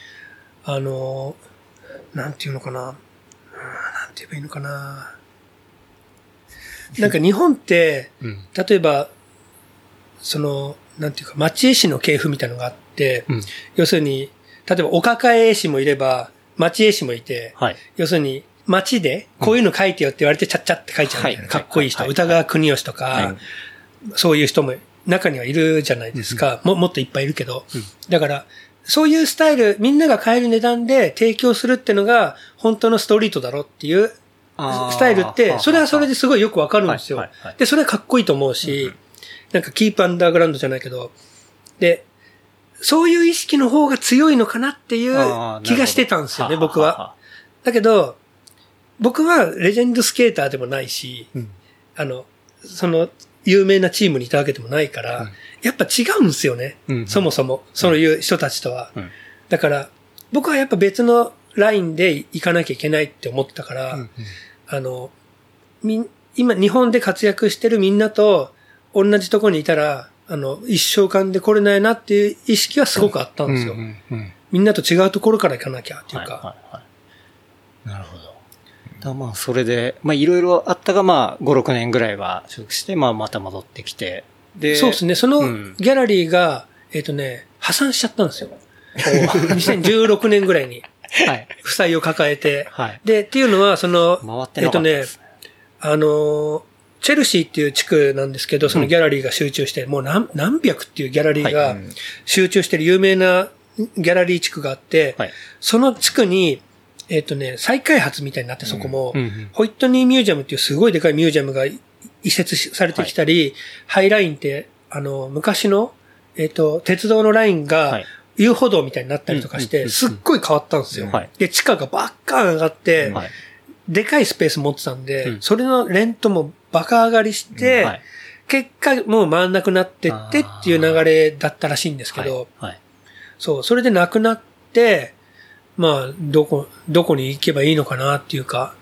なんていうのかな。なんて言えばいいのかな。なんか日本って、例えば、なんていうか、町絵師の系譜みたいなのがあって、要するに、例えばお抱え絵師もいれば、町絵師もいて、要するに、町で、こういうの書いてよって言われて、ちゃっちゃって書いちゃうみたいな、かっこいい人、歌川国芳とか、そういう人も中にはいるじゃないですか。もっといっぱいいるけど。だから、そういうスタイル、みんなが買える値段で提供するっていうのが、本当のストリートだろっていうスタイルって、それはそれですごいよくわかるんですよ。で、それはかっこいいと思うし、なんかキープアンダーグラウンドじゃないけど、で、そういう意識の方が強いのかなっていう気がしてたんですよね、僕は。だけど、僕はレジェンドスケーターでもないし、有名なチームにいたわけでもないから、やっぱ違うんですよね。そもそも、そういう人たちとは。だから、僕はやっぱ別のラインで行かなきゃいけないって思ってたから、今日本で活躍してるみんなと同じところにいたら、一生間で来れないなっていう意識はすごくあったんですよ。みんなと違うところから行かなきゃっていうか。 なるほど。まあ、それで、まあ、いろいろあったが、まあ、5、6年ぐらいは所属して、まあ、また戻ってきて。 で、そうですね。そのギャラリーが、破産しちゃったんですよ。2016年ぐらいに。負債を抱えて。で、っていうのは、チェルシーっていう地区なんですけど、そのギャラリーが集中して、もう何百っていうギャラリーが集中してる有名なギャラリー地区があって、その地区に、再開発みたいになってそこも、ホイットニーミュージアムっていうすごいでかいミュージアムが移設されてきたり、ハイラインって、昔の、鉄道のラインが遊歩道みたいになったりとかして、すっごい変わったんですよ。で、地価がばっか上がって、でかいスペース持ってたんで、それのレントもバカ上がりして、結果もう回んなくなってってっていう流れだったらしいんですけど、そう、それでなくなって、まあ、どこに行けばいいのかなっていうか、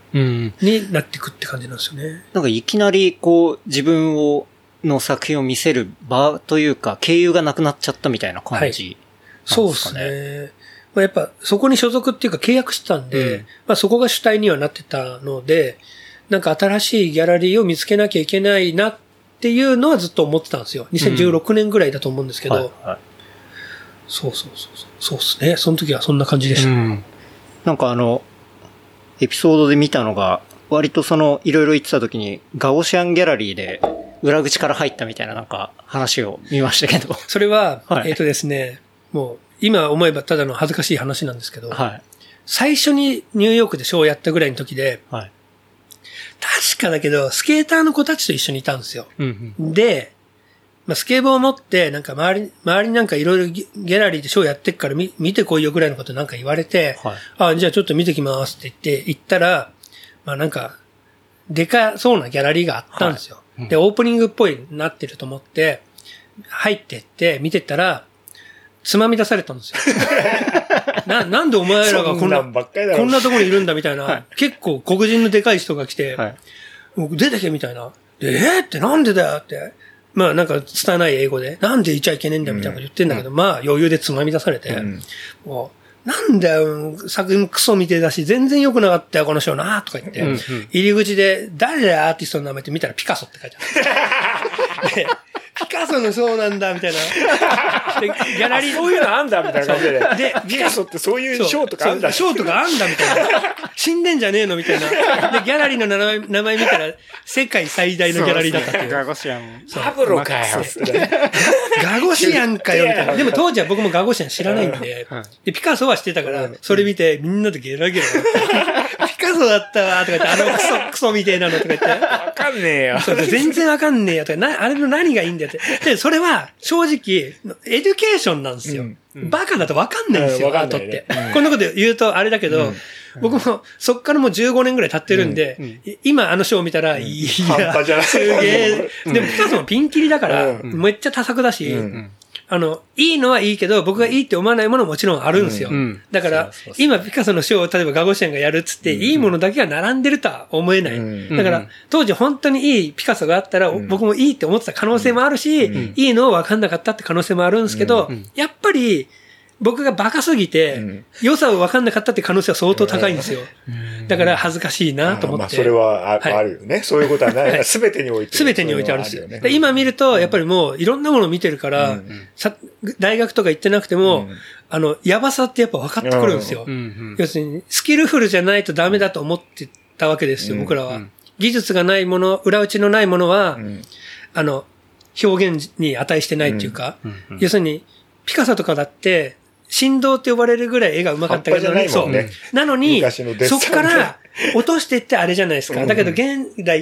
になっていくって感じなんですよね。 なんかいきなり自分の作品を見せる場というか、経由がなくなっちゃったみたいな感じ、ね。 そうですね。やっぱそこに所属っていうか契約してたんで、そこが主体にはなってたので、なんか新しいギャラリーを見つけなきゃいけないなっていうのはずっと思ってたんですよ。2016年ぐらいだと思うんですけど。そうですね。その時はそんな感じでした。 なんかエピソードで見たのが、割といろいろ言ってた時に、ガオシアンギャラリーで裏口から入ったみたいななんか話を見ましたけど。 それは、ですね、もう今思えばただの恥ずかしい話なんですけど、最初にニューヨークでショーをやったぐらいの時で、確かだけど、スケーターの子たちと一緒にいたんですよ。で、スケボーを持って、なんか周りになんかいろいろギャラリーでショーやってっから見てこいよぐらいのことなんか言われて、じゃあちょっと見てきますって言って、行ったら、なんか、でかそうなギャラリーがあったんですよ。で、オープニングっぽいなってると思って、入ってって見てったら、つまみ出されたんですよ。なんでお前らがこんなところにいるんだみたいな、結構黒人のでかい人が来て、出てけみたいな。で、ってなんでだよって。なんか拙い英語で、なんでいちゃいけねえんだみたいなこと言ってんだけど、余裕でつまみ出されて、もう、なんだよ、作品クソみてえだし、全然良くなかったよ、このショーな、とか言って、入り口で、誰だよ、アーティストの名前って見たらピカソって書いてある。でピカソのそうなんだ、みたいな。で、ギャラリー。 そういうのあんだ、みたいな感じで。で、ピカソってそういうショーとかあんだ。 ショーとかあんだ、みたいな。死んでんじゃねえの、みたいな。で、ギャラリーの名前見たら、世界最大のギャラリーだったっていう。 ガゴシアン。 パブロかよ。 ガゴシアンかよ、みたいな。でも当時は僕もガゴシアン知らないんで、で、ピカソは知ってたから、それ見てみんなでゲラゲラ。ピカソだったわ、とか言って、クソみてえなの、とか言って。 わかんねえよ。 全然わかんねえよ、とか、あれの何がいいんだよって。で、それは、正直、エデュケーションなんですよ。バカだとわかんないんですよ、アートって。こんなこと言うとあれだけど、僕も、そっからもう15年ぐらい経ってるんで、今ショーを見たら、いや、すげえ。でも、ピカソもピンキリだから、めっちゃ多作だし、いいのはいいけど、僕がいいって思わないものももちろんあるんですよ。だから、今ピカソのショーを例えばガゴシアンがやるっつって、いいものだけが並んでるとは思えない。だから、当時本当にいいピカソがあったら、僕もいいって思ってた可能性もあるし、いいのを分かんなかったって可能性もあるんですけど、やっぱり、僕がバカすぎて、良さを分かんなかったって可能性は相当高いんですよ。だから恥ずかしいなと思って。 それはあるよね。そういうことはない。すべてにおいて。 すべてにおいてあるんですよ。今見ると、やっぱりもういろんなものを見てるから、大学とか行ってなくても、やばさってやっぱ分かってくるんですよ。要するに、スキルフルじゃないとダメだと思ってたわけですよ、僕らは。技術がないもの、裏打ちのないものは、表現に値してないっていうか、要するに、ピカソとかだって、振動って呼ばれるぐらい絵が上手かったけど、そう。なのに、そっから落としていってあれじゃないですか。だけど現代って、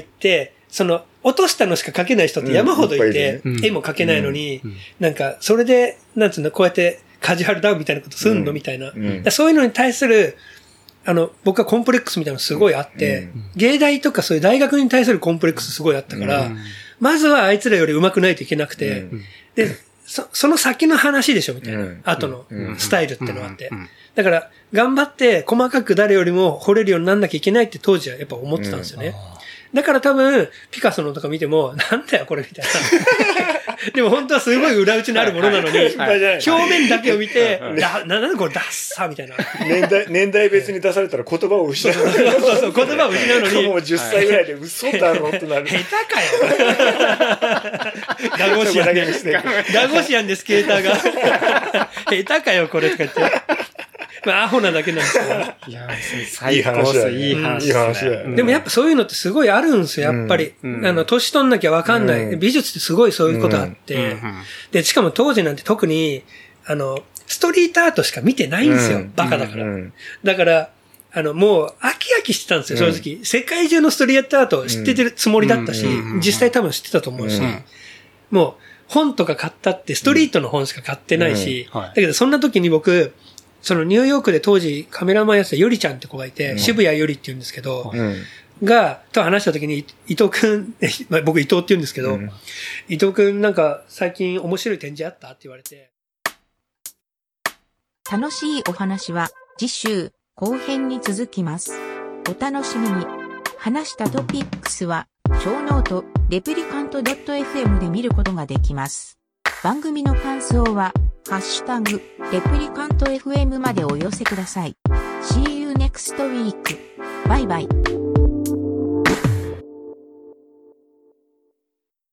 落としたのしか描けない人って山ほどいて、絵も描けないのに、なんか、それで、なんつうの、こうやってカジュアルダウンみたいなことすんのみたいな。そういうのに対する、僕はコンプレックスみたいなのすごいあって、芸大とかそういう大学に対するコンプレックスすごいあったから、まずはあいつらより上手くないといけなくて、で、その先の話でしょみたいな。後のスタイルってのがあって。だから、頑張って細かく誰よりも惚れるようになんなきゃいけないって当時はやっぱ思ってたんですよね。だから多分、ピカソのとか見ても、なんだよこれみたいな。でも本当はすごい裏打ちのあるものなのに、表面だけを見て、なんだこれダッサみたいな。 年代別に出されたら言葉を失う。 そう、言葉を失うのに。 もう10歳ぐらいで嘘だろってなる。 下手かよ。ガゴシアンで。ガゴシアンでスケーターが。下手かよこれとか言って。アホなだけなんですけど。 いや、最高です。いい話だよ。 でもやっぱそういうのってすごいあるんですよ、やっぱり。年取んなきゃわかんない。美術ってすごいそういうことあって。で、しかも当時なんて特に、ストリートアートしか見てないんですよ。バカだから。だから、もう飽き飽きしてたんですよ、正直。世界中のストリートアートを知っててるつもりだったし、実際多分知ってたと思うし、もう本とか買ったってストリートの本しか買ってないし、だけどそんな時に僕、ニューヨークで当時カメラマンやってたヨリちゃんって子がいて、渋谷ヨリって言うんですけど、と話した時に、伊藤くん、僕伊藤って言うんですけど、伊藤くんなんか最近面白い展示あったって言われて。 楽しいお話は次週後編に続きます。 お楽しみに。話したトピックスは、小ノート、レプリカント .fm で見ることができます。番組の感想は、ハッシュタグ、レプリカント FM までお寄せください。See you next week. バイバイ。